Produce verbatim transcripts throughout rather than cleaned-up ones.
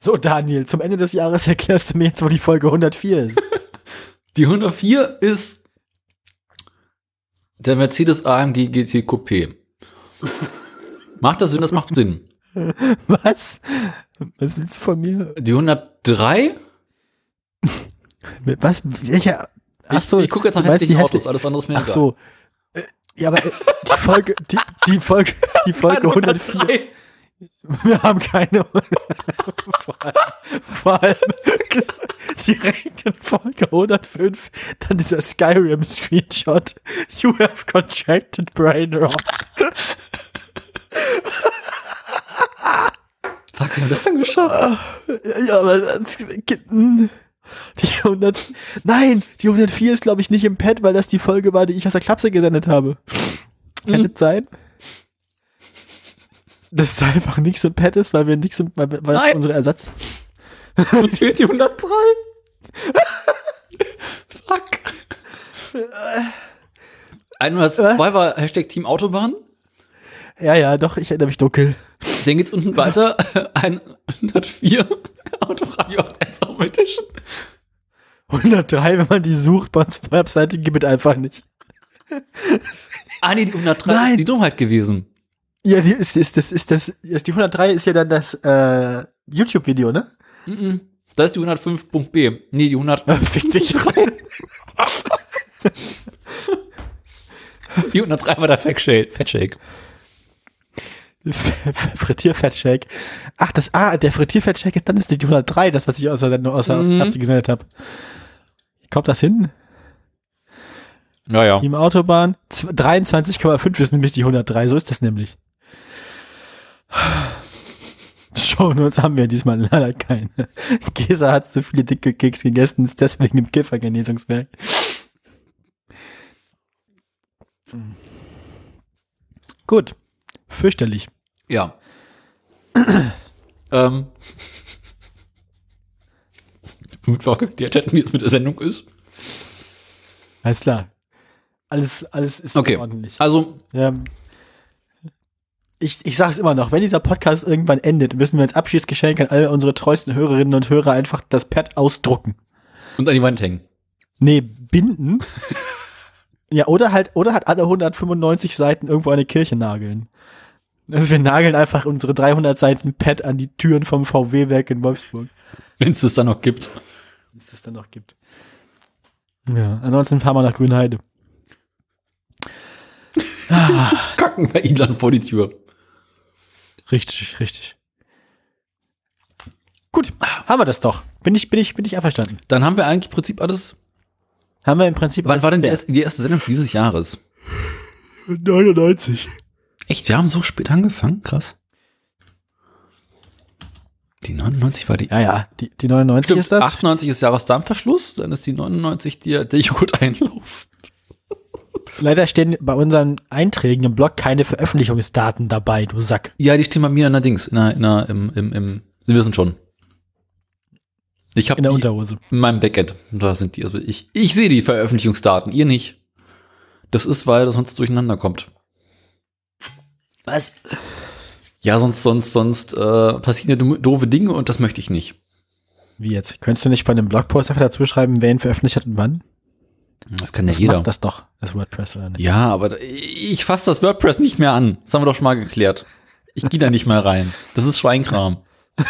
So, Daniel, zum Ende des Jahres erklärst du mir jetzt, wo die Folge hundertvier ist. Die hundertvier ist der Mercedes A M G G T Coupé. Macht das Sinn? Das macht Sinn. Was? Was willst du von mir? Die hundertdrei? Was? Welcher? Ach so, ich ich gucke jetzt nach du meinst hässlichen die Autos, hässlich- alles andere ist mir Ach egal. so. Äh, Ja, aber äh, die Folge, die, die Folge, die Folge hundertvier. Wir haben keine. vor, allem, vor allem direkt in Folge hundertfünf dann dieser Skyrim-Screenshot. You have contracted brain rot. Fuck, wir haben das dann geschafft. Ja, aber das- die hundert. Nein, die hundertvier ist, glaube ich, nicht im Pad, weil das die Folge war, die ich aus der Klapse gesendet habe. Kann Mhm. das sein? Dass es einfach nichts im Pad ist, weil wir nichts im, weil, weil das Nein. unsere Ersatz. Uns fehlt die hundertdrei. Fuck. hundertzwei war Hashtag Team Autobahn. Ja, ja, doch, ich erinnere mich dunkel. Dann geht's unten weiter. hundertvier Autoradio acht eins Home Edition. hundertdrei, wenn man die sucht bei uns auf der Webseite, gibt es einfach nicht. Ah, nee, die hundertdrei Nein. ist die Dummheit gewesen. Ja, die ist, ist, das, ist das, ist die hundertdrei ist ja dann das äh, YouTube-Video, ne? Mhm. Das ist die hundertfünf Punkt B. Nee, die hundert. Fick dich. Die hundertdrei war der Fettshake. Fettshake. Frittierfettshake. Ach, das A, der Frittierfettshake, dann ist die hundertdrei, das, was ich aus der Sendung, aus der Mhm. Klapse gesendet habe. Kommt das hin? Ja, ja. Team Autobahn. Z- dreiundzwanzig Komma fünf ist nämlich die hundertdrei, so ist das nämlich. Shownotes haben wir diesmal leider keine. Gesa hat zu viele dicke Keks gegessen, ist deswegen im Kiffergenesungswerk. Gut. Fürchterlich. Ja. ähm. Womit wir auch geklärt hätten, wie es mit der Sendung ist. Alles klar. Alles, alles ist Okay. ordentlich. Also, Ja. Ich, ich sage es immer noch, wenn dieser Podcast irgendwann endet, müssen wir als Abschiedsgeschenk an alle unsere treuesten Hörerinnen und Hörer einfach das Pad ausdrucken. und an die Wand hängen. Nee, binden. Ja, oder halt, oder halt alle hundertfünfundneunzig Seiten irgendwo an eine Kirche nageln. Also wir nageln einfach unsere dreihundert Seiten Pad an die Türen vom V W-Werk in Wolfsburg. Wenn es das dann noch gibt. Wenn es das dann noch gibt. Ja, ansonsten fahren wir nach Grünheide. Kacken bei Ilan vor die Tür. Richtig, richtig. Gut, haben wir das doch. Bin ich, bin ich, bin ich einverstanden. Dann haben wir eigentlich im Prinzip alles. Haben wir im Prinzip. Wann alles war denn die geklärt. erste, die erste Sendung dieses Jahres? neunundneunzig. Echt, wir haben so spät angefangen? Krass. Die neunundneunzig war die. Ja, ja, die, die neunundneunzig Stimmt, ist das. achtundneunzig ist Jahresdarmverschluss, dann ist die neunundneunzig der, der Joghurt-Einlauf. Leider stehen bei unseren Einträgen im Blog keine Veröffentlichungsdaten dabei, du Sack. Ja, die stehen bei mir allerdings in der, in der, im, im, im, Sie wissen schon. Ich habe In der die Unterhose. in meinem Backend. Da sind die. Also ich, ich sehe die Veröffentlichungsdaten, ihr nicht. Das ist, weil das sonst durcheinander kommt. Was? Ja, sonst, sonst, sonst äh, passieren ja dumme- doofe Dinge und das möchte ich nicht. Wie jetzt? Könntest du nicht bei einem Blogpost einfach dazu schreiben, wer ihn veröffentlicht hat und wann? Das kann ja Das jeder. macht das doch, das WordPress, oder nicht? Ja, aber ich fasse das WordPress nicht mehr an. Das haben wir doch schon mal geklärt. Ich gehe da nicht mehr rein. Das ist Schweinkram.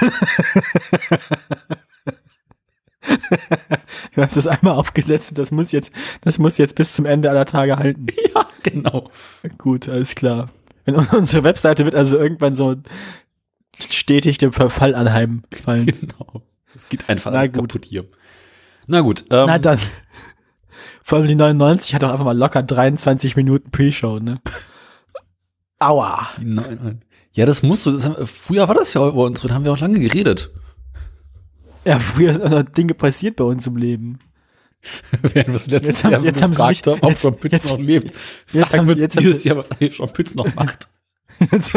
Du hast es einmal aufgesetzt und das muss jetzt, das muss jetzt bis zum Ende aller Tage halten. Ja, genau. Gut, alles klar. Wenn unsere Webseite wird also irgendwann so stetig dem Verfall anheimfallen. Genau. Es geht einfach Na alles gut. kaputt hier. Na gut. Ähm, Na dann. Vor allem die neunundneunzig hat auch einfach mal locker dreiundzwanzig Minuten Pre-Show, ne? Aua. die neun- neun- Ja, das musst du. Das haben, früher war das ja bei uns. Da haben wir auch lange geredet. Ja, früher sind auch noch Dinge passiert bei uns im Leben. Während wir das letztes Jetzt haben- Jahr jetzt haben sie gefragt mich- haben, ob jetzt- Sean Pütz jetzt- noch lebt. jetzt Fragen haben wir sie- uns jetzt haben dieses sie- Jahr, was eigentlich Sean Pütz noch macht. Jetzt,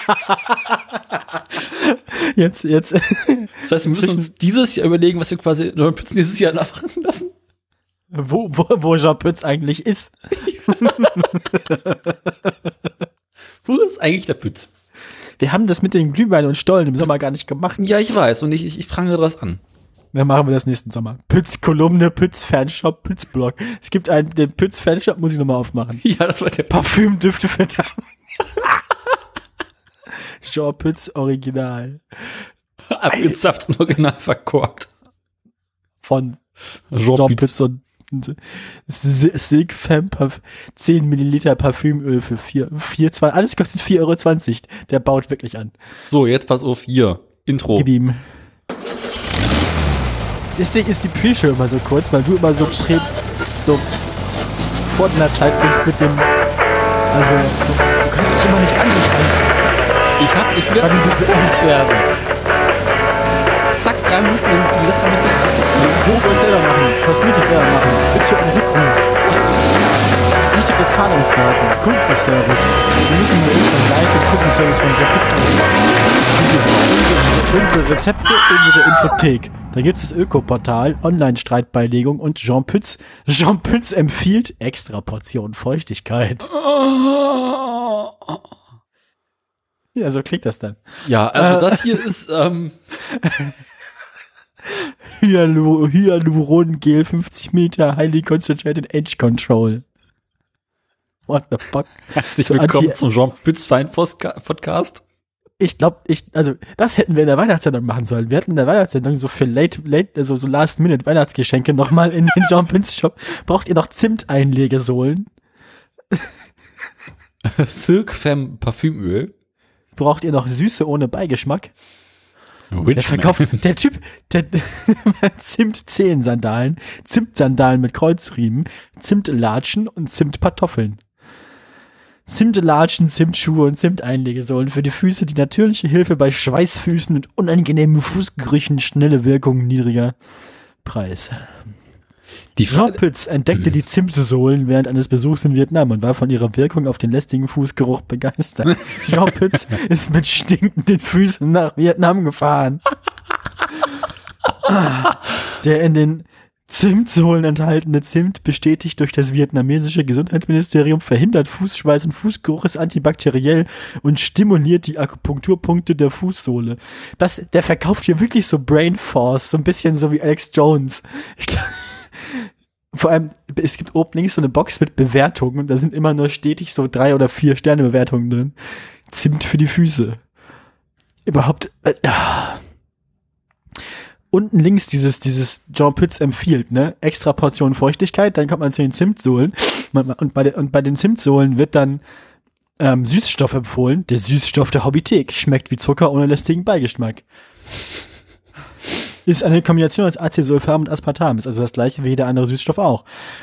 jetzt, jetzt. Das heißt, wir müssen uns dieses Jahr überlegen, was wir quasi Sean Pütz dieses Jahr nachfragen lassen. Wo, wo, wo Jean Pütz eigentlich ist. Wo ist eigentlich der Pütz? Wir haben das mit den Glühwein und Stollen im Sommer gar nicht gemacht. Ja, ich weiß und ich, ich, ich prangere das an. Dann machen wir das nächsten Sommer. Pütz-Kolumne, Pütz-Fanshop, Pütz-Blog. Es gibt einen, den Pütz-Fanshop muss ich nochmal aufmachen. Ja, das war der Parfümdüfte für Damen. Jean Pütz Original. Abgezapft und original verkorkt. Von Jean, Jean Pütz. Pütz und Silk Femme zehn Milliliter Parfümöl für vier, vier, zwei, alles kostet vier Euro zwanzig. Der baut wirklich an. So, jetzt pass auf, hier. Intro. Gib ihm. Deswegen ist die Pre-Show immer so kurz, weil du immer so prä, so vor deiner Zeit bist mit dem, also du, du kannst dich immer nicht anrichten. Ich hab, ich will werden. Zack, drei Minuten und die Sache muss ich fixieren. Hoch und selber machen, Kosmetik selber machen, bitte um Rückruf. Sichere Zahlungsdaten, Kundenservice. Wir müssen nur irgendwann live den Kundenservice von Jean Pütz unsere, unsere Rezepte, unsere Infothek. Da gibt es das Ökoportal, Online-Streitbeilegung und Jean Pütz. Jean Pütz empfiehlt extra Portion Feuchtigkeit. Ja, so klingt das dann. Ja, also das hier ist, ähm... Hyalu- Hyaluron-Gel fünfzig Milliliter Highly Concentrated Age Control. What the fuck? Herzlich So willkommen anti- zum Jean Pütz Fein Podcast. Ich glaube, ich, also, das hätten wir in der Weihnachtssendung machen sollen. Wir hätten in der Weihnachtssendung so für late, late, also so Last-Minute-Weihnachtsgeschenke nochmal in den Jean Pütz Shop. Braucht ihr noch Zimteinlegesohlen? Silk Femme Parfümöl. Braucht ihr noch Süße ohne Beigeschmack? Der Witchman. verkauft, der Typ, der Zimt-Zehen-Sandalen, Zimt-Sandalen mit Kreuzriemen, Zimtlatschen und Zimtpantoffeln. Zimtlatschen, Zimtschuhe und Zimteinlegesohlen für die Füße, die natürliche Hilfe bei Schweißfüßen und unangenehmen Fußgerüchen, schnelle Wirkung, niedriger Preis. Die Jean Fra- Pütz entdeckte die Zimtsohlen während eines Besuchs in Vietnam und war von ihrer Wirkung auf den lästigen Fußgeruch begeistert. Jean Pütz ist mit stinkenden Füßen nach Vietnam gefahren. Der in den Zimtsohlen enthaltene Zimt, bestätigt durch das vietnamesische Gesundheitsministerium, verhindert Fußschweiß und Fußgeruch, ist antibakteriell und stimuliert die Akupunkturpunkte der Fußsohle. Das, der verkauft hier wirklich so Brain Force, so ein bisschen so wie Alex Jones. Ich glaub, vor allem, es gibt oben links so eine Box mit Bewertungen und da sind immer nur stetig so drei oder vier Sterne Bewertungen drin. Zimt für die Füße. Überhaupt, äh, ah. Unten links dieses, dieses Jean Pütz empfiehlt, ne? Extra Portion Feuchtigkeit, dann kommt man zu den Zimtsohlen. Und bei, den, und bei den Zimtsohlen wird dann ähm, Süßstoff empfohlen. Der Süßstoff der Hobbythek schmeckt wie Zucker ohne lästigen Beigeschmack. Ist eine Kombination aus Acesulfam und Aspartam. Ist also das gleiche wie jeder andere Süßstoff auch.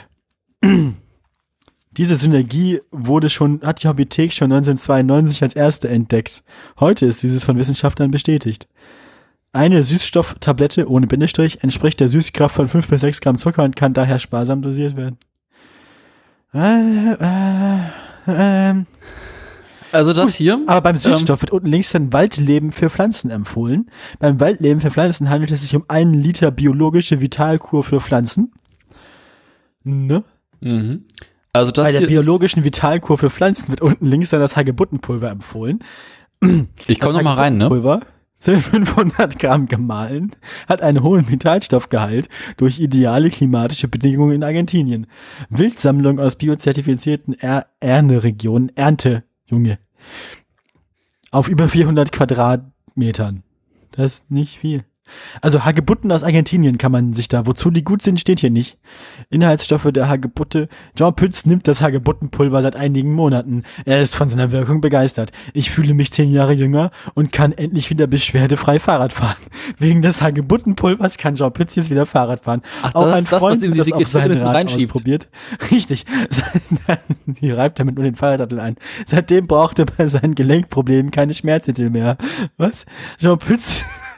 Diese Synergie wurde schon, hat die Hobbythek schon neunzehnhundertzweiundneunzig als erste entdeckt. Heute ist dieses von Wissenschaftlern bestätigt. Eine Süßstofftablette ohne Bindestrich entspricht der Süßkraft von fünf bis sechs Gramm Zucker und kann daher sparsam dosiert werden. Äh, äh, äh. Also das hier. Aber beim Süßstoff ähm, wird unten links dann Waldleben für Pflanzen empfohlen. Beim Waldleben für Pflanzen handelt es sich um einen Liter biologische Vitalkur für Pflanzen. Ne? Mhm. Also das Bei der hier biologischen Vitalkur für Pflanzen wird unten links dann das Hagebuttenpulver empfohlen. Ich komme noch mal rein, ne? Pulver sind fünfhundert Gramm gemahlen, hat einen hohen Vitalstoffgehalt durch ideale klimatische Bedingungen in Argentinien. Wildsammlung aus biozertifizierten er- Erneregionen, Ernte, Junge. Auf über vierhundert Quadratmetern. Das ist nicht viel. Also Hagebutten aus Argentinien kann man sich da, wozu die gut sind, steht hier nicht. Inhaltsstoffe der Hagebutte. Jean Pütz nimmt das Hagebuttenpulver seit einigen Monaten. Er ist von seiner Wirkung begeistert. Ich fühle mich zehn Jahre jünger und kann endlich wieder beschwerdefrei Fahrrad fahren. Wegen des Hagebuttenpulvers kann Jean Pütz jetzt wieder Fahrrad fahren. Ach, auch das ein ist das, Freund was ihm hat das die auf seinen Sekretärin Rad reinschiebt. ausprobiert. Richtig. Die reibt damit nur den Fahrradsattel ein. Seitdem braucht er bei seinen Gelenkproblemen keine Schmerzmittel mehr. Was? Jean Pütz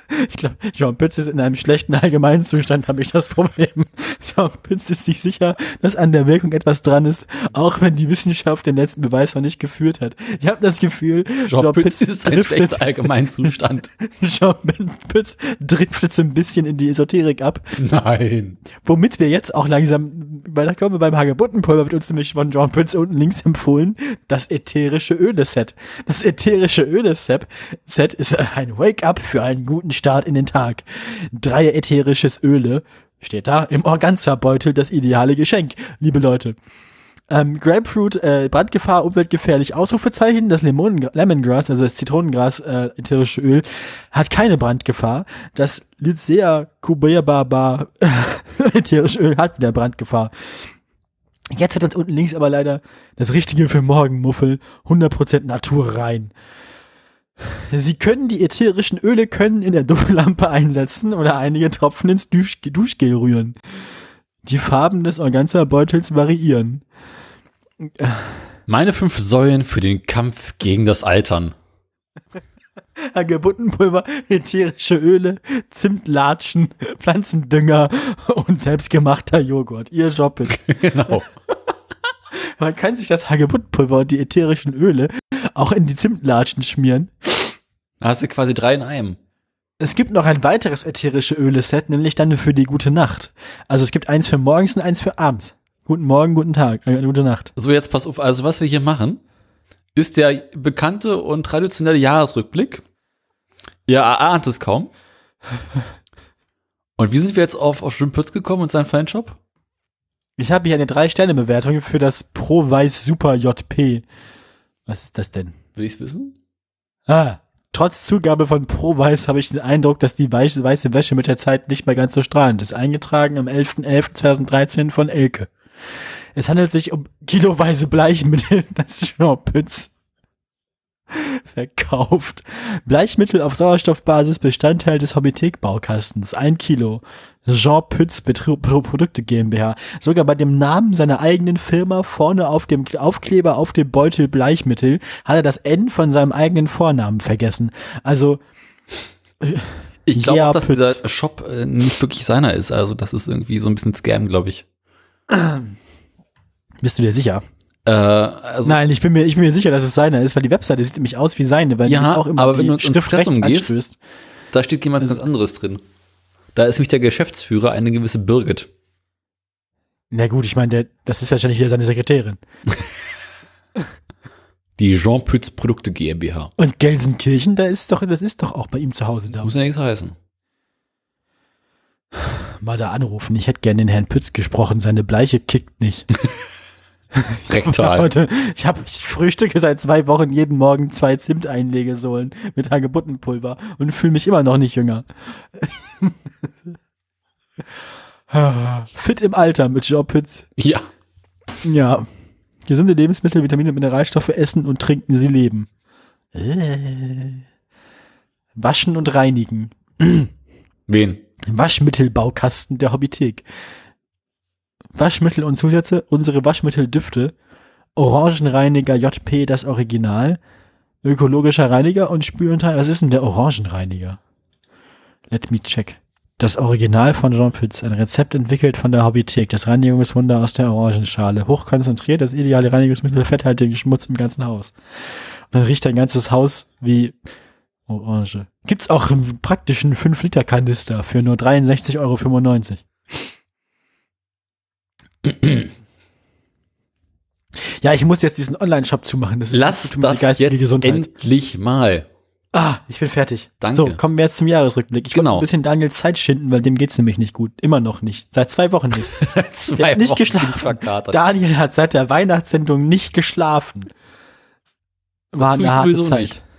Ich glaube, Jean Pütz ist in einem schlechten Allgemeinzustand, habe ich das Problem. Jean Pütz ist sich sicher, dass an der Wirkung etwas dran ist, auch wenn die Wissenschaft den letzten Beweis noch nicht geführt hat. Ich habe das Gefühl, Jean, Jean Pütz ist ein schlechter Allgemeinzustand. Jean Pütz driftet so ein bisschen in die Esoterik ab. Nein. Womit wir jetzt auch langsam, weil da kommen wir beim Hagebuttenpulver, wird uns nämlich von Jean Pütz unten links empfohlen, das ätherische Öle-Set. Das ätherische Öle-Set Set ist ein Wake-up für einen guten Start in den Tag. Drei ätherisches Öle, steht da, im Organza-Beutel das ideale Geschenk, liebe Leute. Ähm, Grapefruit, äh, Brandgefahr, umweltgefährlich, Ausrufezeichen. Das Lemon Lemongrass, also das Zitronengras, äh, ätherische Öl, hat keine Brandgefahr. Das Lycea cubaeba ätherische Öl hat wieder Brandgefahr. Jetzt wird uns unten links aber leider das Richtige für Morgenmuffel, hundert Prozent naturrein. Sie können die ätherischen Öle können in der Duftlampe einsetzen oder einige Tropfen ins Dusch- Duschgel rühren. Die Farben des Organza-Beutels variieren. Meine fünf Säulen für den Kampf gegen das Altern. Hagebuttenpulver, ätherische Öle, Zimtlatschen, Pflanzendünger und selbstgemachter Joghurt. Ihr Jobbit. Genau. Man kann sich das Hagebuttenpulver und die ätherischen Öle auch in die Zimtlatschen schmieren. Da hast du quasi drei in einem. Es gibt noch ein weiteres ätherische Öle-Set, nämlich dann für die gute Nacht. Also es gibt eins für morgens und eins für abends. Guten Morgen, guten Tag, äh, gute Nacht. So, jetzt pass auf. Also was wir hier machen, ist der bekannte und traditionelle Jahresrückblick. Ihr erahnt es kaum. Und wie sind wir jetzt auf, auf Jean Pütz gekommen und seinen Fanshop? Ich habe hier eine drei Sterne Bewertung für das Pro Weiß Super J P. Was ist das denn? Will ich's wissen? Ah, trotz Zugabe von Pro Weiß habe ich den Eindruck, dass die weiße, weiße Wäsche mit der Zeit nicht mehr ganz so strahlend ist. Eingetragen am elfter elfter zweitausenddreizehn von Elke. Es handelt sich um kiloweise Bleichmittel, das Jean Pütz verkauft. Bleichmittel auf Sauerstoffbasis, Bestandteil des Hobbythek-Baukastens. Ein Kilo. Jean Pütz Betru- Pro- Produkte GmbH. Sogar bei dem Namen seiner eigenen Firma vorne auf dem Aufkleber auf dem Beutel Bleichmittel hat er das N von seinem eigenen Vornamen vergessen. Also ich glaube ja, auch, dass Pütz. dieser Shop äh, nicht wirklich seiner ist. Also das ist irgendwie so ein bisschen Scam, glaube ich. Bist du dir sicher? Äh, also Nein, ich bin mir, ich bin mir sicher, dass es seiner ist, weil die Webseite sieht nämlich aus wie seine, weil Ja, die auch immer aber die wenn du ins Schrift Impressum rechts gehst, anstößt. da steht jemand Also- ganz anderes drin. Da ist nämlich der Geschäftsführer, eine gewisse Birgit. Na gut, ich meine, der, das ist wahrscheinlich wieder seine Sekretärin. Die Jean Pütz Produkte GmbH. Und Gelsenkirchen, da ist doch, das ist doch auch bei ihm zu Hause da. Muss ja nichts heißen. Mal da anrufen. Ich hätte gerne den Herrn Pütz gesprochen. Seine Bleiche kickt nicht. Rektal. Heute, ich habe ich frühstücke seit zwei Wochen jeden Morgen zwei Zimteinlegesohlen mit Hagebuttenpulver und fühle mich immer noch nicht jünger. Fit im Alter mit Jean Pütz. Ja. Ja. Gesunde Lebensmittel, Vitamine und Mineralstoffe essen und trinken, sie leben. Äh. Waschen und reinigen. Wen? Waschmittelbaukasten der Hobbythek. Waschmittel und Zusätze, unsere Waschmitteldüfte, Orangenreiniger J P, das Original, ökologischer Reiniger und Spülunteil. Was ist denn der Orangenreiniger? Let me check. Das Original von Jean Pütz, ein Rezept entwickelt von der Hobbythek, das Reinigungswunder aus der Orangenschale, hochkonzentriert, das ideale Reinigungsmittel, fetthaltigen Schmutz im ganzen Haus. Und dann riecht ein ganzes Haus wie Orange. Gibt's auch im praktischen fünf Liter Kanister für nur dreiundsechzig Euro fünfundneunzig. Ja, ich muss jetzt diesen Online-Shop zumachen. Das ist Lass gut für meine das geistige jetzt Gesundheit. endlich mal. Ah, ich bin fertig. Danke. So, kommen wir jetzt zum Jahresrückblick. Ich Genau. wollte ein bisschen Daniels Zeit schinden, weil dem geht's nämlich nicht gut. Immer noch nicht. Seit zwei Wochen nicht. Zwei Der hat nicht Wochen geschlafen. verkatert. Daniel hat seit der Weihnachtssendung nicht geschlafen. War Tu eine ich harte sowieso Zeit. nicht.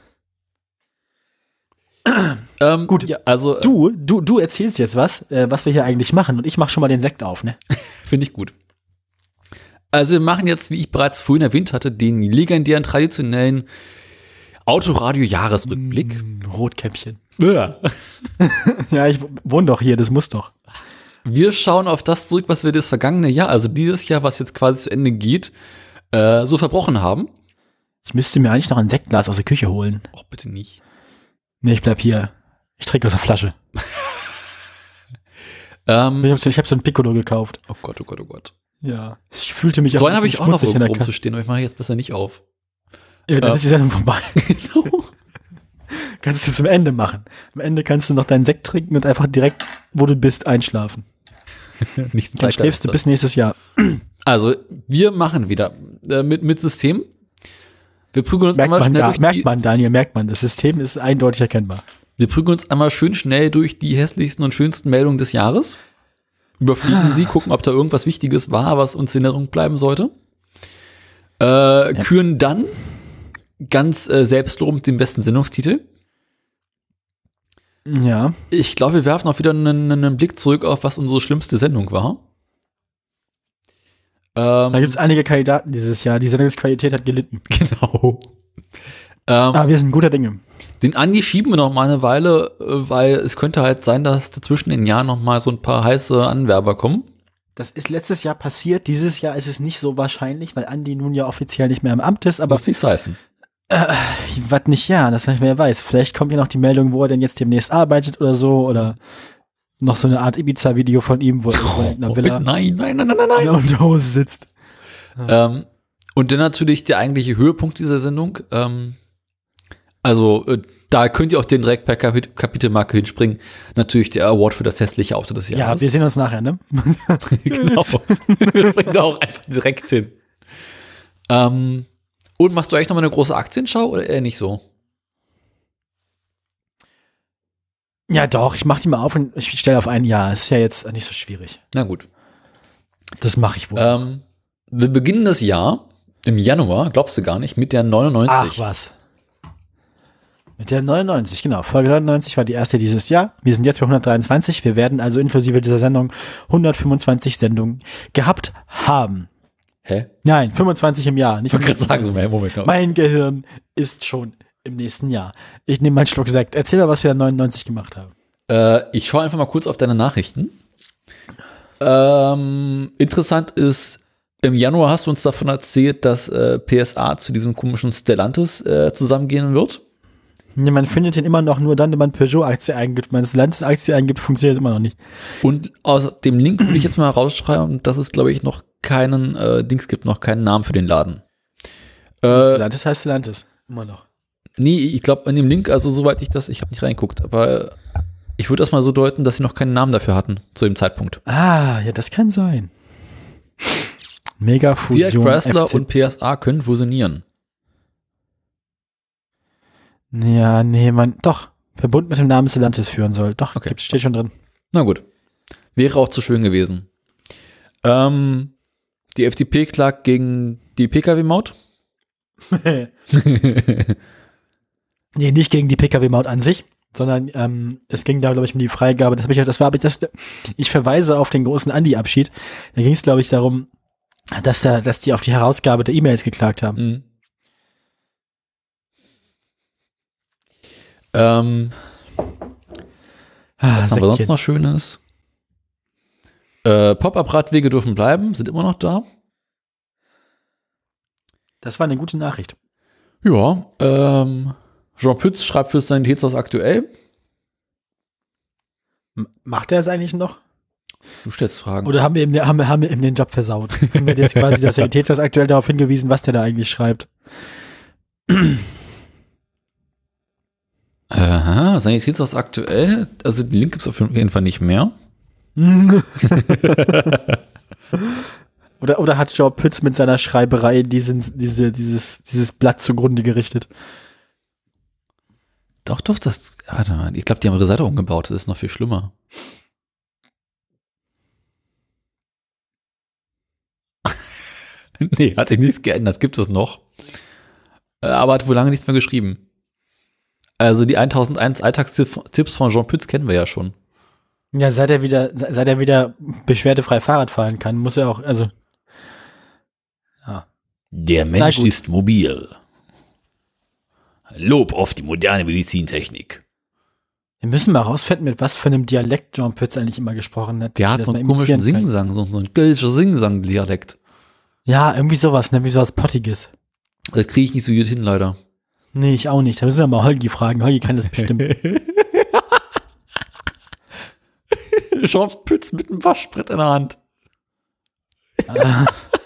Ähm, Gut. Ja, also äh, Du, du, du erzählst jetzt was, äh, was wir hier eigentlich machen und ich mach schon mal den Sekt auf, ne? finde ich gut. Also wir machen jetzt, wie ich bereits vorhin erwähnt hatte, den legendären traditionellen Autoradio-Jahresrückblick. Mm, Rotkäppchen. Ja, ich wohne doch hier, das muss doch. Wir schauen auf das zurück, was wir das vergangene Jahr, also dieses Jahr, was jetzt quasi zu Ende geht, äh, so verbrochen haben. Ich müsste mir eigentlich noch ein Sektglas aus der Küche holen. Och, bitte nicht. Nee, ich bleib hier. Ich trinke aus der Flasche. ähm, Ich habe hab so ein Piccolo gekauft. oh Gott, oh Gott, oh Gott. Ja. Ich fühlte mich So auch einen habe ich auch noch schmutzig in der irgendwo Ka- rumzustehen, aber ich mache jetzt besser nicht auf. Ja, dann Ja. ist die Sendung vorbei. Genau. Kannst du zum Ende machen. Am Ende kannst du noch deinen Sekt trinken und einfach direkt, wo du bist, einschlafen. Nicht Dann schläfst du bis nächstes Jahr. Also, wir machen wieder äh, mit, mit System. Wir prügeln uns Merkt einmal man, schnell da, durch die, merkt man, Daniel, merkt man. Das System ist eindeutig erkennbar. wir prügeln uns einmal schön schnell durch die hässlichsten und schönsten Meldungen des Jahres. Überfliegen sie, gucken, ob da irgendwas Wichtiges war, was uns in Erinnerung bleiben sollte. Äh, ja. Küren dann ganz äh, selbstlobend den besten Sendungstitel. Ja. Ich glaube, wir werfen auch wieder einen, einen Blick zurück auf, was unsere schlimmste Sendung war. Ähm, Da gibt es einige Kandidaten dieses Jahr. Die Sendungsqualität hat gelitten. Genau. Ähm, Aber wir sind guter Dinge. Den Andi schieben wir noch mal eine Weile, äh, weil es könnte halt sein, dass dazwischen den Jahren noch mal so ein paar heiße Anwerber kommen. Das ist letztes Jahr passiert. Dieses Jahr ist es nicht so wahrscheinlich, weil Andi nun ja offiziell nicht mehr im Amt ist. Aber Muss nichts heißen. Äh, was nicht, ja, das wer weiß. Vielleicht kommt ja noch die Meldung, wo er denn jetzt demnächst arbeitet oder so, oder noch so eine Art Ibiza-Video von ihm, wo er irgendwo in einer Oh, Villa nein, nein, nein, nein, nein, in nein. der Unterhose sitzt. Ähm, und dann natürlich der eigentliche Höhepunkt dieser Sendung. Ähm, also, äh, da könnt ihr auch den direkt per Kapit- Kapitelmarke hinspringen. Natürlich der Award für das hässliche Auto des Ja, Jahres. wir sehen uns nachher, ne? Genau. Wir springen da auch einfach direkt hin. Ähm, und machst du eigentlich noch mal eine große Aktienschau oder eher nicht so? Ja, doch, ich mach die mal auf und ich stelle auf ein Jahr. Ist ja jetzt nicht so schwierig. Na gut. Das mache ich wohl. Ähm, wir beginnen das Jahr im Januar, glaubst du gar nicht, mit der neunundneunzig. Ach was. Mit der neunundneunzig, genau. Folge neunundneunzig war die erste dieses Jahr. Wir sind jetzt bei hundertdreiundzwanzig. Wir werden also inklusive dieser Sendung hundertfünfundzwanzig Sendungen gehabt haben. Hä? Nein, fünfundzwanzig im Jahr. Nicht Ich wollte gerade sagen, so mal, Moment. Mein Gehirn ist schon im nächsten Jahr. Ich nehme mal einen Schluck Sekt. Erzähl mal, was wir an neunundneunzig gemacht haben. Äh, ich schaue einfach mal kurz auf deine Nachrichten. Ähm, interessant ist, im Januar hast du uns davon erzählt, dass äh, P S A zu diesem komischen Stellantis äh, zusammengehen wird. Ja, man findet den immer noch nur dann, wenn man Peugeot-Aktie eingibt. Wenn man Stellantis-Aktie eingibt, funktioniert es immer noch nicht. Und aus dem Link würde ich jetzt mal rausschreiben, dass es, glaube ich, noch keinen äh, Dings gibt, noch keinen Namen für den Laden. Äh, Stellantis heißt Stellantis. Immer noch. Nee, ich glaube, in dem Link, also soweit ich das, ich habe nicht reingeguckt, aber ich würde das mal so deuten, dass sie noch keinen Namen dafür hatten, zu dem Zeitpunkt. Ah, ja, das kann sein. Mega Fiat Fusion. Chrysler F C und P S A können fusionieren. Ja, nee, man, doch. Verbunden mit dem Namen Stellantis führen soll. Doch, Okay. gibt's, steht schon drin. Na gut. Wäre auch zu schön gewesen. Ähm, die F D P klagt gegen die P K W-Maut. Nee, nicht gegen die P K W-Maut an sich, sondern ähm, es ging da, glaube ich, um die Freigabe. Das, hab ich, das war, das, ich verweise auf den großen Andi-Abschied. Da ging es, glaube ich, darum, dass, da, dass die auf die Herausgabe der E-Mails geklagt haben. Mhm. Ähm, Ah, was haben wir sonst Säckchen. noch Schönes? Äh, Pop-Up-Radwege dürfen bleiben, sind immer noch da. Das war eine gute Nachricht. Ja, ähm, Jean Pütz schreibt für Sanitätshaus aktuell. M- Macht er es eigentlich noch? Du stellst Fragen. Oder haben wir ihm, haben wir, haben wir ihm den Job versaut? Haben wir jetzt quasi das Sanitätshaus aktuell darauf hingewiesen, was der da eigentlich schreibt? Aha, Sanitätshaus aktuell. Also den Link gibt es auf jeden Fall nicht mehr. Oder, oder hat Joe Pütz mit seiner Schreiberei diesen, diese, dieses, dieses Blatt zugrunde gerichtet? Doch, doch, das. Warte mal, ich glaube, die haben ihre Seite umgebaut. Das ist noch viel schlimmer. Nee, hat sich nichts geändert. Gibt es noch. Äh, Aber hat wohl lange nichts mehr geschrieben. Also die eintausendeins Alltagstipps von Jean Pütz kennen wir ja schon. Ja, seit er wieder, seit er wieder beschwerdefrei Fahrrad fahren kann, muss er auch, also. Ja. Der Na Mensch gut. ist mobil. Lob auf die moderne Medizintechnik. Wir müssen mal rausfinden, mit was für einem Dialekt John Pütz eigentlich immer gesprochen hat. Der hat das so mal einen komischen imitieren kann. Singsang, so, so einen Kölscher Singsang-Dialekt. Ja, irgendwie sowas, ne, wie sowas Pottiges. Das kriege ich nicht so gut hin, leider. Nee, ich auch nicht. Da müssen wir mal Holgi fragen. Holgi kann das bestimmt. Jean Pütz mit einem Waschbrett in der Hand. Ah.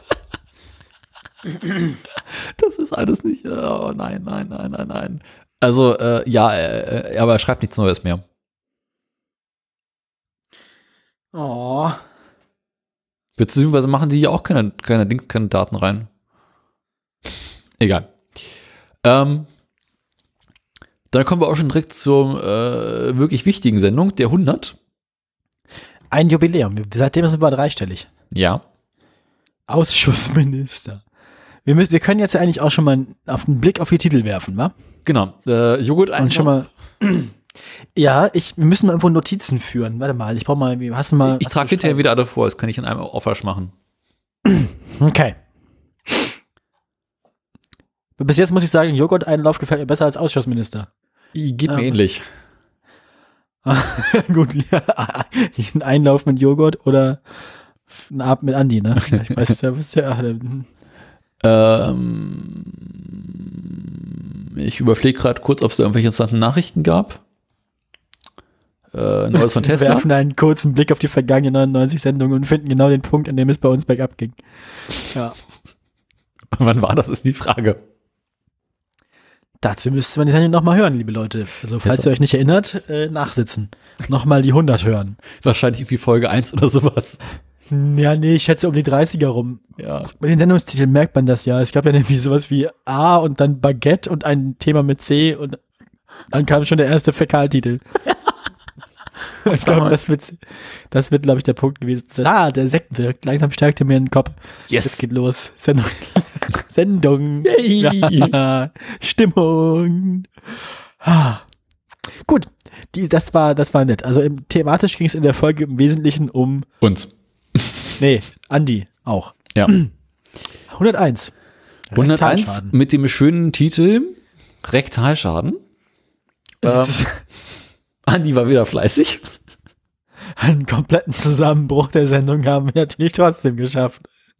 Das ist alles nicht, oh nein, nein, nein, nein, nein. Also, äh, ja, äh, aber er schreibt nichts Neues mehr. Oh. Beziehungsweise machen die ja auch keine, keine Links, keine Daten rein. Egal. Ähm, dann kommen wir auch schon direkt zur äh, wirklich wichtigen Sendung, der hundert. Ein Jubiläum. Seitdem sind wir dreistellig. Ja. Ausschussminister. Wir, müssen, wir können jetzt ja eigentlich auch schon mal auf einen Blick auf die Titel werfen, wa? Genau. Äh, Joghurt Und schon mal. Ja, ich, wir müssen mal irgendwo Notizen führen. Warte mal, ich brauche mal, wie hast du mal. Ich trage hinterher wieder alle vor, das kann ich in einem Aufwasch machen. Okay. Bis jetzt muss ich sagen, Joghurt-Einlauf gefällt mir besser als Ausschussminister. Geht mir ähm. ähnlich. Gut, ja. Ein Einlauf mit Joghurt oder ein Abend mit Andi, ne? Ich weiß es ja, was ja. Ähm, ich überflege gerade kurz, ob es da irgendwelche interessanten Nachrichten gab. Äh, Neues von Tesla. Wir werfen einen kurzen Blick auf die vergangenen neunundneunzig Sendungen und finden genau den Punkt, an dem es bei uns bergab ging. Ja. Wann war das, ist die Frage. Dazu müsste man die Sendung nochmal hören, liebe Leute. Also, falls Besser. ihr euch nicht erinnert, äh, nachsitzen. Nochmal die hundert hören. Wahrscheinlich irgendwie Folge eins oder sowas. Ja, nee, ich schätze um die dreißiger rum. Ja. Bei den Sendungstiteln merkt man das ja. Es gab ja nämlich sowas wie A und dann Baguette und ein Thema mit C und dann kam schon der erste Fäkaltitel. Ich glaube, das wird, das wird, glaube ich, der Punkt gewesen. Ah, der Sekt wirkt. Langsam stärkt er mir den Kopf. Yes. Jetzt geht los. Sendung. Sendung. Yay. Ja. Stimmung. Ah. Gut. Die, das war, das war nett. Also im, thematisch ging es in der Folge im Wesentlichen um. Uns. Nee, Andi auch. Ja. hunderteins. hunderteins Rektalschaden. mit dem schönen Titel Rektalschaden. Ähm, Andi war wieder fleißig. Einen kompletten Zusammenbruch der Sendung haben wir natürlich trotzdem geschafft.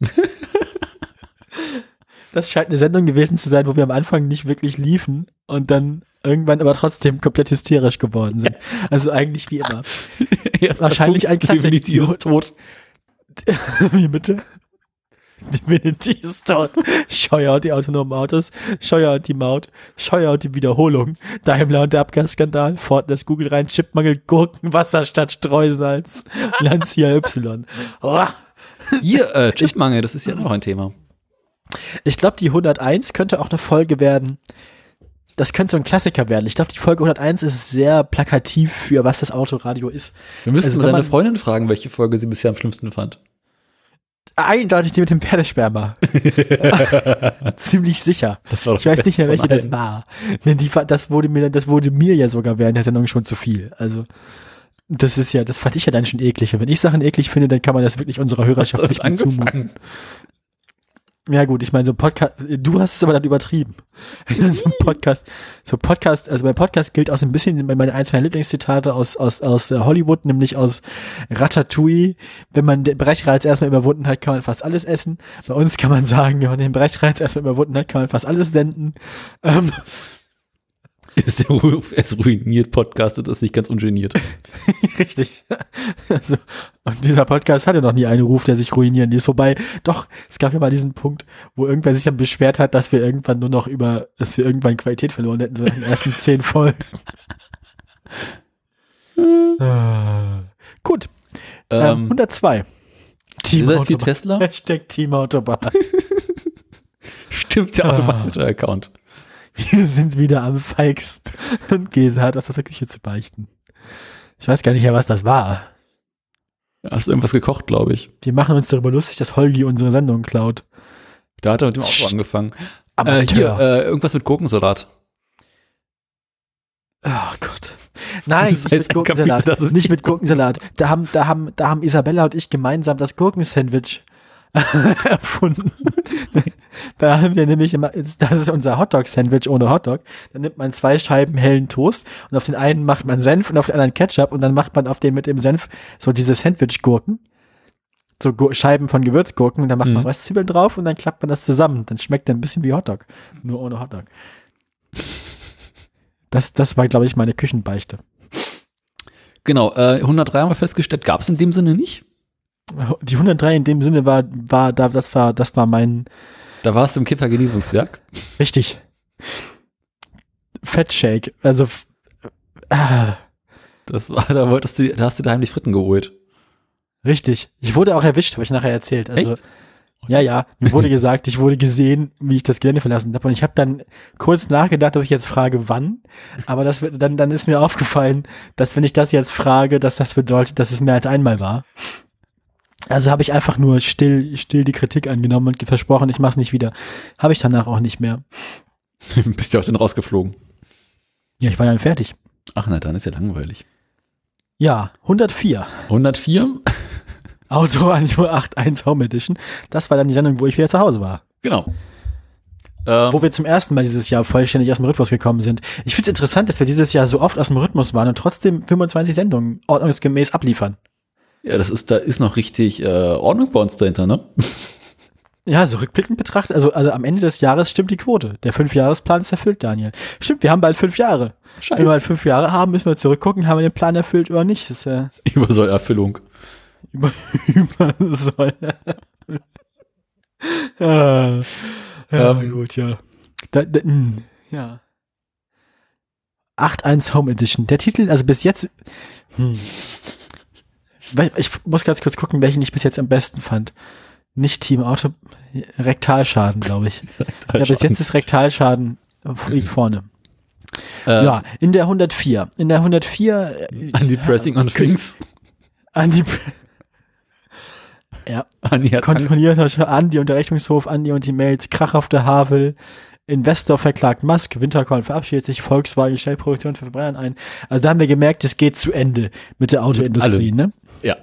Das scheint eine Sendung gewesen zu sein, wo wir am Anfang nicht wirklich liefen und dann irgendwann aber trotzdem komplett hysterisch geworden sind. Also eigentlich wie immer. Wahrscheinlich ein Klassiker. Divinity ist tot. Wie bitte? Divinity ist tot. Scheuer und die autonomen Autos, Scheuer und die Maut, Scheuer und die Wiederholung, Daimler und der Abgasskandal, Ford lässt Google rein, Chipmangel, Gurken, Wasser statt Streusalz, Lancia Y. Oh. Hier, äh, Chipmangel, das ist ja noch ein Thema. Ich glaube, die hunderteins könnte auch eine Folge werden. Das könnte so ein Klassiker werden. Ich glaube, die Folge hunderteins ist sehr plakativ für was das Autoradio ist. Wir müssten Also, mal wenn deine man- Freundin fragen, welche Folge sie bisher am schlimmsten fand. Eindeutig die mit dem Pferdesperma. Ziemlich sicher. Das war doch Ich weiß nicht mehr, welche das nein. war. Denn die, das wurde mir, das wurde mir ja sogar während der Sendung schon zu viel. Also, das ist ja, das fand ich ja dann schon eklig. Und wenn ich Sachen eklig finde, dann kann man das wirklich unserer Hörerschaft Hast nicht damit mehr zumuten. angefangen? Ja gut, ich meine, so ein Podcast, du hast es aber dann übertrieben. So ein Podcast, so Podcast, also mein Podcast gilt auch so ein bisschen, meine ein, zwei Lieblingszitate aus, aus, aus äh, Hollywood, nämlich aus Ratatouille. Wenn man den Brechreiz erstmal überwunden hat, kann man fast alles essen. Bei uns kann man sagen, wenn man den Brechreiz erstmal überwunden hat, kann man fast alles senden. Ähm, Es es ruiniert, podcastet das nicht ganz ungeniert. Richtig. Also, und dieser Podcast hatte noch nie einen Ruf, der sich ruinieren ließ. Wobei, doch, es gab ja mal diesen Punkt, wo irgendwer sich dann beschwert hat, dass wir irgendwann nur noch über, dass wir irgendwann Qualität verloren hätten, so in den ersten zehn Folgen. äh, gut. Ähm, Ähm, hundertzwei. Team Ihr seid viel Autobahn. Tesla? Hashtag Team Autobahn. Stimmt ja auch ah. mit Account. Wir sind wieder am feigsten. Und Gese hat was aus der Küche zu beichten. Ich weiß gar nicht mehr, was das war. Hast du irgendwas gekocht, glaube ich. Die machen uns darüber lustig, dass Holgi unsere Sendung klaut. Da hat er mit dem Auto Psst. angefangen. Äh, Amateur. hier, äh, irgendwas mit Gurkensalat. Oh Gott. Nein, Das ist nicht jetzt mit ein Gurkensalat. Kapitel, das ist Nicht mit Gurkensalat. Da haben, da haben, da haben Isabella und ich gemeinsam das Gurkensandwich erfunden. Da haben wir nämlich immer, das ist unser Hotdog-Sandwich ohne Hotdog. Da nimmt man zwei Scheiben hellen Toast und auf den einen macht man Senf und auf den anderen Ketchup und dann macht man auf den mit dem Senf so diese Sandwich-Gurken. So Gu- Scheiben von Gewürzgurken und dann macht Mhm. man Röstzwiebeln drauf und dann klappt man das zusammen. Dann schmeckt der ein bisschen wie Hotdog. Nur ohne Hotdog. Das, das war, glaube ich, meine Küchenbeichte. Genau, äh, hundertdrei haben wir festgestellt, gab es in dem Sinne nicht. Die hundertdrei in dem Sinne war, war da, das war, das war mein. Da warst du im Kiffergenesungswerk. Richtig. Fettshake, also. Äh, das war, da wolltest du, da hast du da heimlich Fritten geholt. Richtig. Ich wurde auch erwischt, habe ich nachher erzählt. Also, echt? Ja, ja. Mir wurde gesagt, ich wurde gesehen, wie ich das Gelände verlassen habe. Und ich habe dann kurz nachgedacht, ob ich jetzt frage, wann. Aber das wird, dann, dann ist mir aufgefallen, dass wenn ich das jetzt frage, dass das bedeutet, dass es mehr als einmal war. Also habe ich einfach nur still, still die Kritik angenommen und versprochen, ich mach's nicht wieder. Habe ich danach auch nicht mehr. Bist ja auch dann rausgeflogen. Ja, ich war dann fertig. Ach na, dann ist ja langweilig. Ja, hundertvier. hundertvier? Auto Anjo acht Punkt eins Home Edition. Das war dann die Sendung, wo ich wieder zu Hause war. Genau. Ähm, wo wir zum ersten Mal dieses Jahr vollständig aus dem Rhythmus gekommen sind. Ich finde es interessant, dass wir dieses Jahr so oft aus dem Rhythmus waren und trotzdem fünfundzwanzig Sendungen ordnungsgemäß abliefern. Ja, das ist, da ist noch richtig äh, Ordnung bei uns dahinter, ne? Ja, so rückblickend betrachtet, also, also am Ende des Jahres stimmt die Quote. Der Fünfjahresplan ist erfüllt, Daniel. Stimmt, wir haben bald fünf Jahre. Scheiße. Wenn wir bald fünf Jahre haben, müssen wir zurückgucken, haben wir den Plan erfüllt oder nicht. Das ist ja Übersollerfüllung. Über, Übersoll. ja, ja ähm, gut, ja. Da, da, mh, ja. acht Punkt eins Home Edition. Der Titel, also bis jetzt, hm. Ich muss ganz kurz gucken, welchen ich bis jetzt am besten fand. Nicht Team Auto, Rektalschaden, glaube ich. Rektalschaden. Ja, bis jetzt ist Rektalschaden liegt vorne. Ähm, ja, in der hundertvier. In der hundertvier. Anti-Pressing on Things. Anti Ja. Andi hat Kontrollierter Andi und der Rechnungshof, Andi und die Mails, Krach auf der Havel, Investor verklagt Musk, Winterkorn verabschiedet sich, Volkswagen stellt Produktion für Verbrennern ein. Also da haben wir gemerkt, es geht zu Ende mit der Autoindustrie, ne? Ja.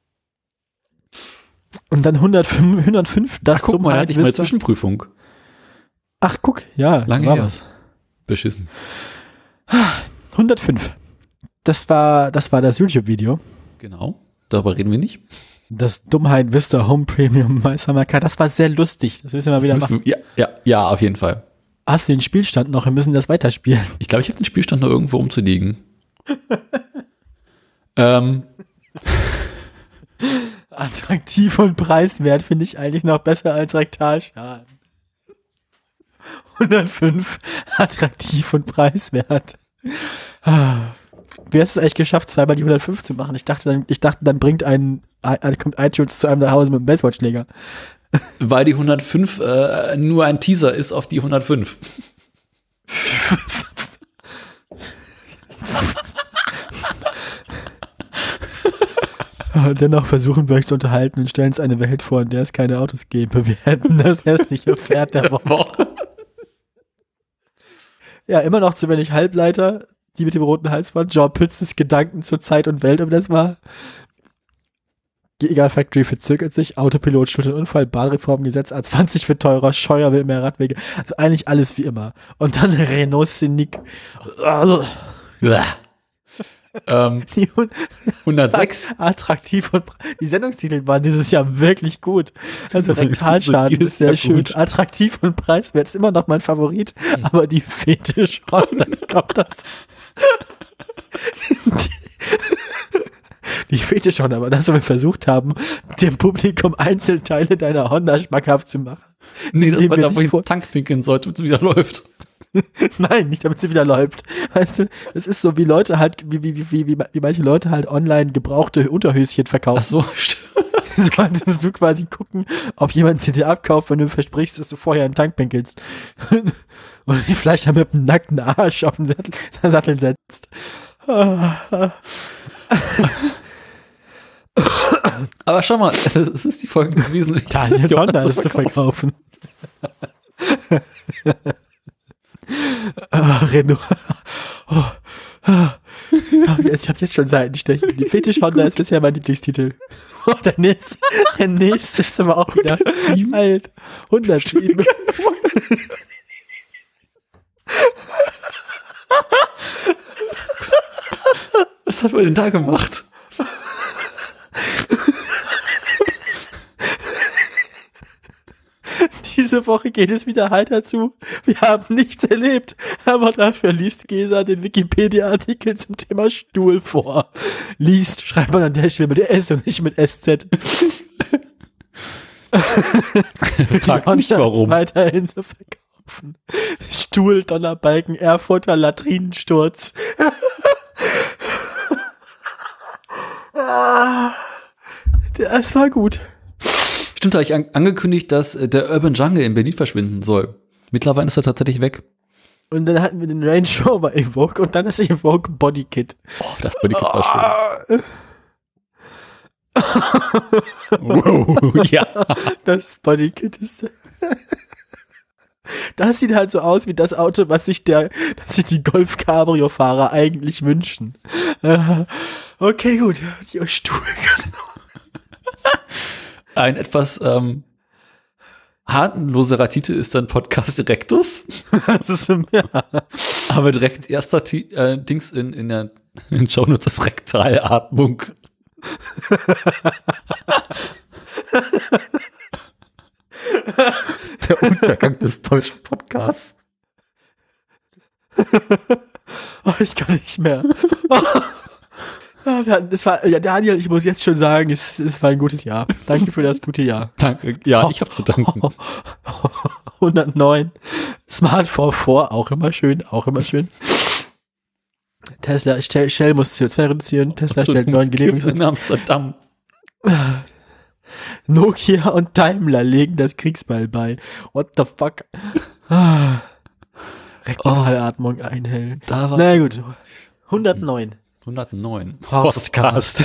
Und dann hundertfünf, hundertfünf das Ach, guck mal, da hatte ich mal Zwischenprüfung. Ach, guck, ja, lange war her. Was. Beschissen. hundertfünf. Das war, das war das YouTube-Video. Genau. Darüber reden wir nicht. Das Dummheit Vista Home Premium Meistermarker, das war sehr lustig. Das müssen wir mal wieder machen. Wir, ja, ja, ja, auf jeden Fall. Hast du den Spielstand noch? Wir müssen das weiterspielen. Ich glaube, ich habe den Spielstand noch irgendwo rumzuliegen. ähm. Attraktiv und preiswert finde ich eigentlich noch besser als Rektalschaden. hundertfünf. Attraktiv und preiswert. Wie hast du es eigentlich geschafft, zweimal die hundertfünf zu machen? Ich dachte, dann, ich dachte, dann bringt ein, ein, kommt iTunes zu einem nach Hause mit einem Baseballschläger. Weil die hundertfünf äh, nur ein Teaser ist auf die hundertfünf. Dennoch versuchen wir euch zu unterhalten und stellen uns eine Welt vor, in der es keine Autos gäbe. Wir hätten das hässliche Pferd der Woche. Ja, immer noch zu wenig Halbleiter. Die mit dem roten Halsband. Jean Pützes Gedanken zur Zeit und Welt, um das war. Giga Factory verzögert sich. Autopilot schuld den Unfall. Bahnreformgesetz. A zwanzig wird teurer. Scheuer will mehr Radwege. Also eigentlich alles wie immer. Und dann Renault Scenic. ähm, hundertsechs. Attraktiv und die Sendungstitel waren dieses Jahr wirklich gut. Also Rektalschaden ist sehr schön. Gut. Attraktiv und preiswert ist immer noch mein Favorit, aber die Fetisch, oh, dann kommt das. Die Fetisch schon, aber das, was wir versucht haben, dem Publikum Einzelteile deiner Honda schmackhaft zu machen. Nee, das war da, wo ich den Tank pinkeln sollte, damit es wieder läuft. Nein, nicht damit sie wieder läuft. Weißt du, es ist so, wie Leute halt, wie, wie, wie, wie, wie manche Leute halt online gebrauchte Unterhöschen verkaufen. Ach so, stimmt. So kannst du quasi gucken, ob jemand sie dir abkauft, wenn du versprichst, dass du vorher einen Tank pinkelst. Und die vielleicht dann mit einem nackten Arsch auf den Sattel, Sattel setzt. Aber schau mal, es ist die Folge gewesen. Daniel Honda ist zu verkaufen. Uh, Renault. Oh, oh. Ich habe jetzt schon Seitenstechen. Die Fetisch Honda ist bisher mein Lieblingstitel. Oh, der nächste, der nächste ist aber auch wieder alt. hundertsieben. Was hat man denn da gemacht? Diese Diese Woche geht es wieder heiter zu. Wir haben nichts erlebt, aber dafür liest Gesa den Wikipedia-Artikel zum Thema Stuhl vor. Liest, schreibt man an der Stelle mit S und nicht mit S Z. Frag nicht warum. Weiterhin zu verkaufen. Stuhl, Donnerbalken, Erfurter Latrinensturz. Das war gut. Stimmt, da habe ich an- angekündigt, dass äh, der Urban Jungle in Berlin verschwinden soll. Mittlerweile ist er tatsächlich weg. Und dann hatten wir den Range Rover Evoque und dann das Evoque Body Kit. Oh, das Bodykit war schön. Wow, ja. Das Body Kit ist. Das sieht halt so aus wie das Auto, was sich der, dass sich die Golf-Cabrio-Fahrer eigentlich wünschen. Äh, okay, gut. Die Stuhl. Ein etwas ähm, harmloserer Titel ist dann Podcast Erectus. Das ist, ja. Aber direkt erster Ti- äh, Dings in, in der in den Shownotes ist Rektalatmung. Der Untergang des deutschen Podcasts. Oh, ich kann nicht mehr. Oh. Oh, wir hatten, das war, ja, Daniel, ich muss jetzt schon sagen, es, es war ein gutes Jahr. Danke für das gute Jahr. Danke. Ja, ich habe zu danken. hundertneun. Smartphone vor, auch immer schön, auch immer schön. Tesla, Shell, Shell muss C O zwei reduzieren. Tesla stellt neuen Genehmigungsantrag. in Amsterdam. Nokia und Daimler legen das Kriegsbeil bei. What the fuck? Ah. Rektalatmung einhellen. Da war Na gut. hundertneun. hundertneun. Podcast.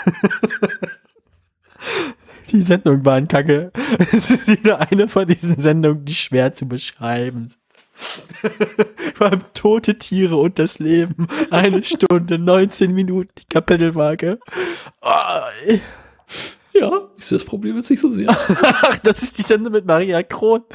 Die Sendung war ein Kacke. Es ist wieder eine von diesen Sendungen, die schwer zu beschreiben sind. Vor allem tote Tiere und das Leben. Eine Stunde, neunzehn Minuten, die Kapitelmarke. Oh. Ja, ich sehe das Problem jetzt nicht so sehr. Ach, das ist die Sendung mit Maria Kron.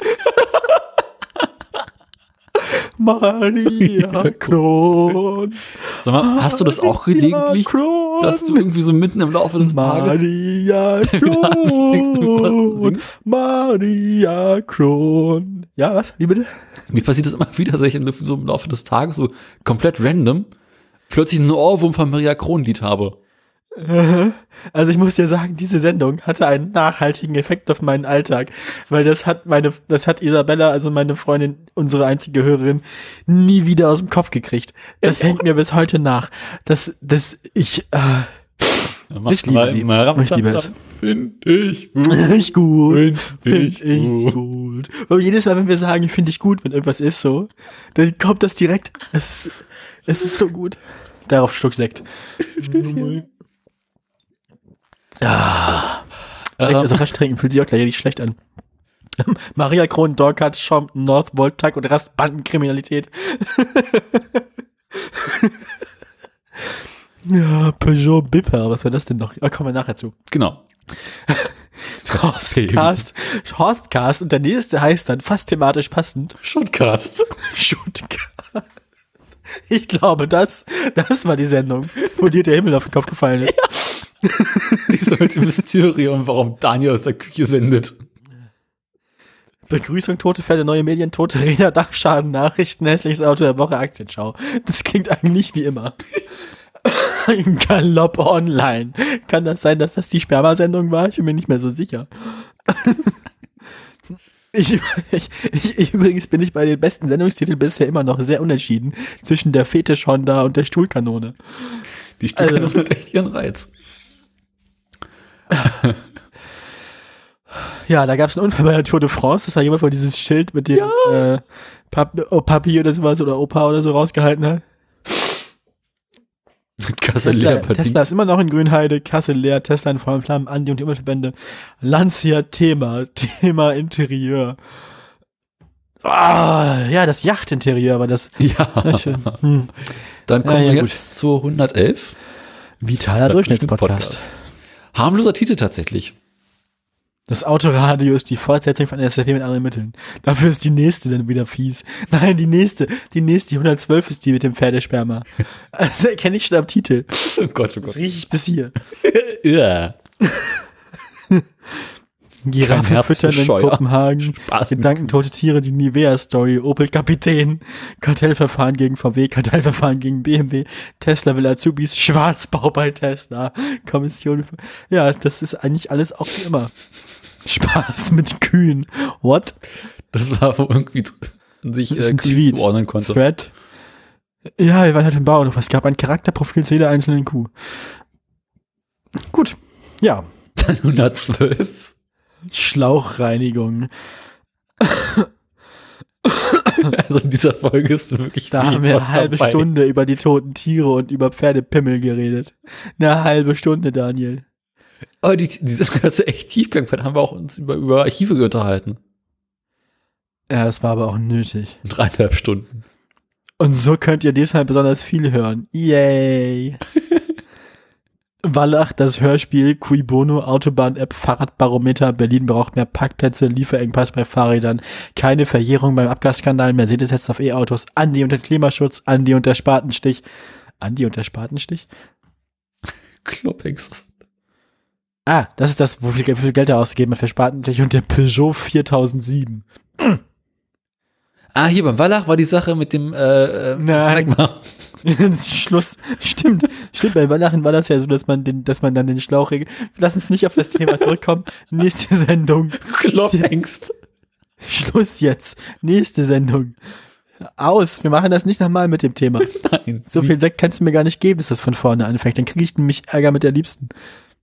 Maria Kron. Sag mal, hast du das auch gelegentlich, Kron. dass du irgendwie so mitten im Laufe des Maria Tages Kron. Maria Kron. Ja, was? Wie bitte? Mir passiert das immer wieder, dass ich so im Laufe des Tages so komplett random plötzlich einen Ohrwurm von Maria Kron-Lied habe. Also ich muss dir sagen, diese Sendung hatte einen nachhaltigen Effekt auf meinen Alltag, weil das hat meine, das hat Isabella, also meine Freundin, unsere einzige Hörerin, nie wieder aus dem Kopf gekriegt. Das hängt mir bis heute nach. Das, das, ich, äh, ich liebe sie. Ich liebe es. Finde ich gut. Ich gut. Finde Find ich ich gut. gut. Und jedes Mal, wenn wir sagen, finde ich gut, wenn irgendwas ist so, dann kommt das direkt. Es, es ist so gut. Darauf Schluck Sekt. Ah. Direkt Ähm. also rasch trinken, fühlt sich auch gleich nicht schlecht an. Maria Kron, Dorkat, Schompton, Northvolt, Tuck und Rastbandenkriminalität. Ja, Peugeot Bipper, was war das denn noch? Da kommen wir nachher zu. Genau. Horstcast, Horstcast und der nächste heißt dann fast thematisch passend. Shotcast. Shootcast. Ich glaube, das, das war die Sendung, wo dir der Himmel auf den Kopf gefallen ist. Ja. Dieses Mysterium, warum Daniel aus der Küche sendet. Begrüßung, tote Pferde, neue Medien, tote Räder, Dachschaden, Nachrichten, hässliches Auto der Woche, Aktienschau. Das klingt eigentlich wie immer. Galopp online. Kann das sein, dass das die Sperma-Sendung war? Ich bin mir nicht mehr so sicher. Ich, ich, ich, ich übrigens bin ich bei den besten Sendungstiteln bisher immer noch sehr unentschieden zwischen der Fetisch-Honda und der Stuhlkanone. Die Stuhlkanone also, hat echt ihren Reiz. Ja, da gab es einen Unfall bei der Tour de France, dass da jemand vor dieses Schild mit dem ja. äh, Pap oh, Papi oder sowas oder Opa oder so rausgehalten hat. Kasse Tesla, leer, Tesla ist immer noch in Grünheide, Kasse leer, Tesla in vollen Flammen, Andi und die Umweltverbände. Lancia Thema, Thema Interieur. Ah, ja, das Yachtinterieur war das. Ja. Schön. Hm. Dann kommen ja, ja, wir gut. jetzt zur hundertelf. Vitaler Durchschnittspodcast. Harmloser Titel tatsächlich. Das Autoradio ist die Fortsetzung von S F W mit anderen Mitteln. Dafür ist die nächste dann wieder fies. Nein, die nächste, die nächste, die hundertzwölf ist die mit dem Pferdesperma. Das erkenne ich schon am Titel. Oh Gott, oh Gott. Das rieche ich bis hier. Ja. Giraffe füttern in Kopenhagen. Spaß Gedankentote Tiere, die Nivea-Story. Opel Kapitän. Kartellverfahren gegen V W. Kartellverfahren gegen B M W. Tesla will Azubis. Schwarzbau bei Tesla. Kommission. Ja, das ist eigentlich alles auch wie immer. Spaß mit Kühen. What? Das war, wo irgendwie sich äh, Kühen Tweet. zuordnen konnte. Thread. Ja, wir waren halt im Bauernhof. Es gab ein Charakterprofil zu jeder einzelnen Kuh. Gut. Ja. Dann hundertzwölf. Schlauchreinigung. Also in dieser Folge ist wirklich Da haben wir eine halbe dabei. Stunde über die toten Tiere und über Pferdepimmel geredet. Eine halbe Stunde, Daniel. Aber die, dieses ganze echt Tiefgang, da haben wir auch uns über, über Archive unterhalten. Ja, das war aber auch nötig. Dreieinhalb Stunden. Und so könnt ihr diesmal besonders viel hören. Yay! Wallach, das Hörspiel, Cui Bono, Autobahn-App, Fahrradbarometer, Berlin braucht mehr Parkplätze, Lieferengpass bei Fahrrädern, keine Verjährung beim Abgasskandal, Mercedes setzt auf E-Autos, Andi unter Klimaschutz, Andi unter Spatenstich. Andi unter Spatenstich? Kloppings. Ah, das ist das, wo viel, wie viel Geld er ausgegeben hat für Spatenstich und der Peugeot viertausendsieben. Ah, hier beim Wallach war die Sache mit dem äh, Nein. Schluss. Stimmt. Stimmt, bei Wallachen war das ja so, dass man den, dass man dann den Schlauch regelt. Lass uns nicht auf das Thema zurückkommen. Nächste Sendung. Kloppengst. Schluss jetzt. Nächste Sendung. Aus. Wir machen das nicht nochmal mit dem Thema. Nein. So viel Sekt kannst du mir gar nicht geben, dass das von vorne anfängt. Dann kriege ich nämlich Ärger mit der Liebsten.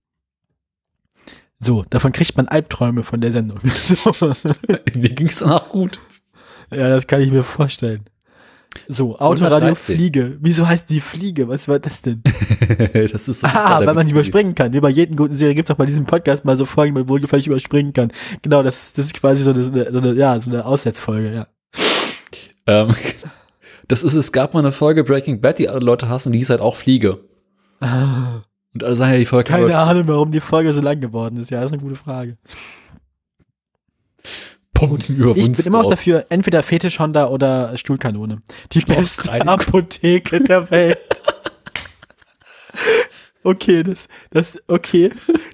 So, davon kriegt man Albträume von der Sendung. So. Mir ging's danach gut. Ja, das kann ich mir vorstellen. So, Autoradio Fliege. Wieso heißt die Fliege? Was war das denn? Das ist so ah, weil man die überspringen kann. Wie bei jedem guten Serie gibt es auch bei diesem Podcast mal so Folgen, wo man wohlgefällig überspringen kann. Genau, das, das ist quasi so eine, so eine, so eine, ja, so eine Aussetzfolge, ja. Ähm, das ist, es gab mal eine Folge Breaking Bad, die alle Leute hassen, und die hieß halt auch Fliege. Ah. Und alle sagen ja, die Folge. Keine Ahnung, warum die Folge so lang geworden ist. Ja, das ist eine gute Frage. Punkt. Ich bin immer noch dafür, entweder Fetisch-Honda oder Stuhlkanone. Die beste Reinigung. Apotheke der Welt. Okay, das, das, okay.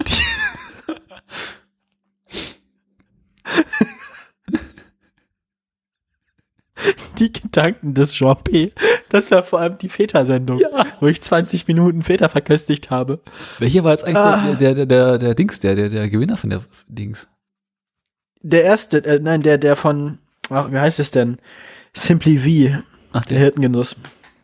Die, die Gedanken des Jean P. Das war vor allem die Feta-Sendung, ja. Wo ich zwanzig Minuten Feta verköstigt habe. Welcher war jetzt eigentlich ah. der, der, der, der Dings, der, der, der Gewinner von der Dings? Der erste, äh, nein, der, der von, ach, wie heißt es denn? Simply V. Ach, der Hirtengenuss.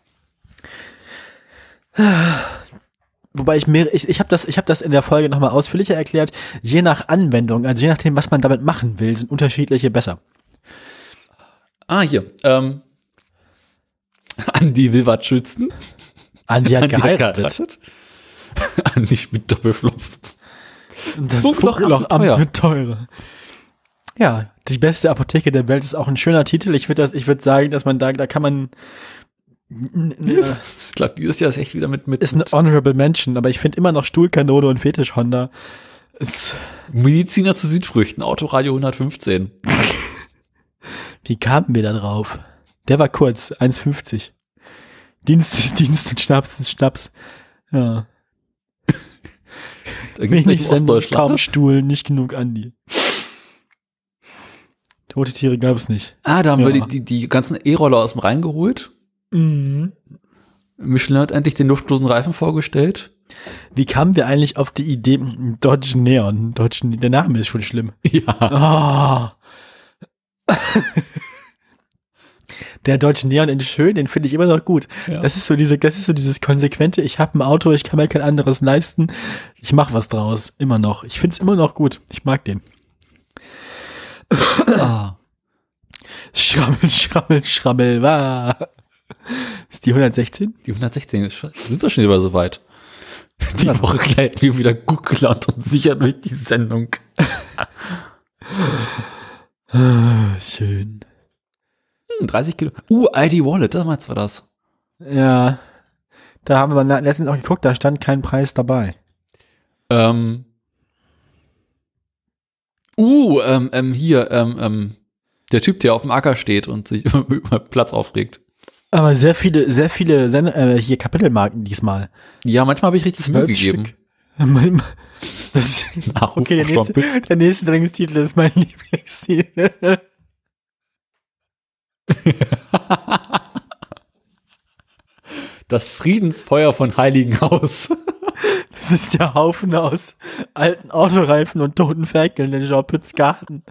Wobei ich mir, ich, ich habe das, ich habe das in der Folge nochmal ausführlicher erklärt. Je nach Anwendung, also je nachdem, was man damit machen will, sind unterschiedliche besser. Ah, hier. Ähm, Andi will was schützen. Andi hat Andi geheiratet. geheiratet. Andi mit Doppelflop. Das Funkloch Amt mit Teure. Ja, die beste Apotheke der Welt ist auch ein schöner Titel. Ich würde das, ich würde sagen, dass man da, da kann man. Ich glaube, dieses Jahr ist echt wieder mit mit. Ist ein Honorable Mention, aber ich finde immer noch Stuhlkanone und Fetisch Honda. Ist Mediziner zu Südfrüchten, Autoradio hundertfünfzehn. Wie kamen wir da drauf? Der war kurz, eins fünfzig. Dienst ist Dienst und Schnaps ist Schnaps. Ja. Wenig Sendung, kaum Stuhl, nicht genug Andi. Tote Tiere gab es nicht. Ah, da haben ja. wir die, die, die ganzen E-Roller aus dem Rhein geholt. Mhm. Michelin hat endlich den luftlosen Reifen vorgestellt. Wie kamen wir eigentlich auf die Idee, Dodge Neon? Dodge, der Name ist schon schlimm. Ja. Oh. Der Dodge Neon in schön, den finde ich immer noch gut. Ja. Das ist so diese, das ist so dieses konsequente, ich habe ein Auto, ich kann mir kein anderes leisten. Ich mache was draus. Immer noch. Ich finde es immer noch gut. Ich mag den. Ah. Schrammel, schrammel, schrammel, war. Ist die hundertsechzehn? Die hundertsechzehn, sind wir schon wieder so weit. Die Woche gleiten wir wieder gut gelaunt und sicher durch die Sendung. Schön. Hm, dreißig Kilo. Uh, I D Wallet, damals war das. Ja. Da haben wir letztens auch geguckt, da stand kein Preis dabei. Ähm. Uh, ähm, ähm, hier, ähm, ähm, der Typ, der auf dem Acker steht und sich über Platz aufregt. Aber sehr viele, sehr viele Sen- äh, hier Kapitelmarken diesmal. Ja, manchmal habe ich richtig Mühe gegeben. Stück. Das, Nachruf okay, der auf Sean nächste, Pütz. der nächste Sendungstitel ist mein Lieblingstitel. Das Friedensfeuer von Heiligenhaus. Das ist der Haufen aus alten Autoreifen und toten Ferkeln in Jean Pütz Garten.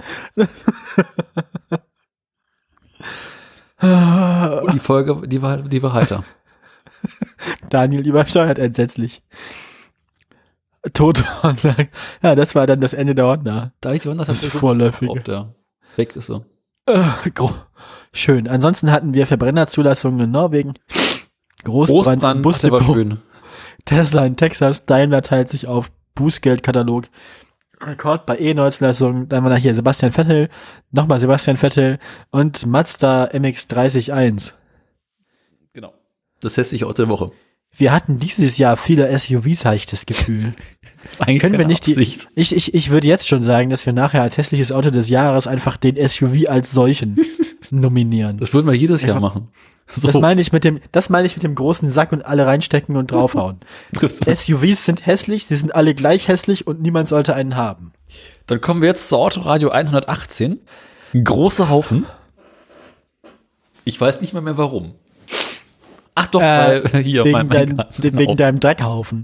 Und die Folge, die war, die war heiter. Daniel übersteuert entsetzlich. Tote Honda. Ja, das war dann das Ende der Honda. Da ich die Honda Das tatsächlich Vorläufige. ob der weg ist so. Äh, gro- Schön. Ansonsten hatten wir Verbrennerzulassungen in Norwegen. Großbrand, Großbrand, Bus das war schön. Tesla in Texas, Daimler teilt sich auf, Bußgeldkatalog, Rekord bei E-Neuzulassungen, dann war da hier Sebastian Vettel, nochmal Sebastian Vettel und Mazda M X dreißig eins. Genau. Das hässliche Auto der Woche. Wir hatten dieses Jahr viele S U Vs, habe ich das Gefühl. Eigentlich Können wir keine nicht die, Absicht. ich, ich, ich würde jetzt schon sagen, dass wir nachher als hässliches Auto des Jahres einfach den S U V als solchen nominieren. Das würden wir jedes Jahr Einfach- machen. So, Das meine ich mit dem, das meine ich mit dem großen Sack und alle reinstecken und draufhauen. triffst du. S U Vs sind hässlich, sie sind alle gleich hässlich und niemand sollte einen haben. Dann kommen wir jetzt zu Autoradio hundertachtzehn. Ein großer Haufen. Ich weiß nicht mehr mehr warum. Ach doch, Äh, weil hier wegen, mein, mein dein, Garten, wegen genau. deinem Dreckhaufen.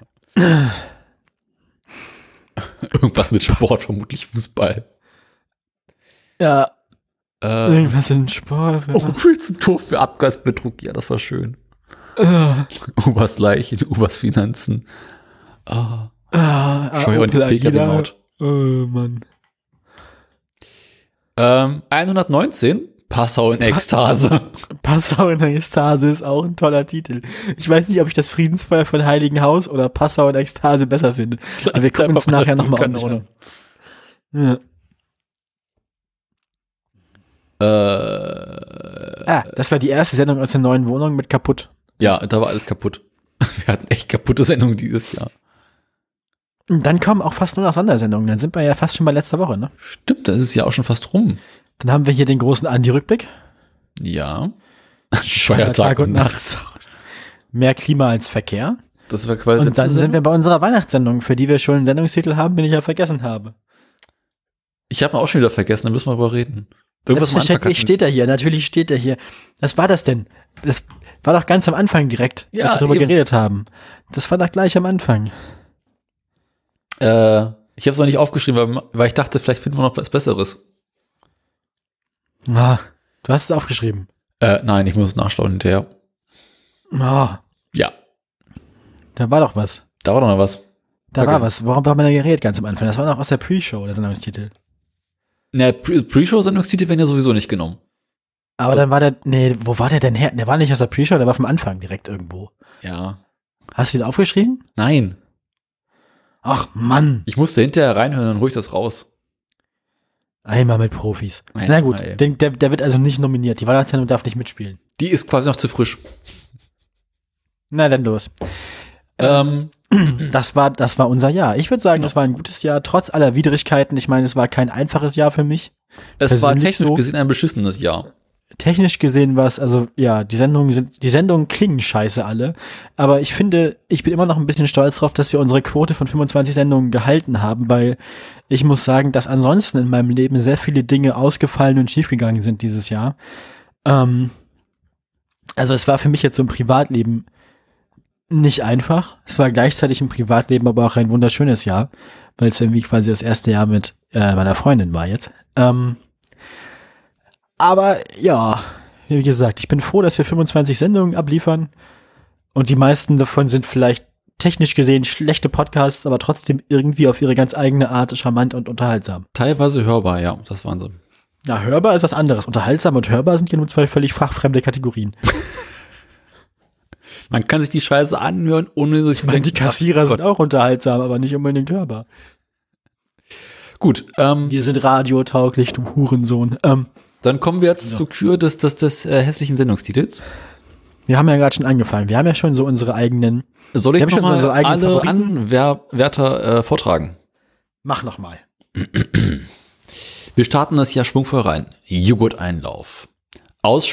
Irgendwas mit Sport, vermutlich Fußball. Ja, Äh, irgendwas in Sport. oh, willst du ein Tor für Abgasbetrug? Ja, das war schön. Äh, Ubers Leichen, Ubers Finanzen. Ah, ah, Steuer und die Opel P K Agila. W-Maut. Oh, Mann. Ähm, hundertneunzehn, Passau in Ekstase. Passau in der Ekstase ist auch ein toller Titel. Ich weiß nicht, ob ich das Friedensfeuer von Heiligenhaus oder Passau in Ekstase besser finde. Aber wir gucken uns Einfach mal nachher nochmal keine an. Ahnung. Ja. Äh, Ah, das war die erste Sendung aus der neuen Wohnung mit kaputt. ja, da war alles kaputt. Wir hatten echt kaputte Sendungen dieses Jahr. Und dann kommen auch fast nur noch Sondersendungen. Dann sind wir ja fast schon bei letzter Woche, ne? Stimmt, das ist ja auch schon fast rum. Dann haben wir hier den großen Andi-Rückblick. Ja. Feiertag und Nacht. Mehr Klima als Verkehr. Das war quasi Und letzte dann sind wir Sendung. bei unserer Weihnachtssendung, für die wir schon einen Sendungstitel haben, den ich ja vergessen habe. Ich habe ihn auch schon wieder vergessen, da müssen wir drüber reden. Irgendwas am Anfang Selbstverständlich hatten- steht er hier, natürlich steht er hier. Was war das denn? Das war doch ganz am Anfang direkt, Ja, als wir darüber eben. geredet haben. Das war doch gleich am Anfang. Äh, ich habe es noch nicht aufgeschrieben, weil, weil ich dachte, vielleicht finden wir noch was Besseres. Ah, du hast es aufgeschrieben. Äh, nein, ich muss es nachschauen hinterher. Ah, Ja, da war doch was. da war doch noch was. Da Vergessen. war was. Worum haben wir da geredet ganz am Anfang? Das war noch aus der Pre-Show, der Sendungstitel. Ne, Pre- Pre-Show-Sendungstitel werden ja sowieso nicht genommen. Aber dann war der, nee, wo war der denn her? Der war nicht aus der Pre-Show, der war vom Anfang direkt irgendwo. Ja. Hast du den aufgeschrieben? Nein. Ach Mann, Ich musste hinterher reinhören, dann hol ich das raus. einmal mit Profis. Einmal, Na gut, ey. den, der, der wird also nicht nominiert. Die Weihnachtssendung darf nicht mitspielen. Die ist quasi noch zu frisch. Na dann los. Ähm, Das war, das war unser Jahr. Ich würde sagen, Genau. es war ein gutes Jahr, trotz aller Widrigkeiten. Ich meine, es war kein einfaches Jahr für mich. es war Persönlich technisch so. gesehen ein beschissenes Jahr. Technisch gesehen war es, also ja, die Sendungen sind, die Sendungen klingen scheiße alle. Aber ich finde, ich bin immer noch ein bisschen stolz drauf, dass wir unsere Quote von fünfundzwanzig Sendungen gehalten haben, weil ich muss sagen, dass ansonsten in meinem Leben sehr viele Dinge ausgefallen und schiefgegangen sind dieses Jahr. Ähm, also es war für mich jetzt so im Privatleben nicht einfach. Es war gleichzeitig im Privatleben aber auch ein wunderschönes Jahr, weil es irgendwie quasi das erste Jahr mit äh, meiner Freundin war jetzt. Ähm, aber ja, wie gesagt, ich bin froh, dass wir fünfundzwanzig Sendungen abliefern und die meisten davon sind vielleicht technisch gesehen schlechte Podcasts, aber trotzdem irgendwie auf ihre ganz eigene Art charmant und unterhaltsam. Teilweise hörbar, ja, das waren sie. Ja, hörbar ist was anderes. Unterhaltsam und hörbar sind ja nur zwei völlig fachfremde Kategorien. Man kann sich die Scheiße anhören, ohne sich Ich meine, die Kassierer ach sind Gott. auch unterhaltsam, aber nicht unbedingt hörbar. Gut, ähm, Wir sind radiotauglich, du Hurensohn. Ähm, dann kommen wir jetzt Ja. zur Kür des, des, des äh, hässlichen Sendungstitels. wir haben ja gerade schon angefangen. Wir haben ja schon so unsere eigenen. Soll Wir ich haben schon nochmal unsere eigenen alle Favoriten. Anwärter äh, vortragen? Mach noch mal. Wir starten das Jahr schwungvoll rein. Joghurteinlauf.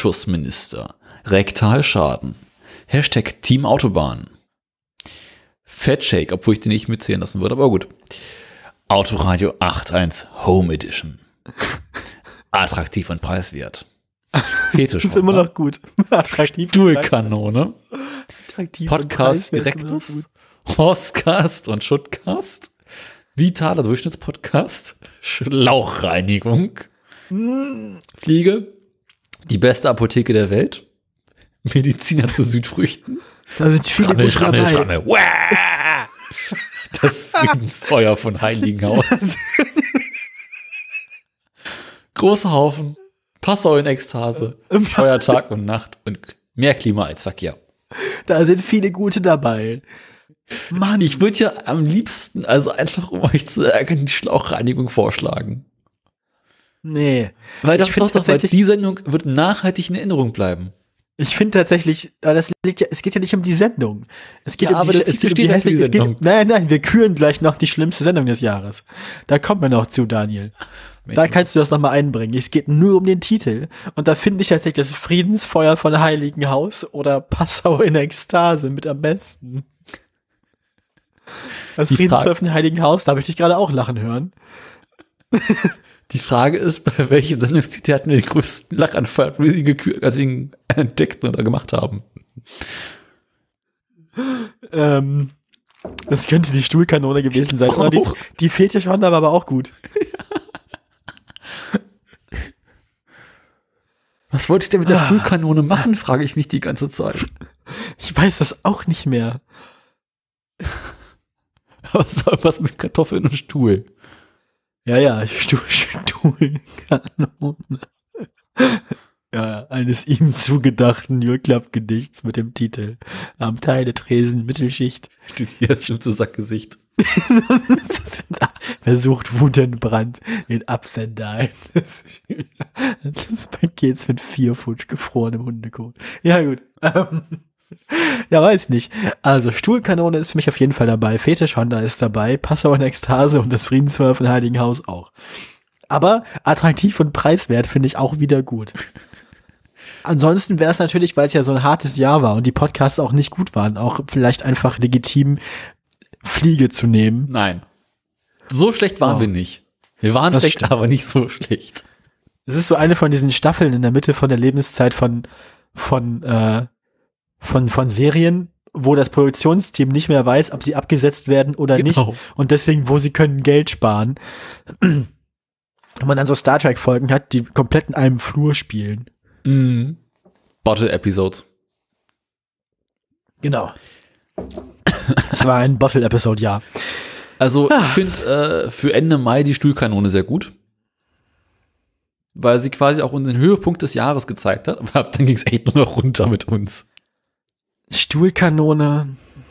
Ausschussminister. Rektalschaden. Hashtag Team Autobahn. Fatshake, obwohl ich den nicht mitzählen lassen würde, aber gut. Autoradio acht eins Home Edition. Attraktiv und preiswert. Fetisch. Das ist immer noch gut. Attraktiv. Stuhlkanone. Attraktiv. Podcast Erectus. Horstcast und Schuttcast. Vitaler Durchschnittspodcast. Schlauchreinigung. Fliege. Die beste Apotheke der Welt. Mediziner zu Südfrüchten. Da sind viele Schrammel, gute Schrammel, dabei. Schrammel. Uah! Das Friedensfeuer von Heiligenhaus. Großer Haufen. Passau in Ekstase. Feuer Tag und Nacht und mehr Klima als Verkehr. Da sind viele gute dabei. Mann, ich würde ja am liebsten, also einfach um euch zu ärgern, die Schlauchreinigung vorschlagen. Nee. Weil Ich doch, find doch, doch, weil tatsächlich- die Sendung wird nachhaltig in Erinnerung bleiben. Ich finde tatsächlich, aber das liegt ja, es geht ja nicht um die Sendung. Es geht Ja, um aber die, der es Titel geht um die steht halt für die hässliche- es Sendung. geht, Nein, nein, wir küren gleich noch die schlimmste Sendung des Jahres. Da kommen wir noch zu, Daniel. Da kannst du das nochmal einbringen. Es geht nur um den Titel. Und da finde ich tatsächlich das Friedensfeuer von Heiligenhaus oder Passau in Ekstase mit am besten. Das Die Friedensfeuer Frage- von Heiligenhaus, da habe ich dich gerade auch lachen hören. Die Frage ist, bei welchem Sendungstitel hatten wir den größten Lachanfall, wie sie gekürt, also ihn entdeckt oder gemacht haben. Ähm, das könnte die Stuhlkanone gewesen sein. Oder die, Auch. die Fetisch-Honda war aber auch gut. Was wollte ich denn mit der Stuhlkanone machen, frage ich mich die ganze Zeit. Ich weiß das auch nicht mehr. Was soll was mit Kartoffeln und Stuhl? Ja, ja, Stuhl, Stuhlkanone. Ja, eines ihm zugedachten Julklapp-Gedichts mit dem Titel Am Teile Tresen Mittelschicht. Steht hier das schlimmste Sackgesicht. Versucht Wutentbrand den Absender ein. Das, das Paket mit vier Futsch gefrorenem Hundekot. Ja, gut. Ähm, ja, weiß nicht. Also, Stuhlkanone ist für mich auf jeden Fall dabei. Fetisch Honda ist dabei. Passau in Ekstase und das Friedensfeuer von Heiligenhaus auch. Aber attraktiv und preiswert finde ich auch wieder gut. Ansonsten wäre es natürlich, weil es ja so ein hartes Jahr war und die Podcasts auch nicht gut waren, auch vielleicht einfach legitim Fliege zu nehmen. Nein. So schlecht waren Oh. wir nicht. Wir waren Das schlecht, stimmt. aber nicht so schlecht. Es ist so eine von diesen Staffeln in der Mitte von der Lebenszeit von, von, äh, von, von Serien, wo das Produktionsteam nicht mehr weiß, ob sie abgesetzt werden oder Genau. nicht. Und deswegen, wo sie können Geld sparen. Und man dann so Star Trek Folgen hat, die komplett in einem Flur spielen. Mhm. Bottle Episodes. Genau. Es war ein Bottle-Episode, ja. Also ich finde äh, für Ende Mai die Stuhlkanone sehr gut. Weil sie quasi auch unseren Höhepunkt des Jahres gezeigt hat. Aber dann ging es echt nur noch runter mit uns. Stuhlkanone.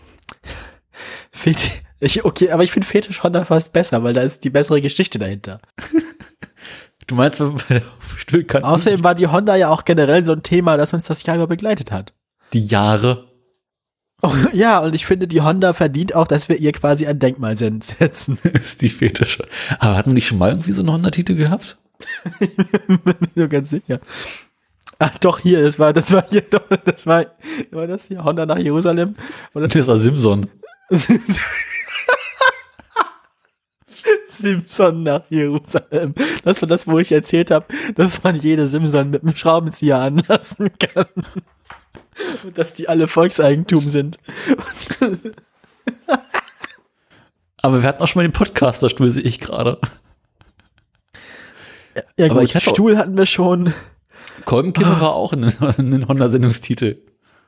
Fet ich, okay, aber ich finde Fetisch Honda fast besser, weil da ist die bessere Geschichte dahinter. Du meinst bei der Stuhlkanone Außerdem war die Honda ja auch generell so ein Thema, das uns das Jahr über begleitet hat. die Jahre. Ja, und ich finde, die Honda verdient auch, dass wir ihr quasi ein Denkmal sen- setzen. Ist die Fetische. Aber hatten wir nicht schon mal irgendwie so einen Honda-Titel gehabt? So ganz sicher. Ach doch, hier, das war, das war hier, doch, das war, war das hier, Honda nach Jerusalem? Oder Das war Simson. Simson nach Jerusalem. Das war das, wo ich erzählt habe, dass man jede Simson mit einem Schraubenzieher anlassen kann. Und dass die alle Volkseigentum sind. Aber wir hatten auch schon mal den Podcaster-Stuhl, sehe ich gerade. Ja Aber gut, ich hatte auch- Stuhl hatten wir schon. Kolbenkippe war auch ein, ein Honda-Sendungstitel.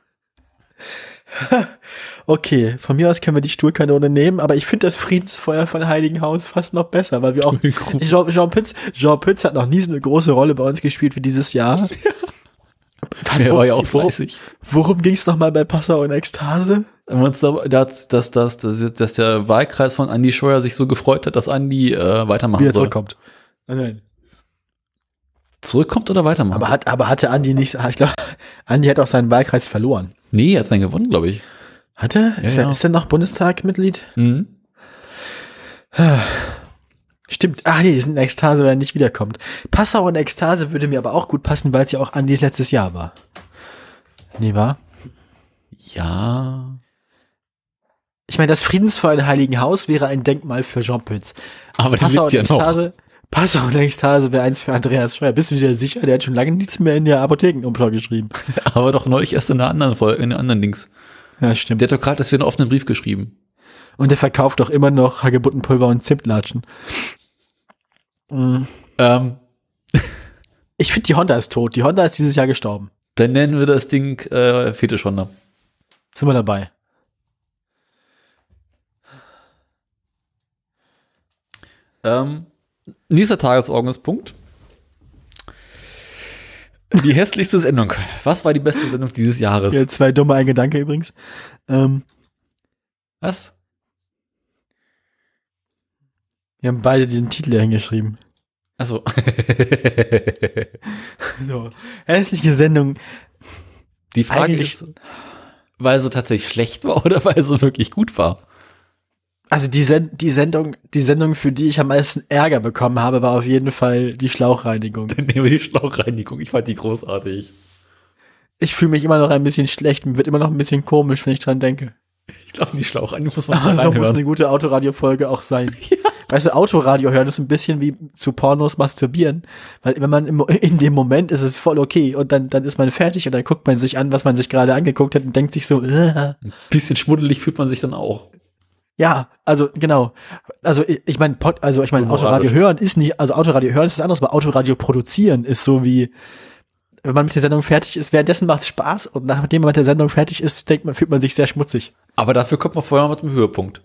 Okay, von mir aus können wir die Stuhlkanone nehmen, aber ich finde das Friedensfeuer von Heiligenhaus fast noch besser, weil wir auch Jean, Jean Pütz, Jean Pütz hat noch nie so eine große Rolle bei uns gespielt wie dieses Jahr. Was, Der war ja auch worum, fleißig. worum ging es nochmal bei Passau in Ekstase? Dass, dass, dass, dass, dass der Wahlkreis von Andi Scheuer sich so gefreut hat, dass Andi äh, weitermachen Wie er soll. zurückkommt. Nein, nein. Zurückkommt oder weitermachen? Aber, hat, aber hatte Andi nicht, ich glaube, Andi hat auch seinen Wahlkreis verloren. nee, er hat seinen gewonnen, glaube ich. Hatte? Ja, ist, ja. Er, ist er noch Bundestagmitglied? Mhm. Stimmt. Ach nee, die sind in Ekstase, weil er nicht wiederkommt. Passau in Ekstase würde mir aber auch gut passen, weil es ja auch Andis letztes Jahr war. Nee, war? Ja. Ich meine, das Friedensfeuer in Heiligenhaus wäre ein Denkmal für Jean Pütz. Aber der Passau lebt ja und noch. Ekstase, Passau und Ekstase wäre eins für Andreas Scheuer. Bist du dir sicher? Der hat schon lange nichts mehr in der Apothekenumschau geschrieben. Aber doch neulich erst in einer anderen Folge, in einer anderen Dings. Ja, stimmt. Der hat doch gerade erst wieder einen offenen Brief geschrieben. Und der verkauft doch immer noch Hagebuttenpulver und Zimtlatschen. Mhm. Ähm, Ich finde, die Honda ist tot. Die Honda ist dieses Jahr gestorben. dann nennen wir das Ding äh, Fetisch Honda. Sind wir dabei. Ähm, nächster Tagesordnungspunkt. Die hässlichste Sendung. Was war die beste Sendung dieses Jahres? Ja, zwei dumme, ein Gedanke übrigens. Ähm, Was? wir haben beide diesen Titel hingeschrieben. Achso. So, hässliche Sendung. Die Frage Eigentlich- ist, weil sie tatsächlich schlecht war oder weil sie wirklich gut war? Also die, Sen die Sendung, die Sendung, für die ich am meisten Ärger bekommen habe, war auf jeden Fall die Schlauchreinigung. Dann nehmen wir die Schlauchreinigung. Ich fand die großartig. Ich fühle mich immer noch ein bisschen schlecht und wird immer noch ein bisschen komisch, wenn ich dran denke. Ich glaube, die Schlauchreinigung muss man Aber mal so muss reinhören. eine gute Autoradio-Folge auch sein. Weißt du, Autoradio hören ist ein bisschen wie zu Pornos masturbieren. Weil wenn man im, in dem Moment ist es voll okay und dann, dann ist man fertig und dann guckt man sich an, was man sich gerade angeguckt hat und denkt sich so, äh. Ein bisschen schmuddelig fühlt man sich dann auch. Ja, also genau. Also ich, ich meine, also ich meine, Humoralisch. Autoradio hören ist nicht, also Autoradio hören ist was anderes, aber Autoradio produzieren ist so wie, wenn man mit der Sendung fertig ist, währenddessen macht es Spaß und nachdem man mit der Sendung fertig ist, denkt man, fühlt man sich sehr schmutzig. Aber dafür kommt man vorher mit dem Höhepunkt.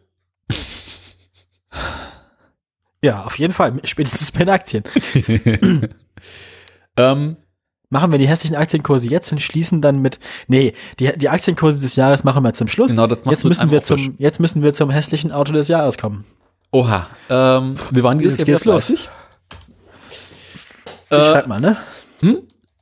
Ja, auf jeden Fall. Spätestens bei den Aktien. ähm, Machen wir die hässlichen Aktienkurse jetzt und schließen dann mit, nee, die, die Aktienkurse des Jahres machen wir zum Schluss. Genau, das machst jetzt du mit müssen einem wir Aufwisch. zum, jetzt müssen wir zum hässlichen Auto des Jahres kommen. Oha. Ähm, wir waren dieses Jetzt Jahr geht's los. dreißig. Ich Äh, schreib mal, ne? hm?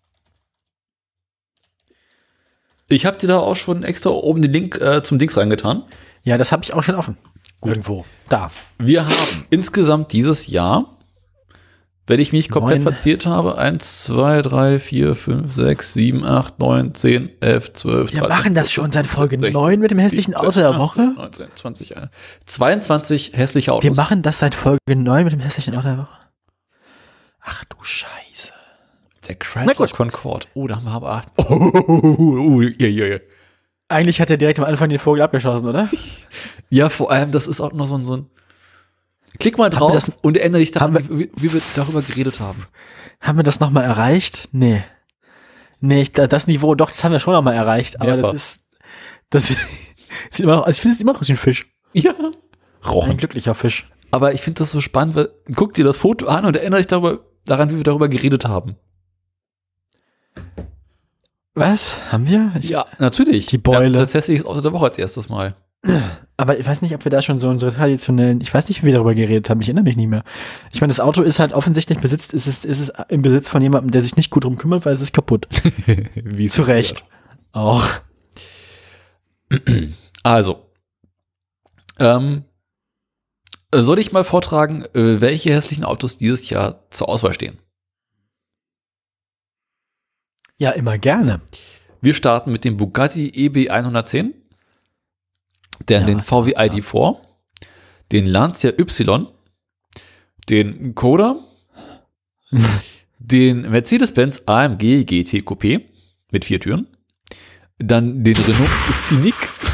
Ich habe dir da auch schon extra oben den Link äh, zum Dings reingetan. Ja, das habe ich auch schon offen. Irgendwo. Da. Wir haben insgesamt dieses Jahr, wenn ich mich komplett Neun. verzählt habe, eins, zwei, drei, vier, fünf, sechs, sieben, acht, neun, zehn, elf, zwölf, Wir dreizehn, machen das schon seit Folge sechzehn, neun mit dem hässlichen Auto der Woche. neunzehn, zwanzig, zweiundzwanzig hässliche Autos. Wir machen das seit Folge neun mit dem hässlichen Auto der Woche. Ach du Scheiße. Der Na Chrysler gut. Concorde. Oh, da haben wir aber acht. Oh, oh, oh, oh, oh, ja, ja, ja. Eigentlich hat er direkt am Anfang den Vogel abgeschossen, oder? Ja, vor allem, das ist auch noch so ein, so ein Klick mal wir drauf das- und erinnere dich daran, haben wie, wie wir darüber geredet haben. Haben wir das nochmal erreicht? Nee. Nee, ich, das Niveau, doch, das haben wir schon nochmal erreicht, aber Mehrfach. das ist, das sieht immer noch, also ich finde es immer noch aus wie ein Fisch. Ja. Ein Rochen. glücklicher Fisch. Aber ich finde das so spannend, weil guck dir das Foto an und erinnere dich darüber, daran, wie wir darüber geredet haben. Was? Haben wir? Ich, Ja, natürlich. Die Beule. Ja, tatsächlich ist Auto der Woche als erstes Mal. Aber ich weiß nicht, ob wir da schon so unsere traditionellen, ich weiß nicht, wie wir darüber geredet haben, ich erinnere mich nicht mehr. Ich meine, das Auto ist halt offensichtlich besitzt, ist es, ist es im Besitz von jemandem, der sich nicht gut drum kümmert, weil es ist kaputt. Wie es Zu Recht. Auch. Also, ähm, soll ich mal vortragen, äh, welche hässlichen Autos dieses Jahr zur Auswahl stehen? Ja, immer gerne. Wir starten mit dem Bugatti E B hundertzehn, dann Ja, den V W I D vier, den Lancia Y, den Koda, den Mercedes-Benz A M G G T Coupé mit vier Türen, dann den Renault Scenic,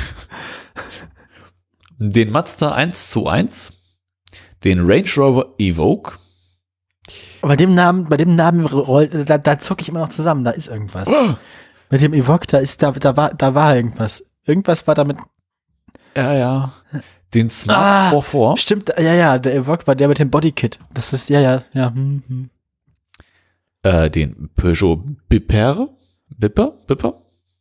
den Mazda eins zwei eins, den Range Rover Evoque, Bei dem Namen, bei dem Namen rollt, da, da zucke ich immer noch zusammen, da ist irgendwas. Mit dem Evoque, da ist, da, da war, da war irgendwas. Irgendwas war damit. ja, ja, den Ah. Smart vier vier, Stimmt, ja, ja, der Evoque war der mit dem Bodykit. Das ist, ja, ja, ja. Hm, hm. äh, den Peugeot Bipper, Bipper, Bipper,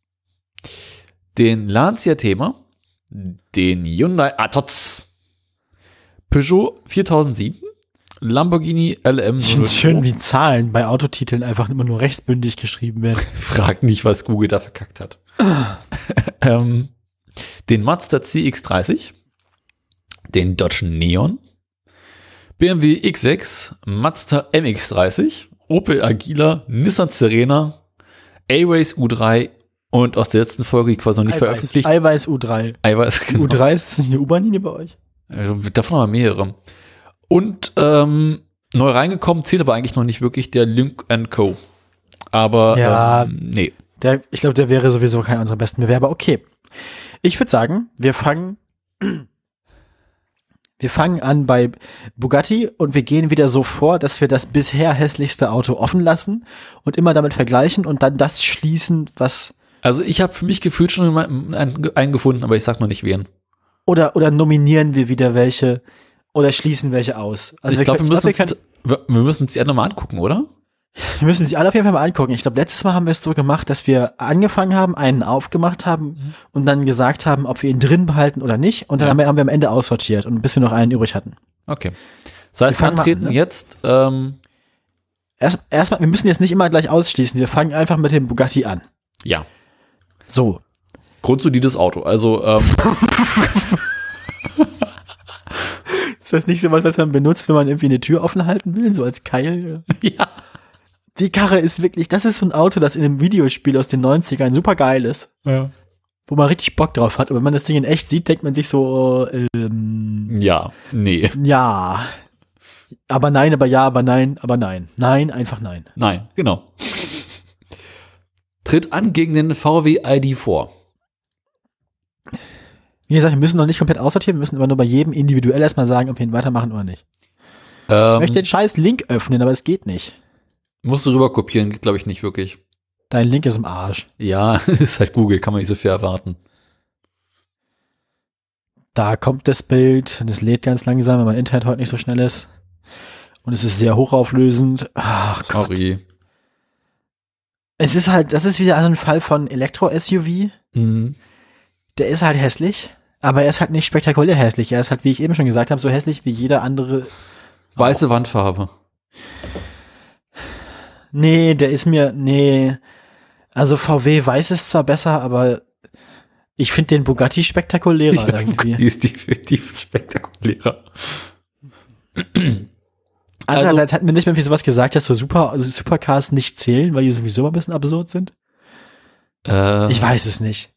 den Lancia Thema, den Hyundai Atoz, Peugeot viertausendsieben, Lamborghini L M. Ich finde es schön, wie Zahlen bei Autotiteln einfach immer nur rechtsbündig geschrieben werden. Frag nicht, was Google da verkackt hat. ähm, den Mazda C X dreißig, den Dodge Neon, B M W X sechs, Mazda M X dreißig, Opel Agila, Nissan Serena, A-Race U drei Und aus der letzten Folge, die quasi noch nicht Eiweiß, veröffentlicht. Eiweiß U drei. Eiweiß, genau. U drei, ist das nicht eine U-Bahn-Linie bei euch? Äh, Davon aber mehrere. Und ähm, neu reingekommen, zählt aber eigentlich noch nicht wirklich der Lynk and Co. Aber Ja. ähm, nee. Der, ich glaube, der wäre sowieso keiner unserer besten Bewerber. Okay. Ich würde sagen, wir fangen wir fangen an bei Bugatti und wir gehen wieder so vor, dass wir das bisher hässlichste Auto offen lassen und immer damit vergleichen und dann das schließen, was Also ich habe für mich gefühlt schon einen, einen gefunden, aber ich sag noch nicht wen. oder oder nominieren wir wieder welche oder schließen welche aus. Also ich glaube, wir, müssen glaub, wir, uns- wir, wir müssen uns die alle nochmal angucken, oder? wir müssen sie alle auf jeden Fall mal angucken. Ich glaube, letztes Mal haben wir es so gemacht, dass wir angefangen haben, einen aufgemacht haben Mhm. und dann gesagt haben, ob wir ihn drin behalten oder nicht. Und dann Ja. haben, wir, haben wir am Ende aussortiert und bis wir noch einen übrig hatten. Okay. Das heißt, Wir fangen mal antreten an, ne? jetzt, ähm, Erst erstmal, wir müssen jetzt nicht immer gleich ausschließen. Wir fangen einfach mit dem Bugatti an. ja, So. grundsolides Auto. Also, ähm, Ist das nicht so was, was man benutzt, wenn man irgendwie eine Tür offen halten will, so als Keil? ja. Die Karre ist wirklich, das ist so ein Auto, das in einem Videospiel aus den neunzigern super geil ist. Ja. Wo man richtig Bock drauf hat. Und wenn man das Ding in echt sieht, denkt man sich so, ähm, Ja, nee. ja. Aber nein, aber ja, aber nein, aber nein. Nein, einfach nein. Nein, genau. Tritt an gegen den V W I D vier. Wie gesagt, wir müssen noch nicht komplett aussortieren, wir müssen aber nur bei jedem individuell erstmal sagen, ob wir ihn weitermachen oder nicht. Ich Ähm, möchte den scheiß Link öffnen, aber es geht nicht. musst du rüber kopieren, geht glaube ich nicht wirklich. Dein Link ist im Arsch. Ja, ist halt Google, kann man nicht so viel erwarten. Da kommt das Bild und es lädt ganz langsam, weil mein Internet heute nicht so schnell ist. Und es ist sehr hochauflösend. Ach Gott. Sorry. Es ist halt, das ist wieder so ein Fall von Elektro-S U V. Mhm. Der ist halt hässlich, aber er ist halt nicht spektakulär hässlich. Er ist halt, wie ich eben schon gesagt habe, so hässlich wie jeder andere. Weiße Wandfarbe. Nee, der ist mir, nee. Also V W weiß es zwar besser, aber ich finde den Bugatti spektakulärer irgendwie. Die ist definitiv spektakulärer. Andererseits hatten wir nicht mehr wie sowas gesagt, dass so Super, also Supercars nicht zählen, weil die sowieso mal ein bisschen absurd sind. Äh, Ich weiß es nicht.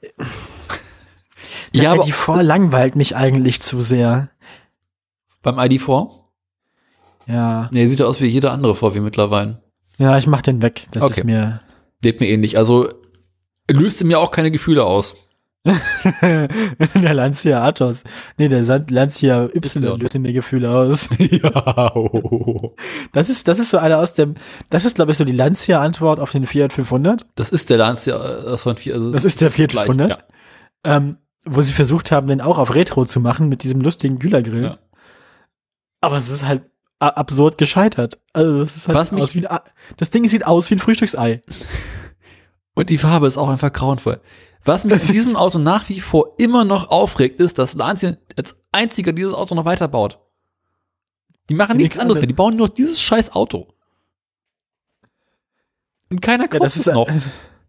ja, Ja, aber die vor langweilt mich eigentlich zu sehr. beim I D vier? Ja. Nee, sieht ja aus wie jeder andere V W mittlerweile. Ja, ich mach den weg. Das Okay. ist mir. Lebt mir ähnlich. Also löste mir auch keine Gefühle aus. Der Lancia Atos. Nee, der San- Lancia Y Y. löst in mir Gefühle aus. Ja. Oh. Das ist, das ist so einer aus dem, das ist, glaube ich, so die Lancia-Antwort auf den Fiat fünfhundert. Das ist der Lancia äh, von vier. Also Das ist der Fiat gleich, fünfhundert. Ähm, wo sie versucht haben, den auch auf Retro zu machen mit diesem lustigen Gülergrill. Ja. Aber es ist halt a- absurd gescheitert. Also das ist halt Was mich- aus wie ein, A- das Ding sieht aus wie ein Frühstücksei. Und die Farbe ist auch einfach grauenvoll. Was mich in diesem Auto nach wie vor immer noch aufregt, ist, dass Lancia als einziger dieses Auto noch weiterbaut. Die machen Sie nichts nichts anderes anderes. mehr. Die bauen nur noch dieses scheiß Auto. Und keiner Ja, kauft das es ist noch.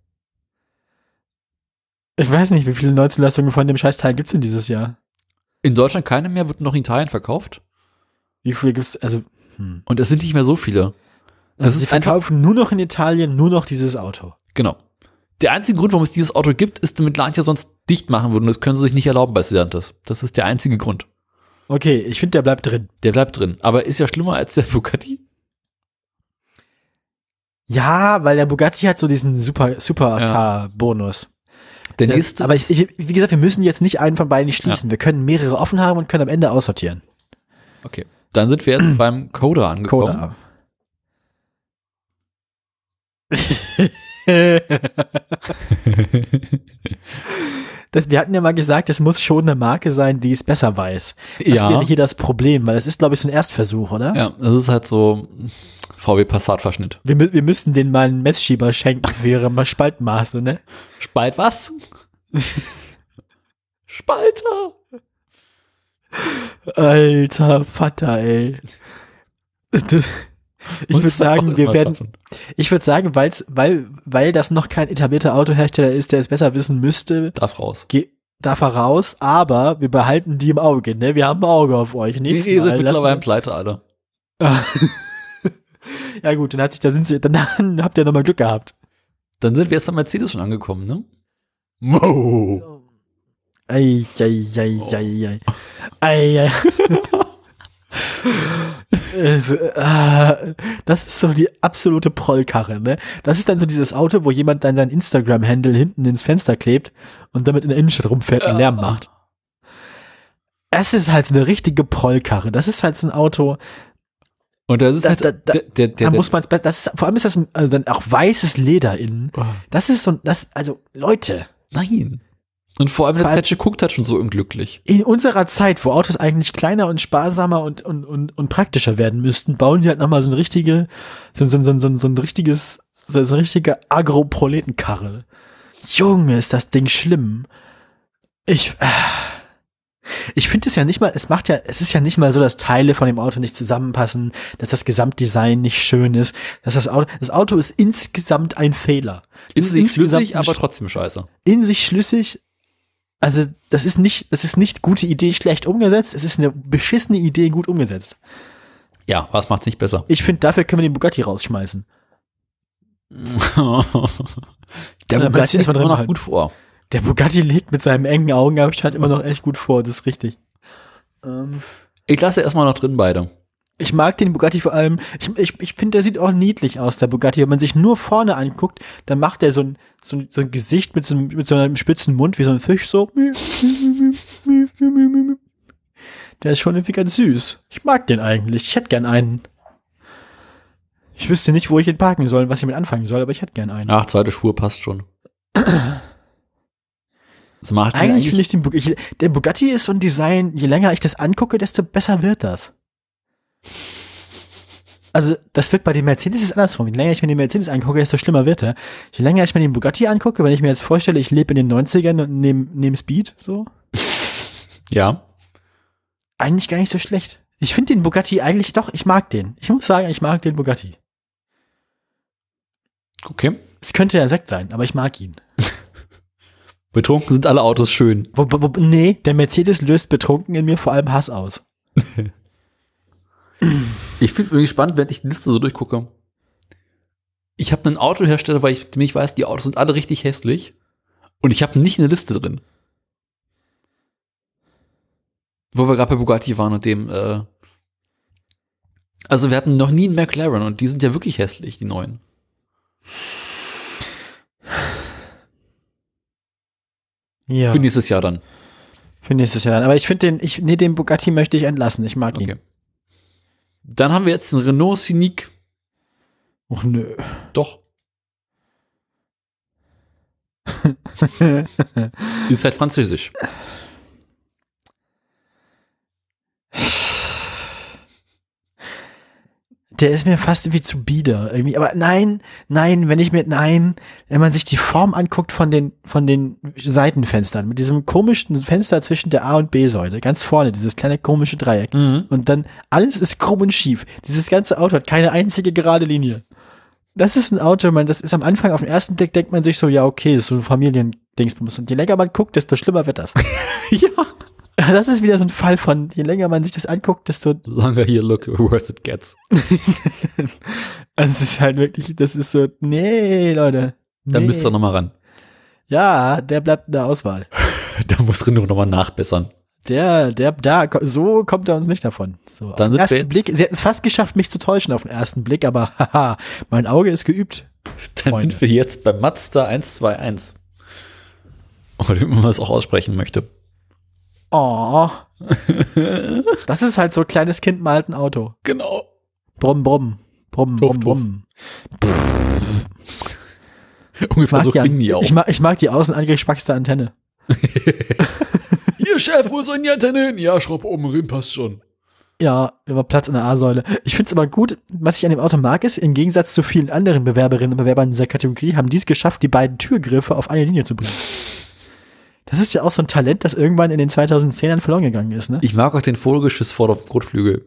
Ich weiß nicht, wie viele Neuzulassungen von dem Scheißteil gibt's denn dieses Jahr? In Deutschland keine mehr, wird noch in Italien verkauft. Wie viele gibt's? Also, hm. Und es sind nicht mehr so viele. Das also sie ist einfach, verkaufen nur noch in Italien nur noch dieses Auto. genau. Der einzige Grund, warum es dieses Auto gibt, ist, damit Lancia sonst dicht machen würde. Und das können sie sich nicht erlauben bei Stellantis. Das ist der einzige Grund. Okay, ich finde, der bleibt drin. Der bleibt drin. Aber ist ja schlimmer als der Bugatti. Ja, weil der Bugatti hat so diesen Super, Super Ja. Car-Bonus. Der Der- nächste. Aber ich, ich, wie gesagt, wir müssen jetzt nicht einen von beiden schließen. Wir können mehrere offen haben und können am Ende aussortieren. Okay. Dann sind wir jetzt beim Coda angekommen. Coda. Das, wir hatten ja mal gesagt, es muss schon eine Marke sein, die es besser weiß. Das Ja. wäre hier das Problem, weil es ist, glaube ich, so ein Erstversuch, oder? Ja, das ist halt so V W Passat-Verschnitt. Wir, mü- wir müssten denen mal einen Messschieber schenken für ihre Ma- Spaltmaße, ne? Spalt was? Spalter! Alter Vater, ey. Das- Ich würde sagen, wir werden, ich würde sagen, weil's, weil, weil das noch kein etablierter Autohersteller ist, der es besser wissen müsste, Darf raus. ge- darf er raus, aber wir behalten die im Auge, ne? Wir haben ein Auge auf euch. Ihr Nächstes seid Mal mittlerweile lassen pleite, alle. wir- Ja gut, dann hat sich, da sind sie, dann habt ihr nochmal Glück gehabt. Dann sind wir jetzt bei Mercedes schon angekommen, ne? Wow. Ei, ei, ei, ei, ei. Ei, ei. Also, äh, das ist so die absolute Prollkarre, ne? Das ist dann so dieses Auto, wo jemand dann sein Instagram-Handle hinten ins Fenster klebt und damit in der Innenstadt rumfährt und Lärm macht. Es ist halt eine richtige Prollkarre. Das ist halt so ein Auto. Und das ist da, halt, da, da, der, der, der, da muss man das ist, vor allem ist das ein, also dann auch weißes Leder innen. Oh. Das ist so, das, also Leute. Nein. Und vor allem der Zetsche guckt halt schon so unglücklich. In unserer Zeit, wo Autos eigentlich kleiner und sparsamer und, und, und, und praktischer werden müssten, bauen die halt nochmal so eine richtige, so, so, so, so, so ein richtiges, so, so eine richtige Agroproletenkarre. Junge, ist das Ding schlimm. Ich, äh, ich finde es ja nicht mal, es macht ja, es ist ja nicht mal so, dass Teile von dem Auto nicht zusammenpassen, dass das Gesamtdesign nicht schön ist, dass das Auto, das Auto ist insgesamt ein Fehler. In sich schlüssig, aber trotzdem scheiße. In sich schlüssig, also das ist nicht, das ist nicht gute Idee schlecht umgesetzt, es ist eine beschissene Idee gut umgesetzt. Ja, was macht's nicht besser? Ich finde, dafür können wir den Bugatti rausschmeißen. Der Ja, Bugatti immer immer noch halt. gut vor. Der Bugatti legt mit seinem engen Augenabstand immer noch echt gut vor, das ist richtig. Ähm, Ich lasse erstmal noch drin beide. ich mag den Bugatti vor allem, ich, ich, ich finde, der sieht auch niedlich aus, der Bugatti. Wenn man sich nur vorne anguckt, dann macht der so ein, so ein, so ein Gesicht mit so, einem, mit so einem spitzen Mund, wie so ein Fisch, so. Der ist schon irgendwie ganz süß. Ich mag den eigentlich. Ich hätte gern einen. Ich wüsste nicht, wo ich ihn parken soll, was ich mit anfangen soll, aber ich hätte gern einen. Ach, zweite Spur passt schon. Das macht Eigentlich eigentlich finde ich den Bugatti, der Bugatti ist so ein Design, je länger ich das angucke, desto besser wird das. Also, das wird bei den Mercedes ist andersrum. Je länger ich mir den Mercedes angucke, desto schlimmer wird er. Je länger ich mir den Bugatti angucke, wenn ich mir jetzt vorstelle, ich lebe in den neunzigern und nehme nehm Speed, so. ja. Eigentlich gar nicht so schlecht. Ich finde den Bugatti eigentlich, doch, ich mag den. Ich muss sagen, ich mag den Bugatti. Okay. Es könnte ja Sekt sein, aber ich mag ihn. Betrunken sind alle Autos schön. Wo, wo, wo, nee, der Mercedes löst betrunken in mir vor allem Hass aus. Ich finde es spannend, wenn ich die Liste so durchgucke. Ich habe einen Autohersteller, weil ich nämlich weiß, die Autos sind alle richtig hässlich. Und ich habe nicht eine Liste drin. Wo wir gerade bei Bugatti waren und dem, äh also wir hatten noch nie einen McLaren und die sind ja wirklich hässlich, die neuen. Ja. Für nächstes Jahr dann. Für nächstes Jahr dann. Aber ich finde den, ich, nee, den Bugatti möchte ich entlassen. Ich mag ihn. Okay. Dann haben wir jetzt einen Renault Scenic. Och nö. Doch. Ist halt französisch. Der ist mir fast irgendwie zu bieder. Irgendwie. Aber nein, nein, wenn ich mir, nein, wenn man sich die Form anguckt von den, von den Seitenfenstern, mit diesem komischen Fenster zwischen der A- und B-Säule, ganz vorne, dieses kleine komische Dreieck. Mhm. Und dann, alles ist krumm und schief. Dieses ganze Auto hat keine einzige gerade Linie. Das ist ein Auto, man, das ist am Anfang, auf den ersten Blick denkt man sich so, ja, okay, ist so ein Familiendingsbums. Und je länger man guckt, desto schlimmer wird das. Ja. Das ist wieder so ein Fall von, je länger man sich das anguckt, desto Longer here look, worse it gets. Also es ist halt wirklich, das ist so, nee, Leute. Nee. Da müsst ihr nochmal ran. Ja, der bleibt in der Auswahl. Da muss Renault nochmal nachbessern. Der, der, da, so kommt er uns nicht davon. So, Dann auf den sind wir ersten jetzt- Blick, sie hätten es fast geschafft, mich zu täuschen auf den ersten Blick, aber haha, mein Auge ist geübt. Dann Freunde. sind wir jetzt bei Mazda eins zwei eins. Oder wie man das auch aussprechen möchte. Oh. Das ist halt so ein kleines Kind im alten Auto. Genau. Brumm, brumm. Brumm, Tuff, brumm, tuff. brumm. Ungefähr Mag so die klingen an, die auch. ich, mag, ich mag die außen angespackste Antenne. Hier, Chef, wo soll die Antenne hin? Ja, schraub oben rein, passt schon. Ja, über Platz in der A-Säule. Ich finde es aber gut, was ich an dem Auto mag, ist, im Gegensatz zu vielen anderen Bewerberinnen und Bewerbern in dieser Kategorie, haben die es geschafft, die beiden Türgriffe auf eine Linie zu bringen. Das ist ja auch so ein Talent, das irgendwann in den zweitausendzehnern verloren gegangen ist, ne? Ich mag auch den Vogelgeschiss vor auf dem Kotflügel.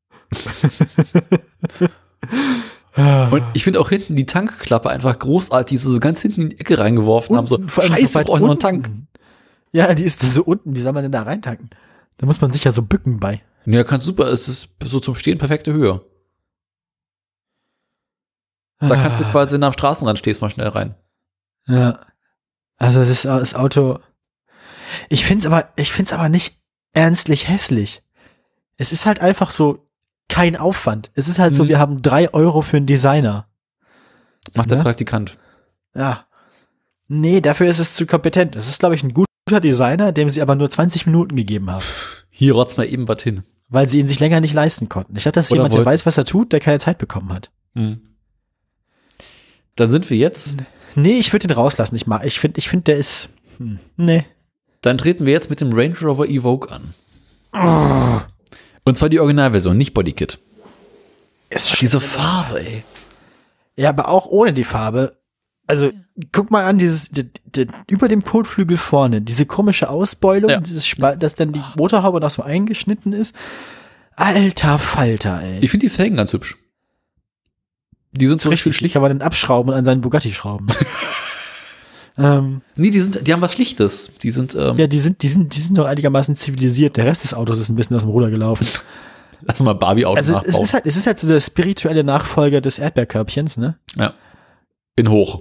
Und ich finde auch hinten die Tankklappe einfach großartig, die sie so ganz hinten in die Ecke reingeworfen haben. So, vor allem scheiße, weit brauche ich noch einen unten. Tank. Ja, die ist so unten. Wie soll man denn da reintanken? Da muss man sich ja so bücken bei. Ja, ganz super, es ist so zum Stehen perfekte Höhe. Da kannst du quasi, wenn du am Straßenrand stehst, mal schnell rein. Ja. Also das ist das Auto. Ich find's aber, ich find's aber nicht ernstlich hässlich. Es ist halt einfach so kein Aufwand. Es ist halt so, Mhm. wir haben drei Euro für einen Designer. Macht der Ja? Praktikant. Ja. Nee, dafür ist es zu kompetent. Es ist, glaube ich, ein guter Designer, dem sie aber nur zwanzig Minuten gegeben haben. Hier rotzt mal eben was hin. Weil sie ihn sich länger nicht leisten konnten. Ich glaube, das ist Oder jemand, der wollten. weiß, was er tut, der keine Zeit bekommen hat. Mhm. Dann sind wir jetzt, Nee, ich würde den rauslassen. Ich mag, ich finde, ich finde, der ist, hm, nee. dann treten wir jetzt mit dem Range Rover Evoque an. Und zwar die Originalversion, nicht Bodykit. Ist Diese Farbe, ey. Ja, aber auch ohne die Farbe. Also, guck mal an, dieses, die, die, über dem Kotflügel vorne, diese komische Ausbeulung, Ja. dieses Spalt, dass dann die Motorhaube noch so eingeschnitten ist. Alter Falter, ey. Ich finde die Felgen ganz hübsch. Die sind so richtig Richtig, schlicht. kann man dann abschrauben und an seinen Bugatti schrauben. ähm, Nee, die sind, die haben was Schlichtes. Die sind, ähm, ja, die sind, die sind, die sind doch einigermaßen zivilisiert. Der Rest des Autos ist ein bisschen aus dem Ruder gelaufen. lass mal Barbie-Auto Also, es nachbauen. ist halt, es ist halt so der spirituelle Nachfolger des Erdbeerkörbchens, ne? Ja. In hoch.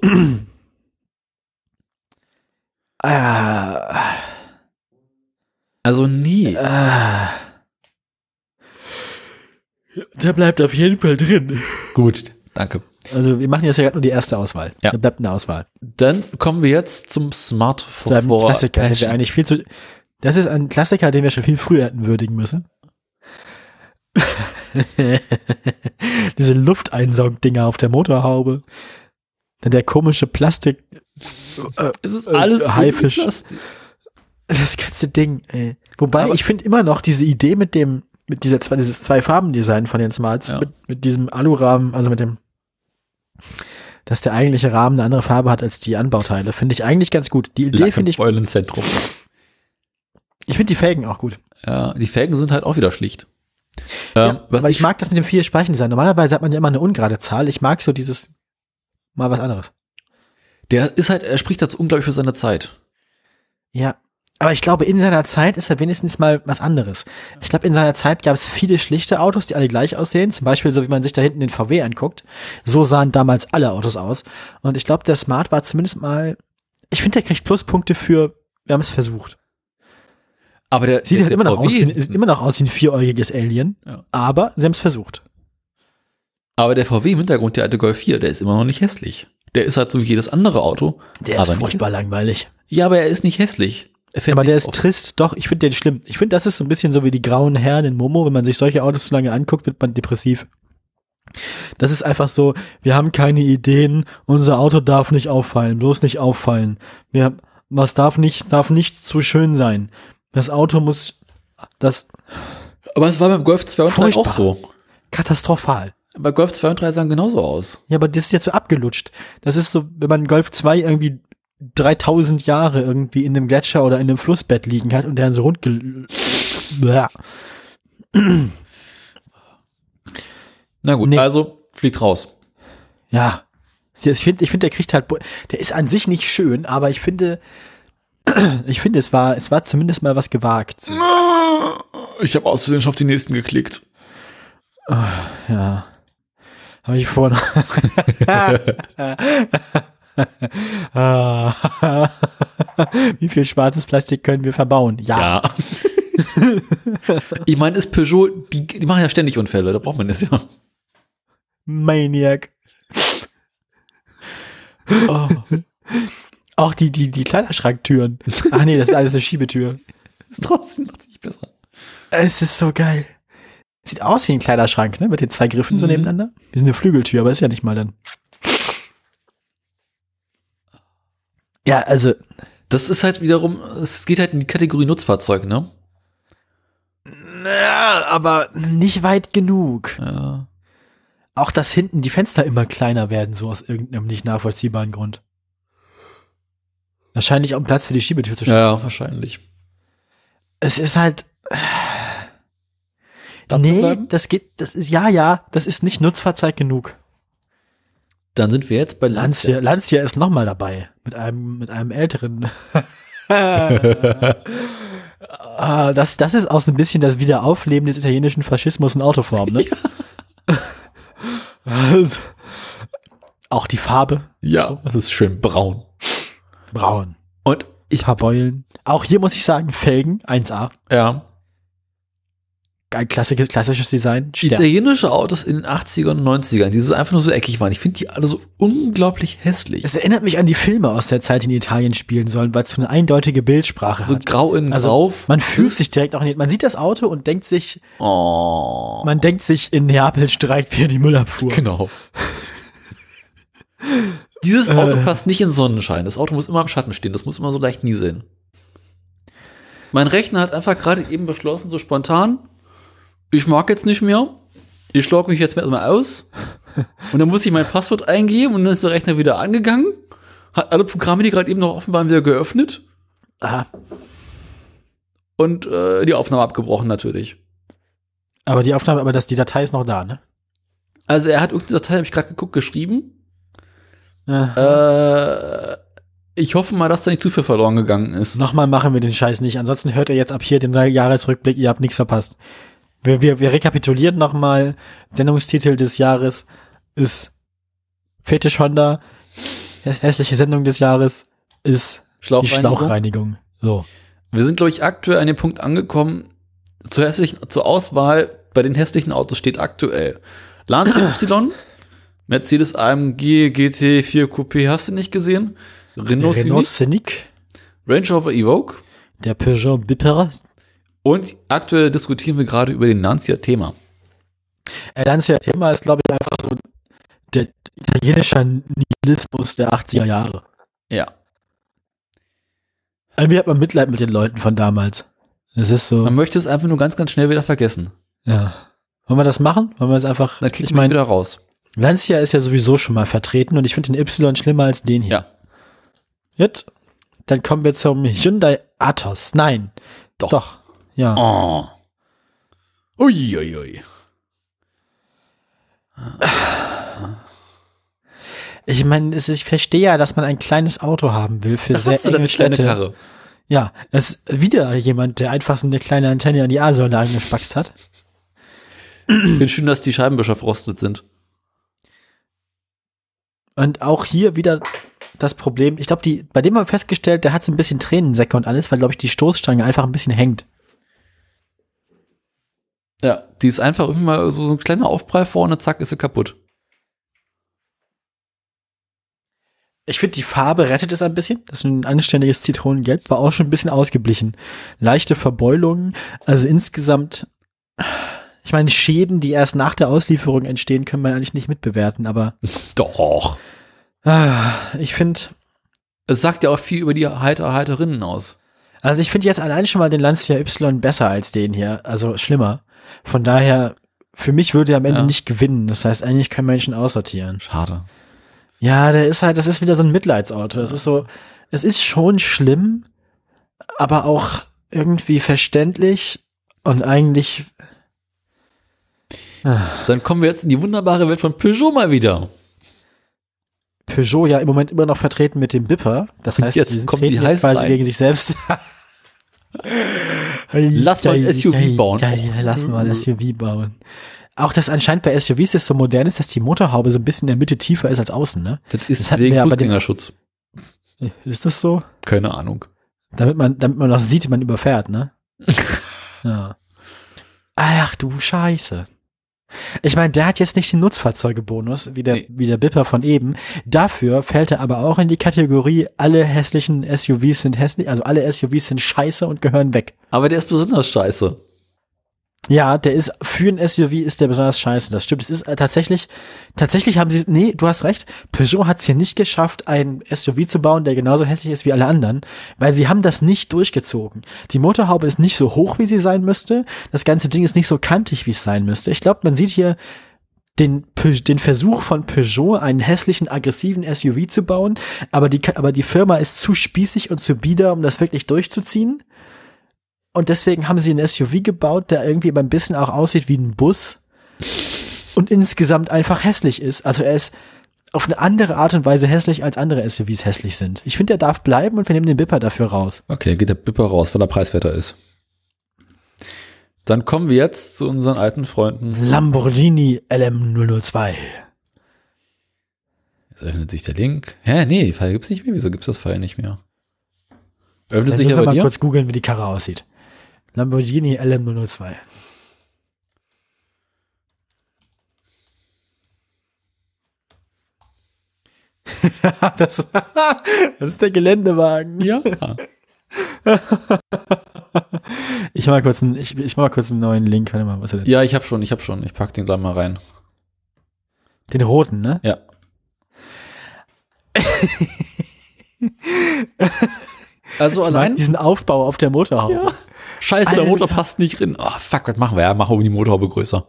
Ah, Also nie. ah. Der bleibt auf jeden Fall drin. Gut, danke. Also wir machen jetzt ja gerade nur die erste Auswahl. Ja. Da bleibt eine Auswahl. Dann kommen wir jetzt zum Smart Zu einem Four Klassiker, den wir Passion. eigentlich viel zu. Das ist ein Klassiker, den wir schon viel früher hätten würdigen müssen. Diese Lufteinsaugdinger auf der Motorhaube. Dann der komische Plastik. Äh, Es ist äh, alles Haifisch. Plastik. Das ganze Ding, ey. Wobei, Aber- ich finde immer noch diese Idee mit dem, mit dieser zwei, dieses Zwei-Farben-Design von den Smarts, Ja. mit, mit diesem Alurahmen, also mit dem, dass der eigentliche Rahmen eine andere Farbe hat als die Anbauteile, finde ich eigentlich ganz gut. Die Idee Lack- finde und ich, Beulenzentrum. ich finde die Felgen auch gut. Ja, die Felgen sind halt auch wieder schlicht. Ja, Ähm, was aber ich mag das mit dem vier Speichendesign. Normalerweise hat man ja immer eine ungerade Zahl. Ich mag so dieses, mal was anderes. Der ist halt, er spricht dazu unglaublich für seine Zeit. Ja. Aber ich glaube, in seiner Zeit ist er wenigstens mal was anderes. Ich glaube, in seiner Zeit gab es viele schlichte Autos, die alle gleich aussehen. Zum Beispiel, so wie man sich da hinten den V W anguckt. So sahen damals alle Autos aus. Und ich glaube, der Smart war zumindest mal, ich finde, der kriegt Pluspunkte für, wir haben es versucht. Aber der Sieht der, halt der immer noch, V W aus wie, hinten- sieht immer noch aus wie ein vieräugiges Alien. Ja. Aber sie haben es versucht. Aber der V W im Hintergrund, der alte Golf vier, der ist immer noch nicht hässlich. Der ist halt so wie jedes andere Auto. Der aber ist nicht furchtbar langweilig. hässlich. Ja, aber er ist nicht hässlich. Er fällt Aber der nicht ist auf. trist. Doch, ich finde den schlimm. Ich finde, das ist so ein bisschen so wie die grauen Herren in Momo. Wenn man sich solche Autos zu lange anguckt, wird man depressiv. Das ist einfach so, wir haben keine Ideen, unser Auto darf nicht auffallen, bloß nicht auffallen. Wir, was darf nicht, darf nicht zu schön sein. Das Auto muss, das, Aber es war beim Golf zwei und drei auch Furchtbar. so. katastrophal. Bei Golf zwei und drei sahen genauso aus. Ja, aber das ist jetzt so abgelutscht. Das ist so, wenn man Golf zwei irgendwie dreitausend Jahre irgendwie in einem Gletscher oder in einem Flussbett liegen hat und der dann so rund gel- Bäh. Na gut, Nee. also fliegt raus. Ja. Ich finde, ich finde, der kriegt halt, der ist an sich nicht schön, aber ich finde, ich finde, es war, es war zumindest mal was gewagt. So. Ich habe aus Versehen schon auf die nächsten geklickt. Ja. Habe ich vorhin. Ah. Wie viel schwarzes Plastik können wir verbauen? Ja. Ja. Ich meine, ist Peugeot, die, die machen ja ständig Unfälle, da braucht man es ja. Maniac. Oh. Auch die, die, die Kleiderschranktüren. Ach nee, das ist alles eine Schiebetür. Ist trotzdem noch nicht besser. Es ist so geil. Sieht aus wie ein Kleiderschrank, ne? Mit den zwei Griffen so Mhm. nebeneinander. Die sind eine Flügeltür, aber ist ja nicht mal dann. Ja, also, Das ist halt wiederum, es geht halt in die Kategorie Nutzfahrzeug, ne? ja, aber nicht weit genug. Ja. Auch dass hinten die Fenster immer kleiner werden, so aus irgendeinem nicht nachvollziehbaren Grund. Wahrscheinlich um Platz für die Schiebetür zu schaffen. Ja, ja, wahrscheinlich. Es ist halt, Darf man nee, bleiben? das geht, das ist, ja, ja, das ist nicht Nutzfahrzeug genug. Dann sind wir jetzt bei Lancia. Lancia, Lancia ist nochmal dabei. Mit einem, mit einem älteren. Ah, das, das ist auch so ein bisschen das Wiederaufleben des italienischen Faschismus in Autoform, ne? Also, auch die Farbe. Ja, das ist schön braun. Braun. Und Ich paar Beulen. Auch hier muss ich sagen, Felgen, eins A. Ja. Ein klassisches, klassisches Design. Stern. Italienische Autos in den achtzigern und neunzigern, die so einfach nur so eckig waren. Ich finde die alle so unglaublich hässlich. Es erinnert mich an die Filme aus der Zeit, die in Italien spielen sollen, weil es so eine eindeutige Bildsprache So hat. grau in Also grau. man fühlt sich direkt auch in, man sieht das Auto und denkt sich, Oh. man denkt sich, in Neapel streikt wieder die Müllabfuhr. Genau. Dieses Auto passt nicht in Sonnenschein. Das Auto muss immer im Schatten stehen. Das muss immer so leicht nieseln. Mein Rechner hat einfach gerade eben beschlossen, so spontan, ich mag jetzt nicht mehr. Ich logge mich jetzt erstmal aus. Und dann muss ich mein Passwort eingeben und dann ist der Rechner wieder angegangen. Hat alle Programme, die gerade eben noch offen waren, wieder geöffnet. Aha. Und äh, die Aufnahme abgebrochen natürlich. Aber die Aufnahme, aber das, die Datei ist noch da, ne? Also er hat irgendeine Datei, habe ich gerade geguckt, geschrieben. Aha. Äh, ich hoffe mal, dass da nicht zu viel verloren gegangen ist. Nochmal machen wir den Scheiß nicht. Ansonsten hört ihr jetzt ab hier den Jahresrückblick. Ihr habt nichts verpasst. Wir, wir, wir rekapitulieren nochmal. Sendungstitel des Jahres ist Fetisch Honda. Hässliche Sendung des Jahres ist die Schlauchreinigung. Schlauchreinigung. So. Wir sind, glaube ich, aktuell an dem Punkt angekommen, zur, hässlichen, zur Auswahl bei den hässlichen Autos steht aktuell Lancia Y, Mercedes A M G G T vier Coupé, hast du nicht gesehen? Renault, Renault Scenic, Scenic, Range Rover Evoque der Peugeot Bipper. und aktuell diskutieren wir gerade über den Lancia Thema. Äh, Lancia Thema ist, glaube ich, einfach so der italienische Nihilismus der achtziger Jahre. Ja. Irgendwie hat man Mitleid mit den Leuten von damals. Es ist so. Man möchte es einfach nur ganz, ganz schnell wieder vergessen. Ja. Wollen wir das machen? Wollen wir es einfach. Dann kriegt ich man meine, wieder raus. Lancia ist ja sowieso schon mal vertreten und ich finde den Y schlimmer als den hier. Ja. Jetzt, dann kommen wir zum Hyundai Atos. Nein. Doch. Doch. Ja. Oh. Uiuiui. Ui, ui. Ich meine, es ist- ich verstehe ja, dass man ein kleines Auto haben will für Was sehr hast du denn enge eine kleine Städte. Karre? Ja, es ist wieder jemand, der einfach so eine kleine Antenne an die A-Säule angespackst hat. Ich finde schön, dass die Scheibenwischer verrostet sind. Und auch hier wieder das Problem, ich glaube, die, bei dem haben wir festgestellt, der hat so ein bisschen Tränensäcke und alles, weil, glaube ich, die Stoßstange einfach ein bisschen hängt. Ja, die ist einfach irgendwie mal so, so ein kleiner Aufprall vorne, zack, ist sie kaputt. Ich finde, die Farbe rettet es ein bisschen. Das ist ein anständiges Zitronengelb, war auch schon ein bisschen ausgeblichen. Leichte Verbeulungen, also insgesamt, ich meine, Schäden, die erst nach der Auslieferung entstehen, können wir eigentlich nicht mitbewerten, aber Doch. ah, ich finde, Es sagt ja auch viel über die Halter, Halterinnen aus. also ich finde jetzt allein schon mal den Lancia Y besser als den hier, also schlimmer. Von daher, für mich würde er am Ende Ja. nicht gewinnen. Das heißt, eigentlich können wir ihn schon aussortieren. Schade. Ja, der ist halt, das ist wieder so ein Mitleidsauto. Das ist so, es ist schon schlimm, aber auch irgendwie verständlich und eigentlich. Dann kommen wir jetzt in die wunderbare Welt von Peugeot mal wieder. Peugeot ja im Moment immer noch vertreten mit dem Bipper. Das Und heißt, jetzt sie sind kommen die treten jetzt heißen quasi ein. gegen sich selbst. Lass mal ein S U V bauen. Ja, ja, lass mal ein S U V bauen. Auch das anscheinend bei S U Vs ist so modern ist, dass die Motorhaube so ein bisschen in der Mitte tiefer ist als außen, ne? Das ist Das hatten wegen wir ja bei dem- Fußgängerschutz. Ist das so? Keine Ahnung. Damit man, damit man noch sieht, wie man überfährt, ne? Ja. Ach du Scheiße. Ich meine, der hat jetzt nicht den Nutzfahrzeugebonus, wie der, Nee. wie der Bipper von eben. Dafür fällt er aber auch in die Kategorie, alle hässlichen S U Vs sind hässlich, also alle S U Vs sind scheiße und gehören weg. Aber der ist besonders scheiße. Ja, der ist, für ein S U V ist der besonders scheiße, das stimmt. Es ist äh, tatsächlich, tatsächlich haben sie, nee, du hast recht, Peugeot hat es hier nicht geschafft, ein S U V zu bauen, der genauso hässlich ist wie alle anderen, weil sie haben das nicht durchgezogen. Die Motorhaube ist nicht so hoch, wie sie sein müsste, das ganze Ding ist nicht so kantig, wie es sein müsste. Ich glaube, man sieht hier den, Peu- den Versuch von Peugeot, einen hässlichen, aggressiven S U V zu bauen, aber die, aber die Firma ist zu spießig und zu bieder, um das wirklich durchzuziehen. Und deswegen haben sie ein S U V gebaut, der irgendwie aber ein bisschen auch aussieht wie ein Bus und insgesamt einfach hässlich ist. Also er ist auf eine andere Art und Weise hässlich, als andere S U Vs hässlich sind. Ich finde, er darf bleiben und wir nehmen den Bipper dafür raus. Okay, geht der Bipper raus, weil er preiswerter ist. Dann kommen wir jetzt zu unseren alten Freunden. Lamborghini L M null null zwei. Jetzt öffnet sich der Link. Hä, nee, die Pfeil gibt's nicht mehr. Wieso gibt's das Pfeil nicht mehr? Öffnet Dann sich müssen ja wir bei mal dir? kurz googeln, wie die Karre aussieht. Lamborghini L M null null zwei. das, das ist der Geländewagen. Ja. Ich mach mal kurz einen, ich, ich mach mal kurz einen neuen Link. Warte mal, was ist denn? Ja, ich hab schon, ich hab schon. Ich pack den gleich mal rein. Den roten, ne? Ja. Also Ich allein mag diesen Aufbau auf der Motorhaube. Ja. Scheiße, Alter. der Motor passt nicht drin. Oh, fuck, was machen wir? Ja, machen wir die Motorhaube größer.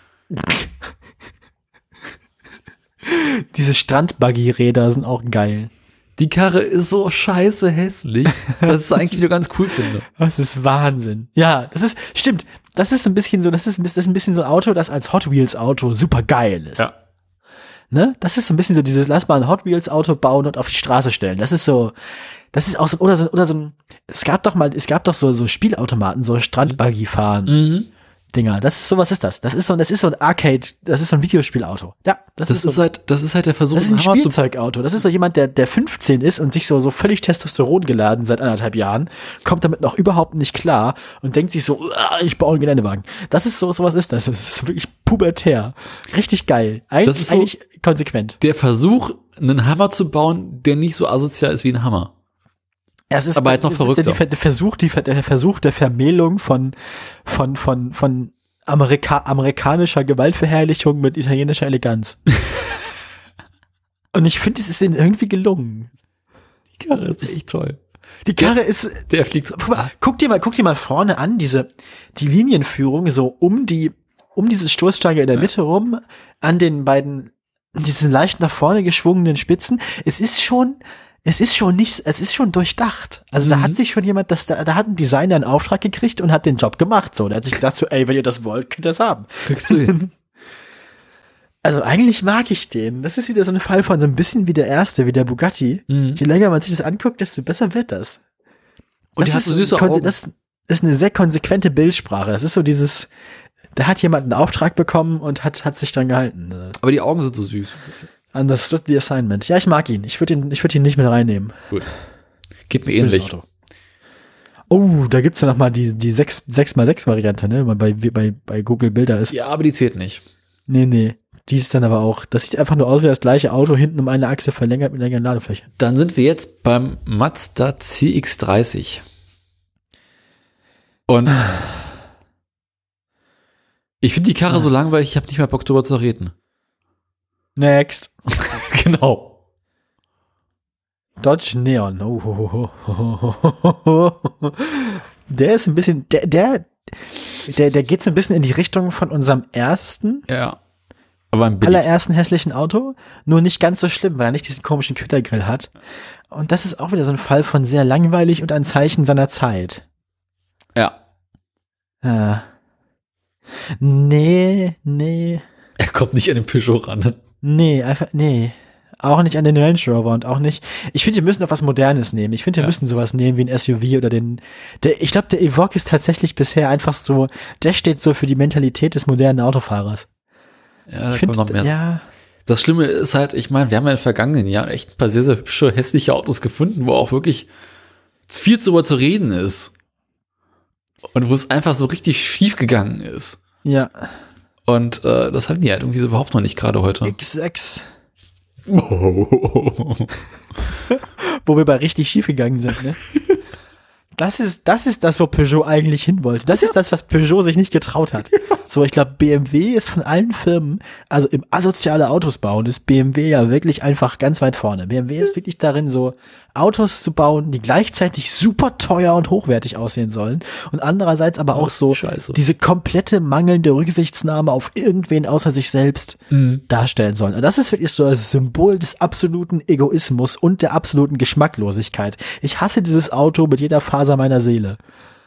Diese Strandbuggy-Räder sind auch geil. Die Karre ist so scheiße hässlich, dass ich es eigentlich wieder ganz cool finde. Das ist Wahnsinn. Ja, das ist, stimmt. Das ist ein bisschen so, das ist, das ist ein bisschen so ein Auto, das als Hot Wheels Auto super geil ist. Ja. Ne? Das ist so ein bisschen so dieses, lass mal ein Hot Wheels Auto bauen und auf die Straße stellen. Das ist so, das ist auch so, oder so, oder so ein, es gab doch mal, es gab doch so, so Spielautomaten, so Strandbuggy fahren. Mhm. Dinger. Das ist so, was ist das? Das ist so, das ist so ein Arcade, das ist so ein Videospielauto. Ja, das, Das ist so. ist halt, das ist halt der Versuch, Das ist ein einen Hammer zu- Spielzeugauto. Das ist so jemand, der, der fünfzehn ist und sich so, so völlig Testosteron geladen seit anderthalb Jahren, kommt damit noch überhaupt nicht klar und denkt sich so, "Uah, ich baue einen Geländewagen." Das ist so, sowas ist das. Das ist wirklich pubertär. Richtig geil. Eigentlich, Das ist so- eigentlich konsequent. der Versuch, einen Hammer zu bauen, der nicht so asozial ist wie ein Hammer. Es ist, Aber halt noch es ist der, verrückter. der Versuch, die, der Versuch der Vermählung von, von, von, von Amerika amerikanischer Gewaltverherrlichung mit italienischer Eleganz. Und ich finde, es ist ihnen irgendwie gelungen. Die Karre ist echt toll. Die Karre ist, Der fliegt so. guck mal, guck dir mal, guck dir mal vorne an, diese, die Linienführung so um die, um diese Stoßstange in der Mitte rum, an den beiden, diesen leicht nach vorne geschwungenen Spitzen. Es ist schon, es ist schon nicht, es ist schon durchdacht. Also da Mhm. hat sich schon jemand, das, da, da hat ein Designer einen Auftrag gekriegt und hat den Job gemacht, so. Der hat sich gedacht so, ey, wenn ihr das wollt, könnt ihr das haben. Kriegst du hin. Also eigentlich mag ich den. Das ist wieder so ein Fall von so ein bisschen wie der erste, wie der Bugatti. Mhm. Je länger man sich das anguckt, desto besser wird das. Und die hat ist so süße konse- Augen. Das ist eine sehr konsequente Bildsprache. Das ist so dieses, da hat jemand einen Auftrag bekommen und hat, hat sich dran gehalten. Aber die Augen sind so süß. Understood the assignment. Ja, ich mag ihn. Ich würde ihn, ich würde ihn nicht mit reinnehmen. Gut. Geht mir Schönes ähnlich. Auto. Oh, da gibt's ja noch mal die, die sechs mal sechs Variante, ne? Wenn man bei, bei, bei Google Bilder ist. Ja, aber die zählt nicht. Nee, nee. Die ist dann aber auch, das sieht einfach nur aus wie das gleiche Auto, hinten um eine Achse verlängert mit einer längeren Ladefläche. Dann sind wir jetzt beim Mazda C X dreißig. Und ich finde die Karre so langweilig, ich habe nicht mehr Bock drüber zu reden. Next. Genau. Dodge Neon. Oh, oh, oh, oh, oh, oh. Der ist ein bisschen, der, der, der, der geht so ein bisschen in die Richtung von unserem ersten, Ja. Aber ein billig. allerersten hässlichen Auto. Nur nicht ganz so schlimm, weil er nicht diesen komischen Kühlergrill hat. Und das ist auch wieder so ein Fall von sehr langweilig und ein Zeichen seiner Zeit. Ja. Ah. Nee, nee, Er kommt nicht an den Peugeot ran. nee, einfach, nee. Auch nicht an den Range Rover und auch nicht. Ich finde, wir müssen noch was Modernes nehmen. Ich finde, wir Ja. müssen sowas nehmen wie ein S U V oder den, der, ich glaube, der Evoque ist tatsächlich bisher einfach so, der steht so für die Mentalität des modernen Autofahrers. Ja, da Ich kommt finde, noch mehr. ja, Das Schlimme ist halt, ich meine, wir haben ja in den vergangenen Jahren echt ein paar sehr, sehr hübsche, hässliche Autos gefunden, wo auch wirklich viel darüber zu reden ist. Und wo es einfach so richtig schief gegangen ist. ja, Und äh, das hatten die halt irgendwie so überhaupt noch nicht gerade heute. X sechs, wo wir bei richtig schief gegangen sind, ne? Das ist, das ist das, wo Peugeot eigentlich hin wollte. Das ist das, was Peugeot sich nicht getraut hat. So, ich glaube, B M W ist von allen Firmen, also im asoziale Autos bauen, ist B M W ja wirklich einfach ganz weit vorne. B M W ist wirklich darin, so Autos zu bauen, die gleichzeitig super teuer und hochwertig aussehen sollen und andererseits aber auch so Scheiße. diese komplette mangelnde Rücksichtsnahme auf irgendwen außer sich selbst Mhm. darstellen sollen. Und das ist wirklich so das Symbol des absoluten Egoismus und der absoluten Geschmacklosigkeit. Ich hasse dieses Auto mit jeder Faser meiner Seele.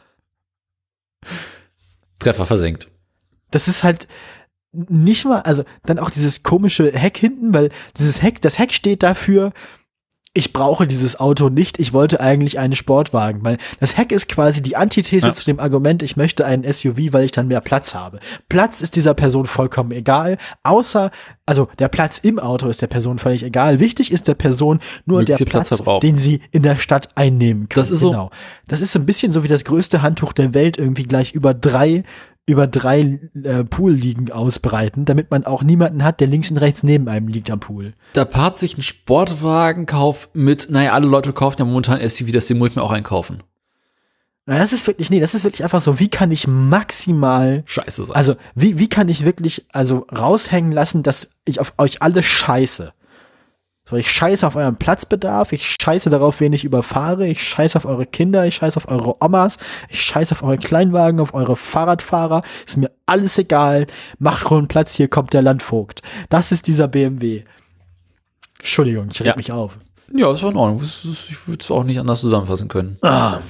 Treffer versenkt. Das ist halt nicht mal, also dann auch dieses komische Heck hinten, weil dieses Heck, das Heck steht dafür, ich brauche dieses Auto nicht, ich wollte eigentlich einen Sportwagen, weil das Heck ist quasi die Antithese ja. zu dem Argument, ich möchte einen S U V, weil ich dann mehr Platz habe. Platz ist dieser Person vollkommen egal, außer, also der Platz im Auto ist der Person völlig egal. Wichtig ist der Person nur der Platz, Platz den sie in der Stadt einnehmen kann. Das ist genau. So. Das ist so ein bisschen so wie das größte Handtuch der Welt irgendwie gleich über drei über drei äh, Poolliegen ausbreiten, damit man auch niemanden hat, der links und rechts neben einem liegt am Pool. Da paart sich ein Sportwagenkauf mit, naja, alle Leute kaufen ja momentan S U V, deswegen muss ich mir auch einkaufen. Na, das ist wirklich, nee, das ist wirklich einfach so, wie kann ich maximal scheiße sein? Also, wie, wie kann ich wirklich, also raushängen lassen, dass ich auf euch alle scheiße. So, ich scheiße auf euren Platzbedarf, ich scheiße darauf, wen ich überfahre, ich scheiße auf eure Kinder, ich scheiße auf eure Omas, ich scheiße auf eure Kleinwagen, auf eure Fahrradfahrer, ist mir alles egal, macht schon Platz, hier kommt der Landvogt. Das ist dieser B M W. Entschuldigung, ich reg ja. mich auf. Ja, das war in Ordnung, ich würde es auch nicht anders zusammenfassen können. Ah.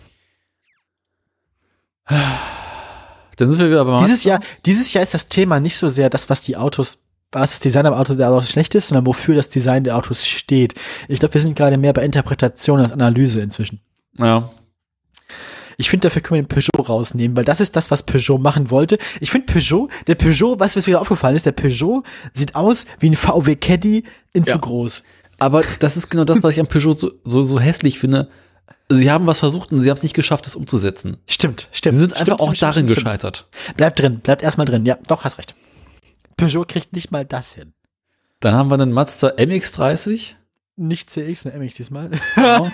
Dann sind wir wieder bei dieses Jahr, dieses Jahr ist das Thema nicht so sehr das, was die Autos was das Design am Auto der Autos schlecht ist, sondern wofür das Design der Autos steht. Ich glaube, wir sind gerade mehr bei Interpretation als Analyse inzwischen. Ja. Ich finde, dafür können wir den Peugeot rausnehmen, weil das ist das, was Peugeot machen wollte. Ich finde Peugeot, der Peugeot, was mir wieder aufgefallen ist, der Peugeot sieht aus wie ein V W Caddy in ja. zu groß. Aber das ist genau das, was ich am Peugeot so, so, so hässlich finde. Sie haben was versucht und sie haben es nicht geschafft, es umzusetzen. Stimmt, stimmt. Sie sind stimmt, einfach auch stimmt, darin stimmt, gescheitert. Stimmt. Bleibt drin, bleibt erstmal drin. Ja, doch, hast recht. Peugeot kriegt nicht mal das hin. Dann haben wir einen Mazda M X dreißig. Nicht C X, eine M X diesmal. Genau.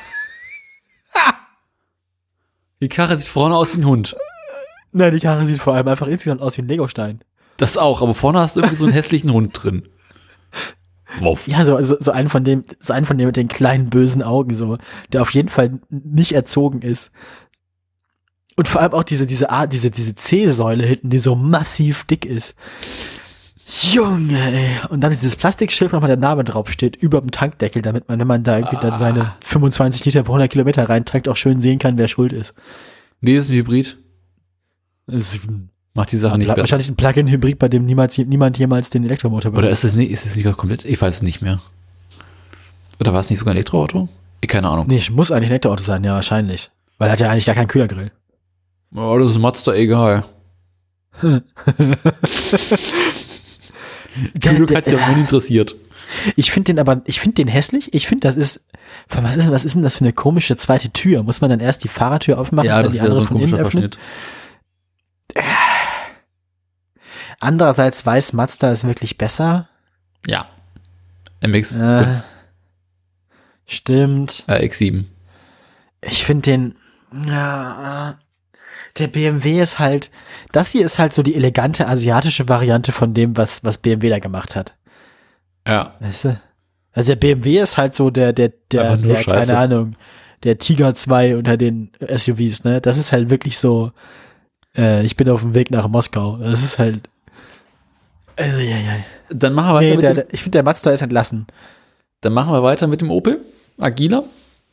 Die Karre sieht vorne aus wie ein Hund. Nein, die Karre sieht vor allem einfach insgesamt aus wie ein Legostein. Das auch, aber vorne hast du irgendwie so einen hässlichen Hund drin. Wuff. Ja, so, so, so einen von dem, so einen von dem mit den kleinen bösen Augen, so, der auf jeden Fall nicht erzogen ist. Und vor allem auch diese, diese Art, diese, diese C-Säule hinten, die so massiv dick ist. Junge, ey. Und dann ist dieses Plastikschild, wo nochmal der Name drauf steht, über dem Tankdeckel, damit man, wenn man da irgendwie ah. dann seine fünfundzwanzig Liter pro hundert Kilometer reintankt, auch schön sehen kann, wer schuld ist. Nee, ist ein Hybrid. Das macht die Sache nicht besser. Wahrscheinlich ein Plug-in-Hybrid, bei dem niemals, niemand jemals den Elektromotor benutzt. Oder ist es nicht, ist es nicht komplett? Ich weiß es nicht mehr. Oder war es nicht sogar ein Elektroauto? Ich, keine Ahnung. Nee, muss eigentlich ein Elektroauto sein, ja, wahrscheinlich. Weil er hat ja eigentlich gar keinen Kühlergrill. Oh, das ist Mazda egal. Kühlung hat sich auch nie interessiert. Ich finde den aber, ich finde den hässlich. Ich finde, das ist, was ist, was ist denn das für eine komische zweite Tür? Muss man dann erst die Fahrertür aufmachen ja, und dann die das andere so ein von innen öffnen? Andererseits weiß Mazda ist wirklich besser. Ja. M X. Äh, stimmt. Äh, X sieben. Ich finde den, ja, der B M W ist halt, das hier ist halt so die elegante asiatische Variante von dem, was, was B M W da gemacht hat. Ja. Weißt du? Also der B M W ist halt so der, der, der, nur der keine Ahnung, der Tiger zwei unter den S U Vs, ne? Das ist halt wirklich so, äh, ich bin auf dem Weg nach Moskau. Das ist halt, also, ja, ja. Dann machen wir weiter nee, mit der, dem, der, ich finde, der Mazda ist entlassen. Dann machen wir weiter mit dem Opel Agila.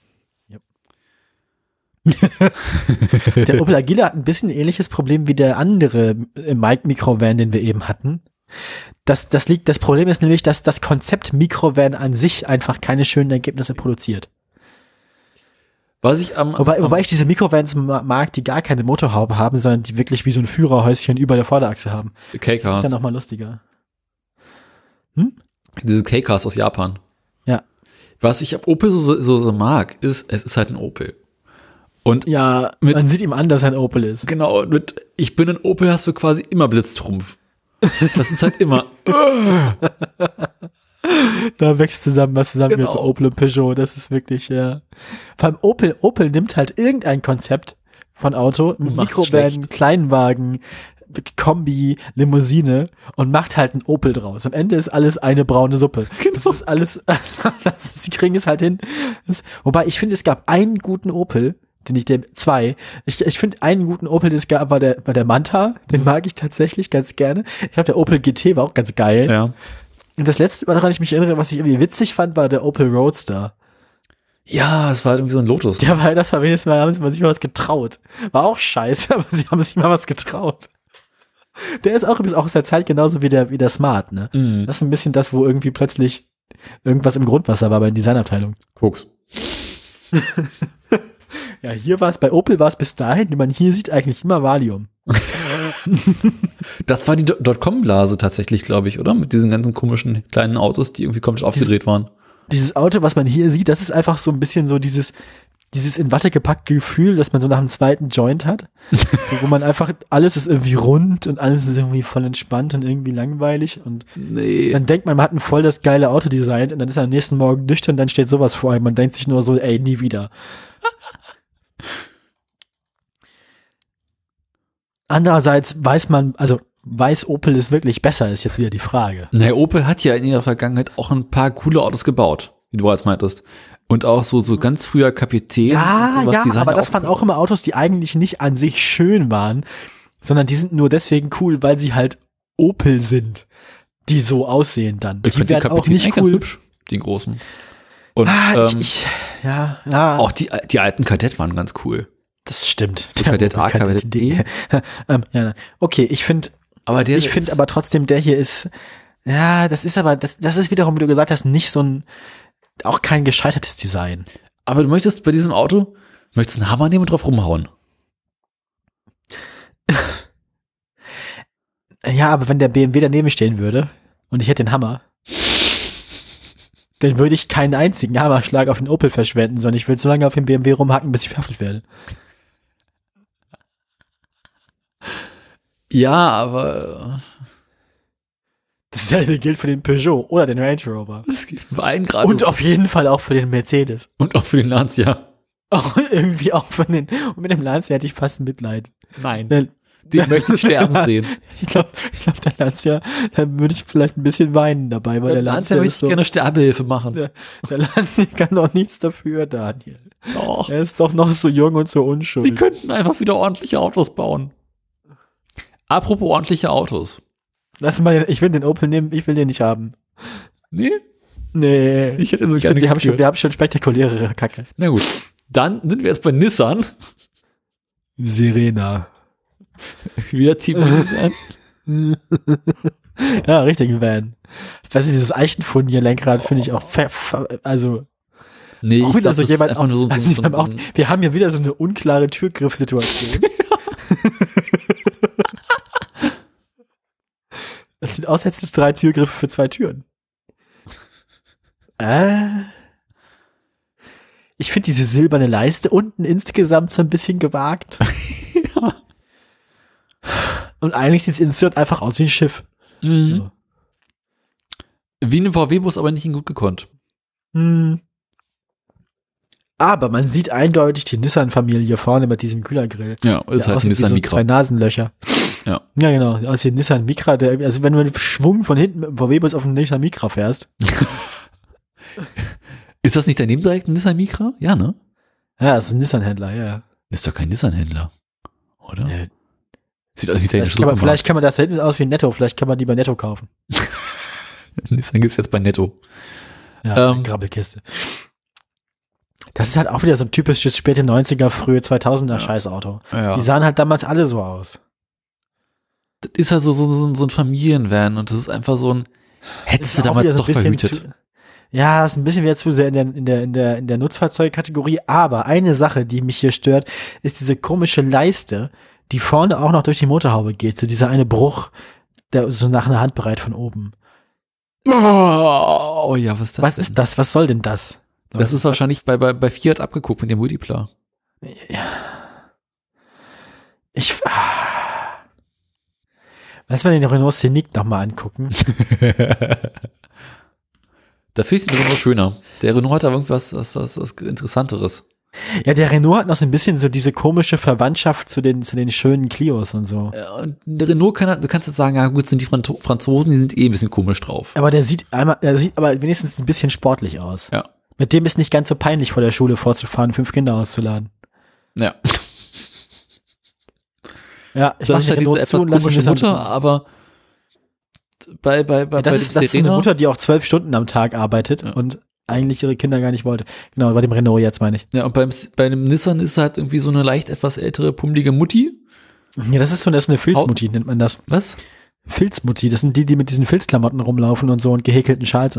Der Opel Agila hat ein bisschen ein ähnliches Problem wie der andere Mikrovan, den wir eben hatten. Das, das liegt, das Problem ist nämlich, dass das Konzept Mikrovan an sich einfach keine schönen Ergebnisse produziert. Was ich am, wobei, am wobei ich diese Mikrovans mag, die gar keine Motorhaube haben, sondern die wirklich wie so ein Führerhäuschen über der Vorderachse haben. K-Cars. Das ist dann auch mal lustiger. Hm? Diese K-Cars aus Japan. Ja. Was ich am Opel so, so, so mag, ist, es ist halt ein Opel. Und ja, mit, man sieht ihm an, dass er ein Opel ist. Genau, mit ich bin ein Opel hast du quasi immer Blitztrumpf. Das ist halt immer. Da wächst zusammen was zusammen genau. mit Opel und Peugeot. Das ist wirklich, ja. Vor allem Opel, Opel nimmt halt irgendein Konzept von Auto, Mikrovan, Kleinwagen, Kombi, Limousine und macht halt einen Opel draus. Am Ende ist alles eine braune Suppe. Genau. Das ist alles, das ist, sie kriegen es halt hin. Das, wobei ich finde, es gab einen guten Opel, den ich, der, zwei. Ich, ich finde, einen guten Opel, den es gab, war der, war der Manta. Den mag ich tatsächlich ganz gerne. Ich glaube, der Opel G T war auch ganz geil. Ja. Und das letzte, woran ich mich erinnere, was ich irgendwie witzig fand, war der Opel Roadster. Ja, es war irgendwie so ein Lotus. Der war, das war wenigstens mal, haben sie mal sich mal was getraut. War auch scheiße, aber sie haben sich mal was getraut. Der ist auch, ist auch aus der Zeit genauso wie der, wie der Smart, ne? Mhm. Das ist ein bisschen das, wo irgendwie plötzlich irgendwas im Grundwasser war bei der Designabteilung. Koks. Ja, hier war es, bei Opel war es bis dahin, wie man hier sieht, eigentlich immer Valium. Das war die Dotcom-Blase tatsächlich, glaube ich, oder? Mit diesen ganzen komischen kleinen Autos, die irgendwie komplett aufgedreht waren. Dieses Auto, was man hier sieht, das ist einfach so ein bisschen so dieses, dieses in Watte gepackte Gefühl, dass man so nach einem zweiten Joint hat. So, wo man einfach, alles ist irgendwie rund und alles ist irgendwie voll entspannt und irgendwie langweilig. Und nee. dann denkt man, man hat ein voll das geile Auto designt und dann ist er am nächsten Morgen nüchtern, dann steht sowas vor einem. Man denkt sich nur so, ey, nie wieder. Andererseits weiß man, also weiß Opel es wirklich besser, ist jetzt wieder die Frage. Naja, Opel hat ja in ihrer Vergangenheit auch ein paar coole Autos gebaut, wie du jetzt meintest. Und auch so, so ganz früher Kapitän. Ja, sowas, ja, die sahen aber ja das auch waren cool auch immer Autos, die eigentlich nicht an sich schön waren, sondern die sind nur deswegen cool, weil sie halt Opel sind, die so aussehen dann. Ich die fand den werden auch Kapitän nicht eigentlich ganz cool. hübsch, den großen. Und Ah, ähm, ich, ich, ja, ja. auch die, die alten Kadett waren ganz cool. Das stimmt. So Kadett A, Kadett D. ähm, ja, nein. Okay, ich finde, Aber der ich finde aber trotzdem, der hier ist, ja, das ist aber, das, das ist wiederum, wie du gesagt hast, nicht so ein, auch kein gescheitertes Design. Aber du möchtest bei diesem Auto, möchtest einen Hammer nehmen und drauf rumhauen. Ja, aber wenn der B M W daneben stehen würde und ich hätte den Hammer, dann würde ich keinen einzigen Hammerschlag auf den Opel verschwenden, sondern ich würde so lange auf den B M W rumhacken, bis ich verhaftet werde. Ja, aber Dasselbe gilt für den Peugeot oder den Range Rover. es gibt bei allen gerade Und auf jeden Fall auch für den Mercedes. und auch für den Lancia. Auch irgendwie auch für den, und mit dem Lancia hätte ich fast Mitleid. Nein, Der- den möchte ich sterben sehen. Ich glaube, ich glaub, der Lancia, da würde ich vielleicht ein bisschen weinen dabei, weil der, Der Lancia Lancia möchte ist ich so, gerne Sterbehilfe machen. der, der Lancia kann doch nichts dafür, Daniel. Doch. Er ist doch noch so jung und so Sie unschuldig. könnten einfach wieder ordentliche Autos bauen. Apropos ordentliche Autos. Lass mal, den, ich will den Opel nehmen, ich will den nicht haben. Nee, Nee. ich hätte ihn so Ich gerne find, wir, haben schon, gekürt. wir haben schon spektakulärere Kacke. Na gut, dann sind wir jetzt bei Nissan. Serena. Wieder Team Nissan. Ja, richtig, Van. Ich weiß nicht, dieses Eichenfurnier-Lenkrad finde ich auch, fe- fe- also, Nee, auch ich wieder glaub, so das jemand, ist einfach nur so, also so, wir, so, haben auch, so wir haben hier wieder so eine unklare Türgriffsituation. Das sieht aus, als hättest du drei Türgriffe für zwei Türen. Äh. Ich finde diese silberne Leiste unten insgesamt so ein bisschen gewagt. ja. Und eigentlich sieht es insgesamt einfach aus wie ein Schiff. Mhm. Ja. Wie ein V W-Bus, aber nicht in gut gekonnt. Hm. Aber man sieht eindeutig die Nissan-Familie vorne mit diesem Kühlergrill. Ja, ist Der halt ein aussieht wie Nissan so Micra. zwei Nasenlöcher. Ja. Ja, genau. Aus wie ein Nissan Micra. Der, also wenn du mit Schwung von hinten mit dem V W-Bus auf einen Nissan Micra fährst. Ist das nicht daneben direkt ein Nissan Micra? Ja, ne? Ja, das ist ein Nissan-Händler, ja. Ist doch kein Nissan-Händler. Oder? Ja. Sieht aus wie Vielleicht italienisches kann, man, Supermarkt. vielleicht kann man das, da hinten ist aus wie Netto. Vielleicht kann man die bei Netto kaufen. Nissan gibt's jetzt bei Netto. Ja, Ähm. Grabbelkiste. Das ist halt auch wieder so ein typisches späte neunziger, frühe zweitausender Ja. Scheißauto. Ja. Die sahen halt damals alle so aus. Das ist halt so, so, so, so ein Familienvan und das ist einfach so ein, hättest du Ist auch wieder damals so ein doch bisschen verhütet. Zu, ja, ist ein bisschen wieder zu sehr in der, in der, in der, in der Nutzfahrzeugkategorie. Aber eine Sache, die mich hier stört, ist diese komische Leiste, die vorne auch noch durch die Motorhaube geht. So dieser eine Bruch, der so nach einer Handbreit von oben. Oh, oh ja, was ist das Was denn? ist das? Was soll denn das? Das ist wahrscheinlich bei, bei, bei Fiat abgeguckt mit dem Multipla. Ich. Ah. Lass mal den Renault Scenic nochmal angucken. Da finde ich den Renault schöner. Der Renault hat da irgendwas was, was, was Interessanteres. Ja, der Renault hat noch so ein bisschen so diese komische Verwandtschaft zu den, zu den schönen Clios und so. Ja, und der Renault kann, du kannst jetzt sagen, ja gut, sind die Franto- Franzosen, die sind eh ein bisschen komisch drauf. Aber der sieht einmal, der sieht aber wenigstens ein bisschen sportlich aus. Ja. Mit dem ist nicht ganz so peinlich, vor der Schule vorzufahren, fünf Kinder auszuladen. Ja. Ja, ich Das mach ist den halt diese Renault etwas zu und lass ihn komische Nissan Mutter, fahren. aber bei, bei, bei, Ja, das bei ist, dem das ist so eine Serena, Mutter, die auch zwölf Stunden am Tag arbeitet Ja. und eigentlich ihre Kinder gar nicht wollte. Genau, bei dem Renault jetzt meine ich. ja, und beim, bei dem Nissan ist halt irgendwie so eine leicht etwas ältere, pummelige Mutti. Ja, das ist so das ist eine Filzmutti, nennt man das. Was? Filzmutti, das sind die, die mit diesen Filzklamotten rumlaufen und so und gehäkelten Schals und so.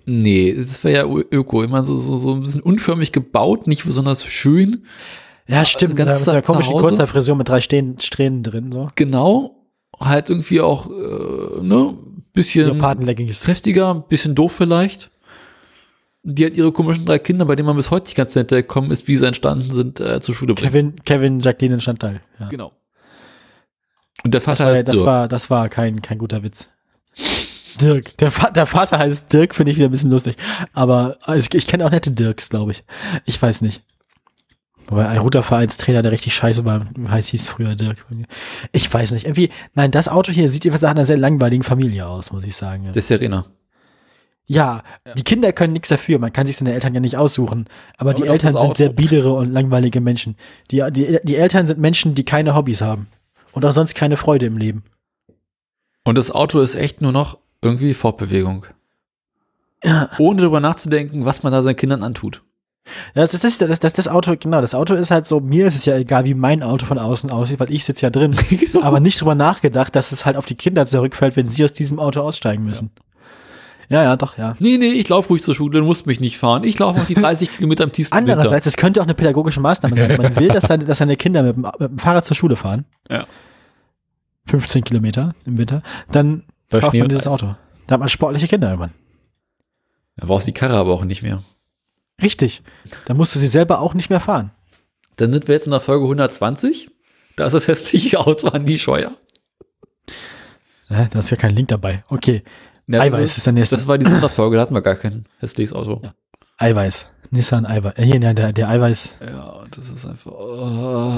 Nee, das wäre ja Öko. Ich meine, so, so, so ein bisschen unförmig gebaut, nicht besonders schön. Ja, stimmt. Ganz Mit einer komischen Hause. Kurzhaarfrisur mit drei Strähnen, Strähnen drin. So. Genau. Halt irgendwie auch, äh, ne, bisschen Leoparden-Leggings. kräftiger, bisschen doof vielleicht. Die hat ihre komischen drei Kinder, bei denen man bis heute nicht ganz hintergekommen ist, wie sie entstanden sind, äh, zur Schule bringen. Kevin, Kevin, Jacqueline und Chantal. Ja. Genau. Und der Vater das war, heißt das Dirk. war, das war kein, kein guter Witz. Dirk. Der, Va- der Vater heißt Dirk, finde ich wieder ein bisschen lustig. Aber also ich, ich kenne auch nette Dirks, glaube ich. Ich weiß nicht. Wobei ein guter Vereinstrainer, der richtig scheiße war, heißt hieß früher Dirk. Ich weiß nicht. Irgendwie, nein, das Auto hier sieht jedenfalls nach einer sehr langweiligen Familie aus, muss ich sagen. Das ist Serena. Ja, Ja. die Kinder können nichts dafür. Man kann sich seine Eltern ja nicht aussuchen. Aber, Aber die doch Eltern das sind Auto. sehr biedere und langweilige Menschen. Die, die, die Eltern sind Menschen, die keine Hobbys haben. Und auch sonst keine Freude im Leben. Und das Auto ist echt nur noch irgendwie Fortbewegung. Ja. Ohne darüber nachzudenken, was man da seinen Kindern antut. Das ist das, das, das, das Auto, genau, das Auto ist halt so, mir ist es ja egal, wie mein Auto von außen aussieht, weil ich sitze ja drin. Genau. Aber nicht drüber nachgedacht, dass es halt auf die Kinder zurückfällt, wenn sie aus diesem Auto aussteigen müssen. Ja, ja, doch, ja. Nee, nee, ich laufe ruhig zur Schule, du musst mich nicht fahren. Ich laufe noch die dreißig Kilometer im tiefsten Winter. Andererseits, es könnte auch eine pädagogische Maßnahme sein. Man will, dass seine, dass seine Kinder mit dem, mit dem Fahrrad zur Schule fahren. Ja. fünfzehn Kilometer im Winter. Dann Bei kauft Schnee man und dieses Eis. Auto. Da hat man sportliche Kinder irgendwann. Da brauchst du die Karre aber auch nicht mehr. Richtig. Dann musst du sie selber auch nicht mehr fahren. Dann sind wir jetzt in der Folge hundertzwanzig. Da ist das hässliche Auto an die Scheuer. Hä? Da ist ja kein Link dabei. Okay. Ja, Eiweiß das, ist der nächste. Das war die Sonderfolge, da hatten wir gar kein hässliches Auto. Ja. Eiweiß. Nissan Eiweiß. Äh, hier, der, der, der Eiweiß. Ja, das ist einfach. Oh.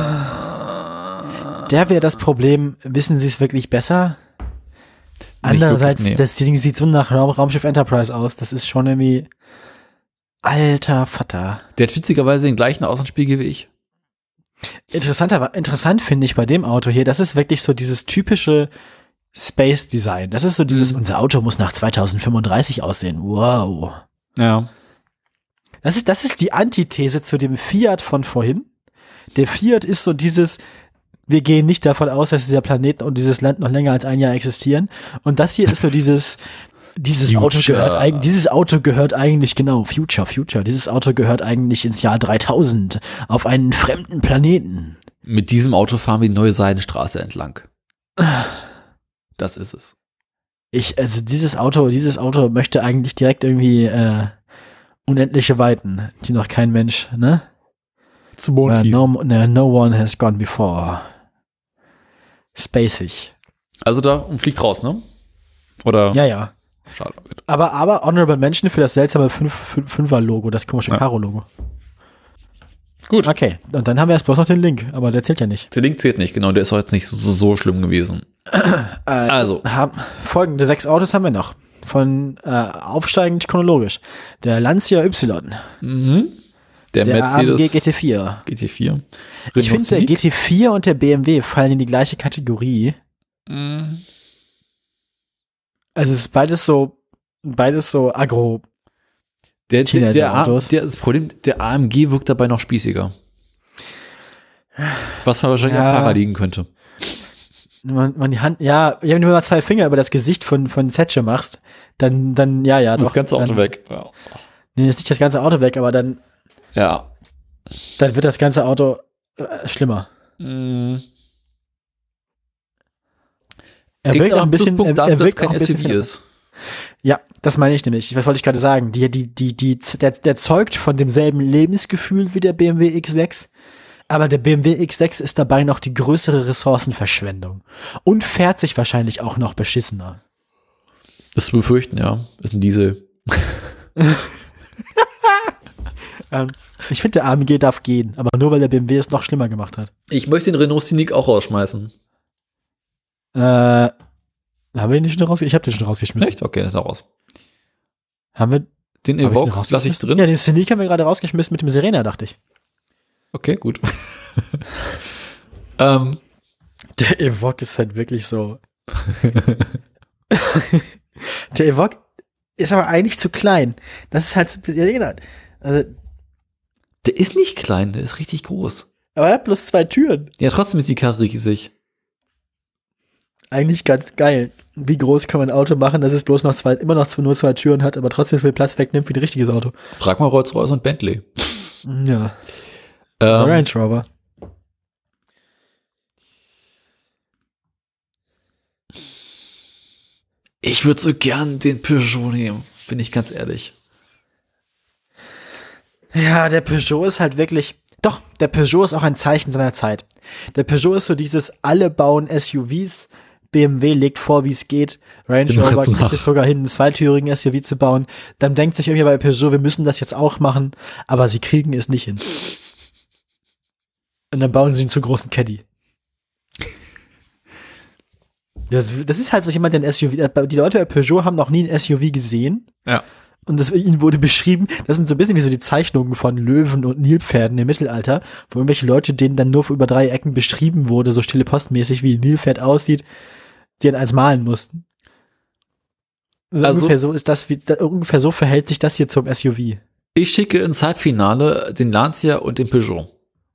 Der wäre das Problem. Wissen Sie es wirklich besser? Nicht Andererseits, wirklich, nee. das Ding sieht so nach Raum, Raumschiff Enterprise aus. Das ist schon irgendwie. Alter Vater. Der hat witzigerweise den gleichen Außenspiegel wie ich. Interessanter, interessant finde ich bei dem Auto hier, das ist wirklich so dieses typische Space Design. Das ist so dieses, Mhm. unser Auto muss nach zweitausendfünfunddreißig aussehen. Wow. Ja. Das ist, das ist die Antithese zu dem Fiat von vorhin. Der Fiat ist so dieses, wir gehen nicht davon aus, dass dieser Planet und dieses Land noch länger als ein Jahr existieren. Und das hier ist so dieses, dieses Future. Auto gehört eigentlich, dieses Auto gehört eigentlich, genau, Future, Future. Dieses Auto gehört eigentlich ins Jahr dreitausend auf einen fremden Planeten. Mit diesem Auto fahren wir die neue Seidenstraße entlang. Das ist es. Ich, also dieses Auto, dieses Auto möchte eigentlich direkt irgendwie äh, unendliche Weiten, die noch kein Mensch, ne? Zum Uh, no, no, no one has gone before. Spacig. Also da und fliegt raus, ne? Oder? Ja, ja. Schade. Aber, aber Honorable Mention für das seltsame Fünfer-Logo, das komische Ja. Karo-Logo. Gut. Okay, und dann haben wir jetzt bloß noch den Link, aber der zählt ja nicht. Der Link zählt nicht, genau. Der ist auch jetzt nicht so, so schlimm gewesen. Äh, Also. Haben, folgende sechs Autos haben wir noch. Von äh, aufsteigend chronologisch. Der Lancia Y, Mhm. Der, der A M G Mercedes G T vier. G T vier. Ich finde, der Civic. G T vier und der B M W fallen in die gleiche Kategorie. Mhm. Also es ist beides so, beides so agro. Der, der, der, A- Teenager-Autos. der, das Problem, der A M G wirkt dabei noch spießiger. Was man wahrscheinlich Ja. am Para liegen könnte. Man, man die Hand, ja, wenn du mal zwei Finger über das Gesicht von, von Zetsche machst, dann, dann, ja, ja, Das doch. ganze Auto dann, weg. Ja. Nee, ist nicht das ganze Auto weg, aber dann, ja. dann wird das ganze Auto äh, schlimmer. Mhm. Er Kriegt wirkt aber auch ein bisschen, Pluspunkt er, dafür, er dass wirkt kein auch ein S U bisschen, V ist. Ja, das meine ich nämlich. Was wollte ich gerade sagen? Die, die, die, die, der, der zeugt von demselben Lebensgefühl wie der B M W X sechs, aber der B M W X sechs ist dabei noch die größere Ressourcenverschwendung und fährt sich wahrscheinlich auch noch beschissener. Das ist zu befürchten, ja. Ist ein Diesel. Ähm, ich finde, der A M G darf gehen, aber nur weil der B M W es noch schlimmer gemacht hat. Ich möchte den Renault Scenic auch rausschmeißen. Äh, haben wir den nicht schon rausgeschmissen? Ich habe den schon rausgeschmissen. Echt? Okay, ist auch raus. Haben wir Den hab ich den Evoque lasse ich rausgeschmissen? drin. Ja, den Scenic haben wir gerade rausgeschmissen mit dem Serena, dachte ich. Okay, gut. ähm, Der Evoque ist halt wirklich so. Der Evoque ist aber eigentlich zu klein. Das ist halt so, ja, genau. Also, der ist nicht klein, der ist richtig groß. aber er hat bloß zwei Türen. Ja, trotzdem ist die Karre riesig. Eigentlich ganz geil. wie groß kann man ein Auto machen, dass es bloß noch zwei, immer noch zwei, nur zwei Türen hat, aber trotzdem viel Platz wegnimmt wie ein richtiges Auto. Frag mal Rolls-Royce und Bentley. Ja. Ähm, Range Rover. Ich würde so gern den Peugeot nehmen, bin ich ganz ehrlich. Ja, der Peugeot ist halt wirklich, doch, der Peugeot ist auch ein Zeichen seiner Zeit. Der Peugeot ist so dieses, alle bauen S U Vs, B M W legt vor, wie es geht, Range Rover kriegt es sogar hin, einen zweitürigen S U V zu bauen. Dann denkt sich irgendwie bei Peugeot, wir müssen das jetzt auch machen, aber sie kriegen es nicht hin. Und dann bauen sie einen zu großen Caddy. Ja, das ist halt so jemand, der ein S U V, die Leute bei Peugeot haben noch nie ein S U V gesehen. Ja. Und das ihnen wurde beschrieben, das sind so ein bisschen wie so die Zeichnungen von Löwen und Nilpferden im Mittelalter, wo irgendwelche Leute, denen dann nur über drei Ecken beschrieben wurde, so stille postmäßig, wie ein Nilpferd aussieht, die dann eins malen mussten. Also also, ungefähr so ist das, wie, ungefähr so verhält sich das hier zum S U V. Ich schicke ins Halbfinale den Lancia und den Peugeot.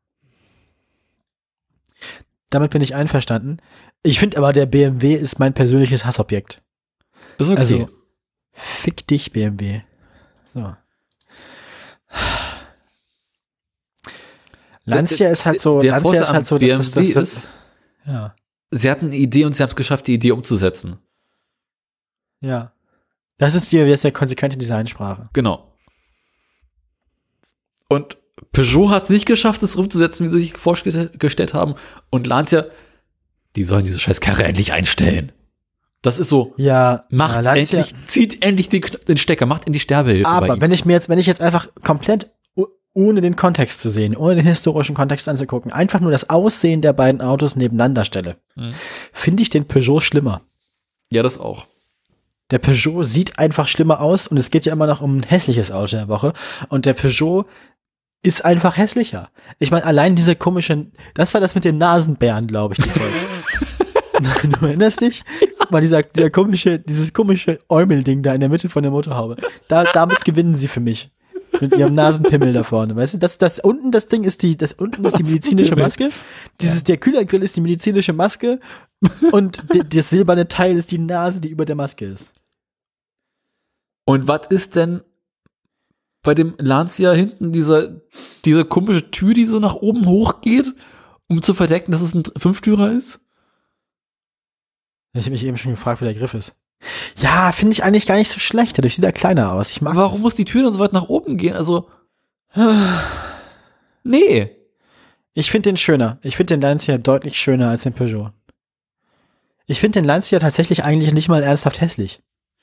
Damit bin ich einverstanden. Ich finde aber, der B M W ist mein persönliches Hassobjekt. Ist okay. Also, fick dich, B M W. So. Lancia der, ist halt so, der Lancia ist halt so, dass das, das, das, ist, ja. Sie hatten eine Idee und sie haben es geschafft, die Idee umzusetzen. Ja. Das ist, die, das ist der konsequente Designsprache. Genau. Und Peugeot hat es nicht geschafft, es umzusetzen, wie sie sich vorgestellt haben. Und Lancia, die sollen diese scheiß Karre endlich einstellen. Das ist so, ja, macht ja, endlich, zieht endlich den, den Stecker, macht in die Sterbehilfe. Aber wenn ich mir jetzt, wenn ich jetzt einfach komplett ohne den Kontext zu sehen, ohne den historischen Kontext anzugucken, einfach nur das Aussehen der beiden Autos nebeneinander stelle, hm. finde ich den Peugeot schlimmer. Ja, das auch. Der Peugeot sieht einfach schlimmer aus und es geht ja immer noch um ein hässliches Auto der Woche und der Peugeot ist einfach hässlicher. Ich meine, allein diese komischen, das war das mit den Nasenbären, glaube ich, die Folge. Du erinnerst dich? Guck mal, dieser, dieser komische, dieses komische Äumel-Ding da in der Mitte von der Motorhaube. Da, damit gewinnen sie für mich. Mit ihrem Nasenpimmel da vorne. Weißt du, das, das unten, das Ding ist die, das unten ist die medizinische Maske. Dieses, der Kühlergrill ist die medizinische Maske. Und die, das silberne Teil ist die Nase, die über der Maske ist. Und was ist denn bei dem Lancia hinten dieser, diese komische Tür, die so nach oben hochgeht, um zu verdecken, dass es ein Fünftürer ist? Ich habe mich eben schon gefragt, wie der Griff ist. Ja, finde ich eigentlich gar nicht so schlecht. Dadurch sieht er kleiner aus. Ich mag Warum das. muss die Tür dann so weit nach oben gehen? Also, nee. Ich finde den schöner. Ich finde den Lancia deutlich schöner als den Peugeot. Ich finde den Lancia tatsächlich eigentlich nicht mal ernsthaft hässlich.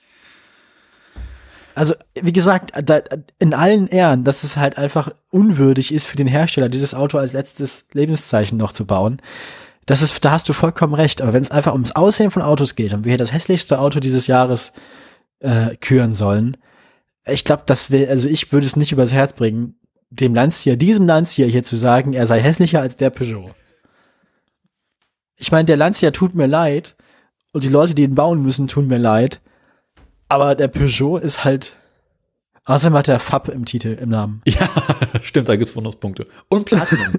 Also, wie gesagt, da, in allen Ehren, dass es halt einfach unwürdig ist für den Hersteller, dieses Auto als letztes Lebenszeichen noch zu bauen. Das ist, da hast du vollkommen recht. Aber wenn es einfach ums Aussehen von Autos geht und wir hier das hässlichste Auto dieses Jahres äh, küren sollen, ich glaube, das will, also ich würde es nicht übers Herz bringen, dem Lancia, diesem Lancia hier zu sagen, er sei hässlicher als der Peugeot. Ich meine, der Lancia tut mir leid und die Leute, die ihn bauen müssen, tun mir leid. Aber der Peugeot ist halt, außerdem hat der F A B im Titel, im Namen. Ja, stimmt, da gibt's Bonuspunkte. Und Platinum.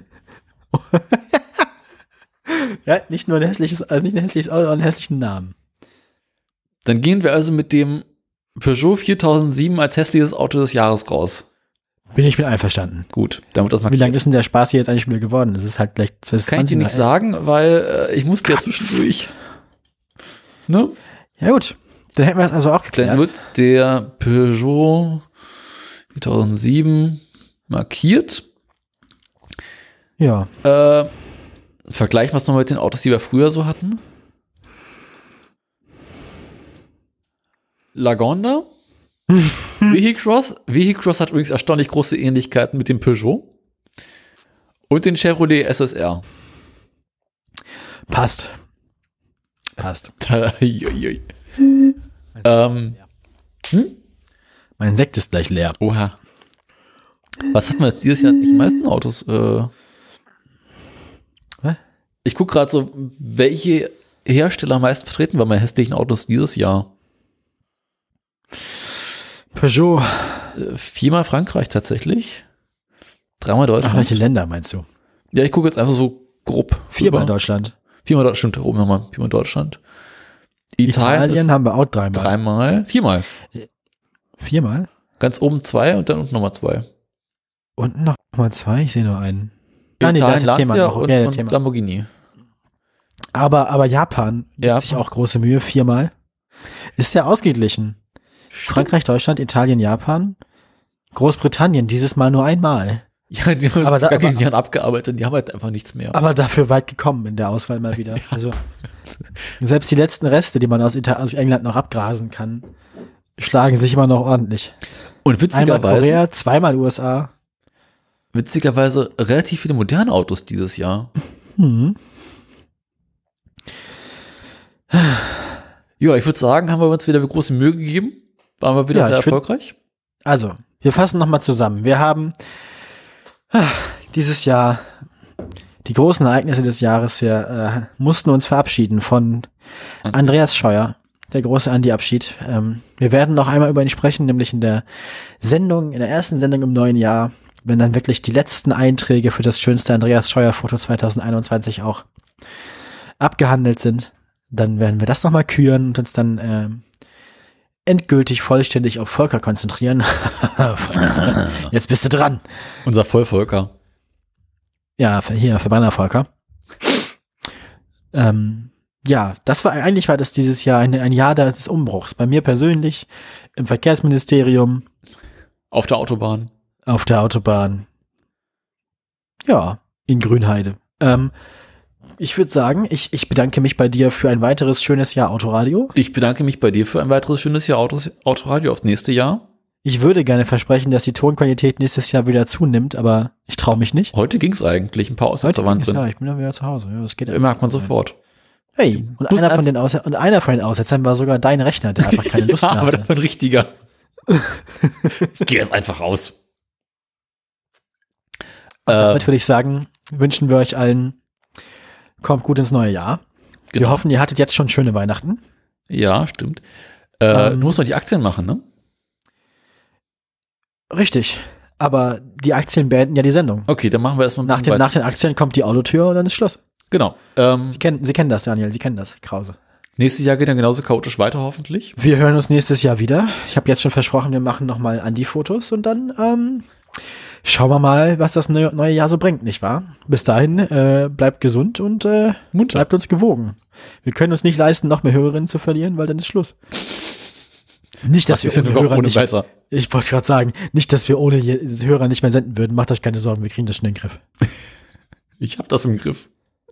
Ja, nicht nur ein hässliches, also nicht ein hässliches Auto, sondern einen hässlichen Namen. Dann gehen wir also mit dem Peugeot viertausendsieben als hässliches Auto des Jahres raus. Bin ich mit einverstanden. Gut, damit das mal. Wie lange ist denn der Spaß hier jetzt eigentlich wieder geworden? Das ist halt gleich zwanzig. Kann ich dir nicht sagen, weil äh, ich musste ja zwischendurch. Ne? Ja gut, dann hätten wir das also auch geklärt. Dann wird der Peugeot viertausendsieben markiert. Ja. Äh, vergleichen wir es nochmal mit den Autos, die wir früher so hatten. Lagonda. Vehicross. Vehicross hat übrigens erstaunlich große Ähnlichkeiten mit dem Peugeot. Und den Chevrolet S S R. Passt. Passt. ähm, hm? Mein Sekt ist gleich leer. Oha. Was hatten wir jetzt dieses Jahr? Die meisten Autos. Äh, ich gucke gerade so, welche Hersteller am meisten vertreten waren bei hässlichen Autos dieses Jahr. Peugeot. Äh, viermal Frankreich tatsächlich. Dreimal Deutschland. Ach, welche Länder meinst du? Ja, ich gucke jetzt einfach so grob. Viermal rüber. Deutschland. Viermal Deutschland, da oben nochmal. Viermal Deutschland. Italien, Italien haben wir auch dreimal. Dreimal, viermal. Viermal? Ganz oben zwei und dann unten nochmal zwei. Und nochmal zwei? Ich sehe nur einen. Ah, nee, Italien, da ist das Thema Lancia noch. und, Ja, der und Thema. Lamborghini. Aber, aber Japan gibt Japan. sich auch große Mühe, viermal. Ist sehr ausgeglichen. Frankreich, Deutschland, Italien, Japan. Großbritannien, dieses Mal nur einmal. Ja, die haben Aber da- gar keine aber- Jahren abgearbeitet, die haben halt einfach nichts mehr. Aber dafür weit gekommen in der Auswahl mal wieder. Also selbst die letzten Reste, die man aus, Ita- aus England noch abgrasen kann, schlagen sich immer noch ordentlich. Und Einmal witzigerweise, Korea, zweimal U S A. witzigerweise relativ viele moderne Autos dieses Jahr. Hm. Ja, ich würde sagen, haben wir uns wieder große Mühe gegeben. Waren wir wieder Ja, sehr ich find- erfolgreich. Also, wir fassen nochmal zusammen. Wir haben ah, dieses Jahr die großen Ereignisse des Jahres. Wir äh, mussten uns verabschieden von Andreas Scheuer, der große Andi-Abschied. Ähm, wir werden noch einmal über ihn sprechen, nämlich in der Sendung, in der ersten Sendung im neuen Jahr, wenn dann wirklich die letzten Einträge für das schönste Andreas Scheuer-Foto zwanzig einundzwanzig auch abgehandelt sind. Dann werden wir das nochmal küren und uns dann ähm, endgültig vollständig auf Volker konzentrieren. Jetzt bist du dran. Unser Vollvolker. Ja, hier, Verbrenner Volker. Ähm, ja, das war, eigentlich war das dieses Jahr ein, ein Jahr des Umbruchs. Bei mir persönlich, im Verkehrsministerium, Auf der Autobahn. auf der Autobahn. Ja, in Grünheide. Ähm, ich würde sagen, ich, ich bedanke mich bei dir für ein weiteres schönes Jahr Autoradio. Ich bedanke mich bei dir für ein weiteres schönes Jahr Autos, Autoradio aufs nächste Jahr. Ich würde gerne versprechen, dass die Tonqualität nächstes Jahr wieder zunimmt, aber ich traue mich nicht. Heute ging es eigentlich. Ein paar Aussetzer waren Heute, drin. ja, ich bin dann wieder zu Hause. Ja, das geht ja. Merkt man sofort. Hey, und Du musst einer, von einfach- den Ausset- und einer von den Aussetzern war sogar dein Rechner, der einfach keine Lust Ja, mehr aber hatte. das war ein richtiger. Ich gehe jetzt einfach raus. Und Äh, damit würde ich sagen, wünschen wir euch allen, kommt gut ins neue Jahr. Wir genau. hoffen, ihr hattet jetzt schon schöne Weihnachten. Ja, stimmt. Äh, Ähm, du musst noch die Aktien machen, ne? Richtig. Aber die Aktien beenden ja die Sendung. Okay, dann machen wir erstmal ein Nach bisschen den, weiter. nach den Aktien kommt die Autotür und dann ist Schluss. Genau. Ähm, Sie kennen, Sie kennen das, Daniel, Sie kennen das, Krause. nächstes Jahr geht dann genauso chaotisch weiter, hoffentlich. Wir hören uns nächstes Jahr wieder. Ich habe jetzt schon versprochen, wir machen nochmal Andi-Fotos und dann ähm, schauen wir mal, was das neue, neue Jahr so bringt, nicht wahr? Bis dahin, äh, bleibt gesund und äh, Munter. bleibt uns gewogen. Wir können uns nicht leisten, noch mehr Hörerinnen zu verlieren, weil dann ist Schluss. Nicht, dass Das wir ist ja ohne noch Hörer ohne nicht, weiter. ich wollte gerade sagen, nicht, dass wir ohne je- Hörer nicht mehr senden würden. Macht euch keine Sorgen, wir kriegen das schon in den Griff. Ich habe das im Griff.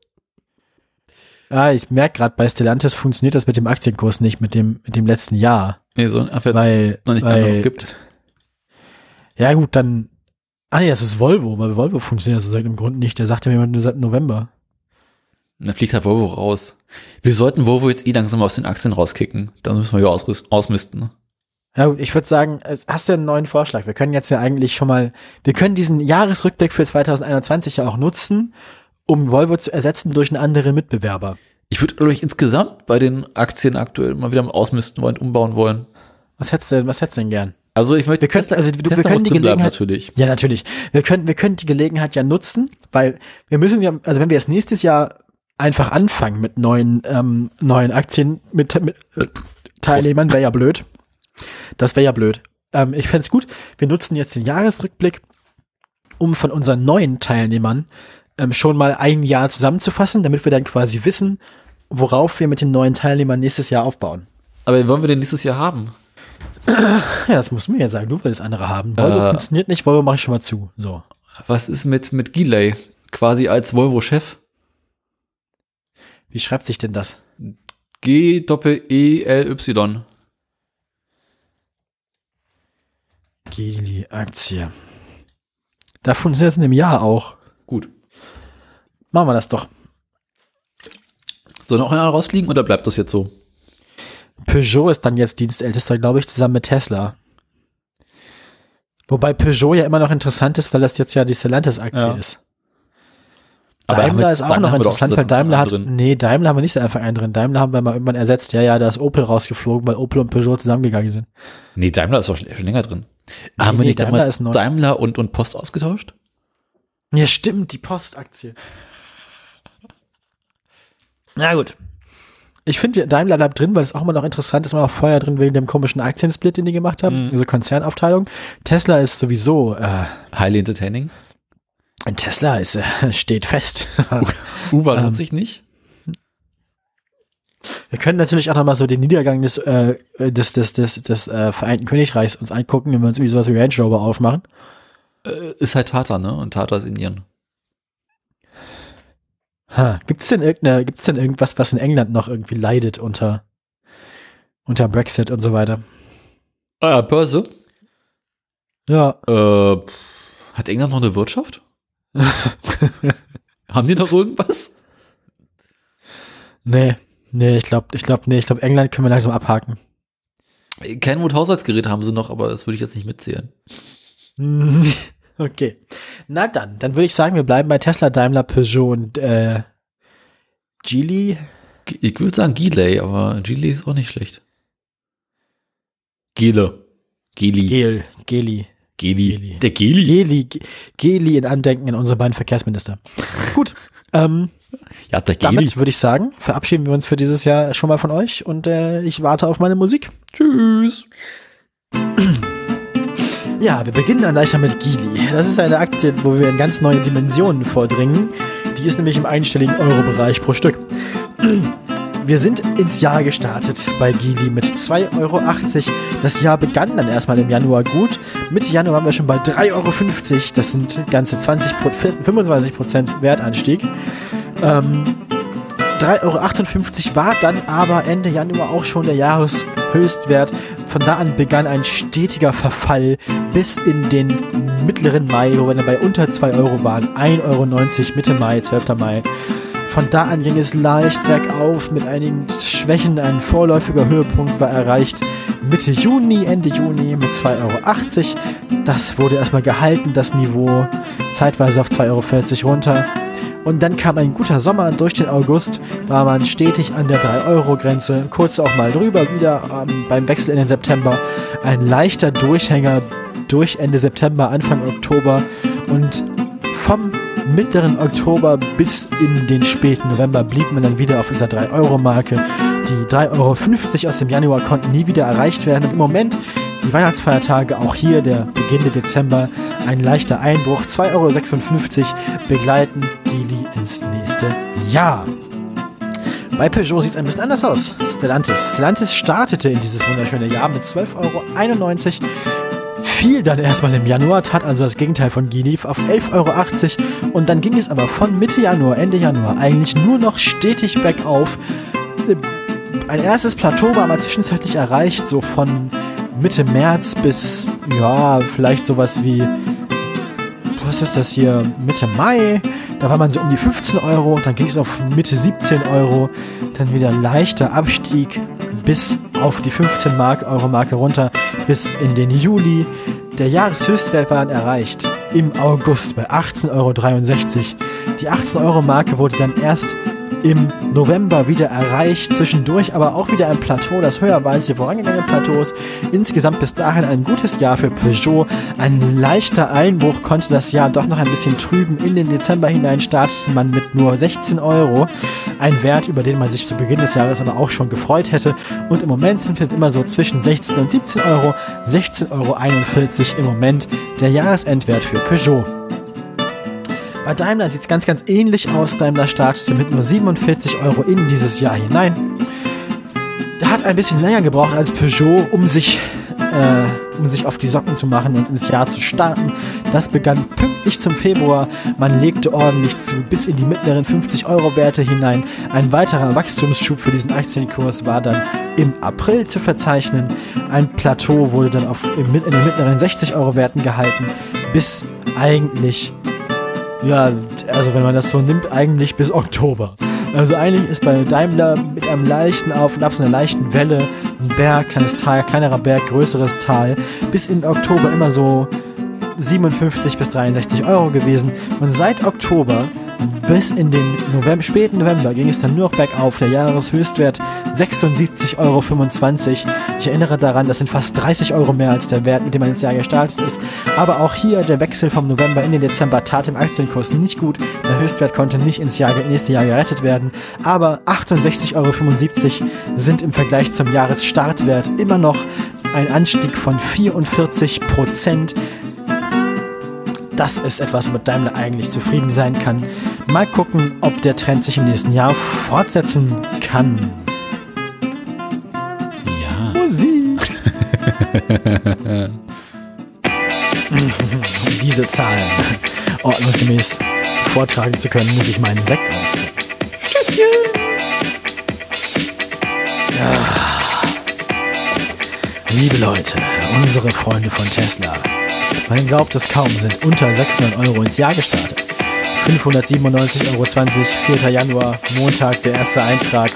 Ah, ich merke gerade, bei Stellantis funktioniert das mit dem Aktienkurs nicht, mit dem, mit dem letzten Jahr. Nee, so ein Affäre Weil, noch nicht weil genug gibt. ja gut, dann, ah nee, das ist Volvo, weil Volvo funktioniert das aus irgendeinem Grund nicht. Der sagte mir nur seit November. Da fliegt halt Volvo raus. Wir sollten Volvo jetzt eh langsam aus den Aktien rauskicken. Dann müssen wir ja ausrüst- ausmisten. Ja gut, ich würde sagen, es- hast du einen neuen Vorschlag? Wir können jetzt ja eigentlich schon mal, wir können diesen Jahresrückblick für zwanzig einundzwanzig ja auch nutzen, um Volvo zu ersetzen durch einen anderen Mitbewerber. Ich würde, glaube ich, insgesamt bei den Aktien aktuell mal wieder mal ausmisten wollen, umbauen wollen. Was hättest du denn, was hättest du denn gern? Also ich möchte, Wir können- also du- wir können muss die drin bleiben, Gelegenheit- natürlich. Ja, natürlich. Wir können, wir können die Gelegenheit ja nutzen, weil wir müssen ja, also wenn wir jetzt nächstes Jahr einfach anfangen mit neuen, ähm, neuen Aktien, mit, mit äh, Teilnehmern, wäre ja blöd. Das wäre ja blöd. Ähm, ich fände es gut, wir nutzen jetzt den Jahresrückblick, um von unseren neuen Teilnehmern ähm, schon mal ein Jahr zusammenzufassen, damit wir dann quasi wissen, worauf wir mit den neuen Teilnehmern nächstes Jahr aufbauen. Aber wen wollen wir denn nächstes Jahr haben? Ja, das musst du mir ja sagen, du willst andere haben. Volvo Äh. funktioniert nicht, Volvo mache ich schon mal zu. So. Was ist mit, mit Gilei? Quasi als Volvo-Chef. Wie schreibt sich denn das? G-E-L-Y. Geely-Aktie. Da funktioniert es in dem Jahr auch. Gut. Machen wir das doch. Soll noch einer rausfliegen oder bleibt das jetzt so? Peugeot ist dann jetzt Dienstältester, glaube ich, zusammen mit Tesla. Wobei Peugeot ja immer noch interessant ist, weil das jetzt ja die Stellantis-Aktie Ja. ist. Aber haben Daimler wir- ist auch Daimler noch haben wir doch interessant, seit weil Daimler hat, Anfang an drin. nee, Daimler haben wir nicht seit Anfang an drin. Daimler haben wir mal irgendwann ersetzt. Ja, ja, da ist Opel rausgeflogen, weil Opel und Peugeot zusammengegangen sind. Nee, Daimler ist doch schon schon länger drin. Nee, haben wir nee, nicht Daimler damals ist neu. Daimler und, und Post ausgetauscht? Ja, stimmt, die Postaktie. Na gut. Ich finde, Daimler bleibt drin, weil es auch immer noch interessant ist, immer noch Feuer drin wegen dem komischen Aktiensplit, den die gemacht haben, mhm. also Konzernaufteilung. Tesla ist sowieso äh, highly entertaining. Tesla ist, äh, steht fest. Uber lohnt ähm, sich nicht. Wir können natürlich auch nochmal so den Niedergang des, äh, des, des, des, des äh, Vereinten Königreichs uns angucken, wenn wir uns irgendwie sowas wie Range Rover aufmachen. Äh, ist halt Tata, ne? Und Tata ist Indien. Ha, gibt's denn irgendeine, gibt's denn irgendwas, was in England noch irgendwie leidet unter, unter Brexit und so weiter? Ah ja, Börse? Ja. Äh, hat England noch eine Wirtschaft? Haben die noch irgendwas? Nee. Nee, ich glaube, ich glaube, nee, ich glaube, England können wir langsam abhaken. Kenwood Haushaltsgerät haben sie noch, aber das würde ich jetzt nicht mitzählen. Okay. Na dann, dann würde ich sagen, wir bleiben bei Tesla, Daimler, Peugeot und äh, Geely. Ich würde sagen Geely, aber Geely ist auch nicht schlecht. Gele. Geli. Gel. Geli. Geli. Geli. Der Geli. Geli. Geli in Andenken an unsere beiden Verkehrsminister. Gut. Ähm, ja, der Geli. Damit würde ich sagen, verabschieden wir uns für dieses Jahr schon mal von euch und äh, ich warte auf meine Musik. Tschüss. Ja, wir beginnen dann gleich mit Geely. Das ist eine Aktie, wo wir in ganz neue Dimensionen vordringen. Die ist nämlich im einstelligen Euro-Bereich pro Stück. Wir sind ins Jahr gestartet bei Geely mit zwei Euro achtzig. Das Jahr begann dann erstmal im Januar gut. Mitte Januar waren wir schon bei drei Euro fünfzig. Das sind ganze zwanzig, fünfundzwanzig Prozent Wertanstieg. Ähm, drei Euro achtundfünfzig war dann aber Ende Januar auch schon der Jahreshöchstwert. Von da an begann ein stetiger Verfall bis in den mittleren Mai, wo wir dann bei unter zwei Euro waren. ein Euro neunzig Mitte Mai, zwölfter Mai. Von da an ging es leicht bergauf mit einigen Schwächen. Ein vorläufiger Höhepunkt war erreicht Mitte Juni, Ende Juni mit zwei Euro achtzig. Das wurde erstmal gehalten, das Niveau, zeitweise auf zwei Euro vierzig runter. Und dann kam ein guter Sommer. Durch den August war man stetig an der drei Euro Grenze. Kurz auch mal drüber wieder ähm, beim Wechsel in den September. Ein leichter Durchhänger durch Ende September, Anfang Oktober. Und vom mittleren Oktober bis in den späten November blieb man dann wieder auf dieser drei Euro Marke. Die drei Euro fünfzig aus dem Januar konnten nie wieder erreicht werden. Und im Moment, die Weihnachtsfeiertage, auch hier der Beginn Dezember, ein leichter Einbruch. zwei Euro sechsundfünfzig begleiten Geely ins nächste Jahr. Bei Peugeot sieht es ein bisschen anders aus. Stellantis. Stellantis startete in dieses wunderschöne Jahr mit zwölf Euro einundneunzig. Fiel dann erstmal im Januar, tat also das Gegenteil von Geely auf elf Euro achtzig und dann ging es aber von Mitte Januar, Ende Januar eigentlich nur noch stetig bergauf. Ein erstes Plateau war mal zwischenzeitlich erreicht, so von Mitte März bis, ja, vielleicht sowas wie, was ist das hier, Mitte Mai, da war man so um die fünfzehn Euro, dann ging es auf Mitte siebzehn Euro, dann wieder leichter Abstieg bis auf die fünfzehn Euro Marke runter, bis in den Juli. Der Jahreshöchstwert war dann erreicht im August bei achtzehn Euro dreiundsechzig. Die achtzehn Euro Marke wurde dann erst im November wieder erreicht, zwischendurch aber auch wieder ein Plateau, das höher war als die vorangegangenen Plateaus. Insgesamt bis dahin ein gutes Jahr für Peugeot. Ein leichter Einbruch konnte das Jahr doch noch ein bisschen trüben. In den Dezember hinein startete man mit nur sechzehn Euro. Ein Wert, über den man sich zu Beginn des Jahres aber auch schon gefreut hätte. Und im Moment sind wir immer so zwischen sechzehn und siebzehn Euro. sechzehn Euro einundvierzig im Moment der Jahresendwert für Peugeot. Bei Daimler sieht es ganz, ganz ähnlich aus. Daimler startete mit nur siebenundvierzig Euro in dieses Jahr hinein. Der hat ein bisschen länger gebraucht als Peugeot, um sich, äh, um sich auf die Socken zu machen und ins Jahr zu starten. Das begann pünktlich zum Februar. Man legte ordentlich zu, bis in die mittleren fünfzig Euro Werte hinein. Ein weiterer Wachstumsschub für diesen Aktienkurs war dann im April zu verzeichnen. Ein Plateau wurde dann auf, in den mittleren sechzig Euro Werten gehalten, bis eigentlich... Ja, also wenn man das so nimmt, eigentlich bis Oktober. Also eigentlich ist bei Daimler mit einem leichten Auf und Ab, so einer leichten Welle, ein Berg, kleines Tal, kleinerer Berg, größeres Tal, bis in Oktober immer so siebenundfünfzig bis dreiundsechzig Euro gewesen. Und seit Oktober Bis in den November, späten November ging es dann nur noch bergauf. Der Jahreshöchstwert sechsundsiebzig Euro fünfundzwanzig. Ich erinnere daran, das sind fast dreißig Euro mehr als der Wert, mit dem man ins Jahr gestartet ist. Aber auch hier der Wechsel vom November in den Dezember tat dem Aktienkurs nicht gut. Der Höchstwert konnte nicht ins Jahr, nächste Jahr gerettet werden. Aber achtundsechzig Euro fünfundsiebzig sind im Vergleich zum Jahresstartwert immer noch ein Anstieg von vierundvierzig Prozent. Das ist etwas, womit Daimler eigentlich zufrieden sein kann. Mal gucken, ob der Trend sich im nächsten Jahr fortsetzen kann. Ja. Musik! Um diese Zahlen ordnungsgemäß vortragen zu können, muss ich meinen Sekt austrinken. Stößchen! Ja. Liebe Leute, unsere Freunde von Tesla. Man glaubt es kaum, sind unter sechshundert Euro ins Jahr gestartet. fünfhundertsiebenundneunzig Euro zwanzig, vierter Januar, Montag, der erste Eintrag.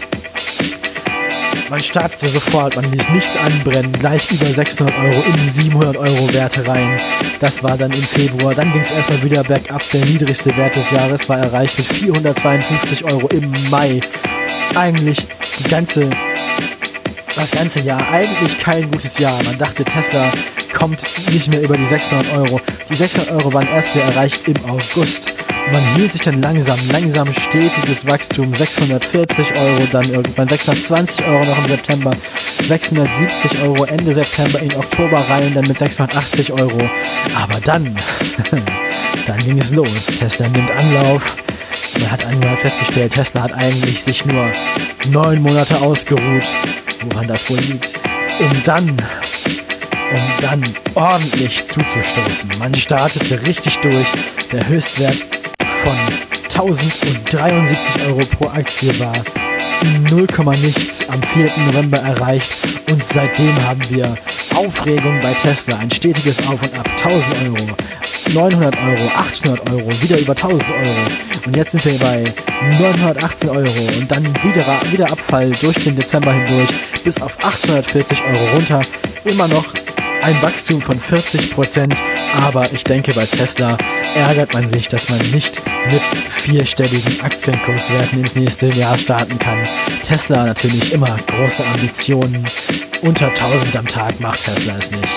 Man startete sofort, man ließ nichts anbrennen, gleich über sechshundert Euro in die siebenhundert Euro Werte rein. Das war dann im Februar, dann ging es erstmal wieder bergab. Der niedrigste Wert des Jahres war erreicht mit vierhundertzweiundfünfzig Euro im Mai. Eigentlich die ganze... Das ganze Jahr eigentlich kein gutes Jahr. Man dachte, Tesla kommt nicht mehr über die sechshundert Euro. Die sechshundert Euro waren erst wieder erreicht im August. Man hielt sich dann langsam, langsam stetiges Wachstum. sechshundertvierzig Euro, dann irgendwann sechshundertzwanzig Euro noch im September, sechshundertsiebzig Euro Ende September, in Oktober rein, dann mit sechshundertachtzig Euro. Aber dann, dann ging es los. Tesla nimmt Anlauf. Man hat einmal festgestellt, Tesla hat eigentlich sich nur neun Monate ausgeruht. Woran das wohl liegt, um dann, um dann ordentlich zuzustoßen. Man startete richtig durch. Der Höchstwert von tausenddreiundsiebzig Euro pro Aktie war null, nichts am vierten November erreicht und seitdem haben wir Aufregung bei Tesla, ein stetiges Auf und Ab, tausend Euro, neunhundert Euro, achthundert Euro, wieder über tausend Euro und jetzt sind wir bei neunhundertachtzehn Euro und dann wieder, wieder Abfall durch den Dezember hindurch bis auf achthundertvierzig Euro runter, immer noch ein Wachstum von vierzig Prozent, aber ich denke, bei Tesla ärgert man sich, dass man nicht mit vierstelligen Aktienkurswerten ins nächste Jahr starten kann. Tesla natürlich immer große Ambitionen, unter tausend am Tag macht Tesla es nicht.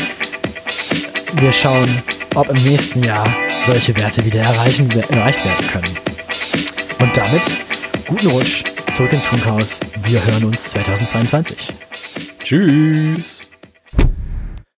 Wir schauen, ob im nächsten Jahr solche Werte wieder erreichen, erreicht werden können. Und damit guten Rutsch zurück ins Funkhaus. Wir hören uns zweitausendzweiundzwanzig. Tschüss.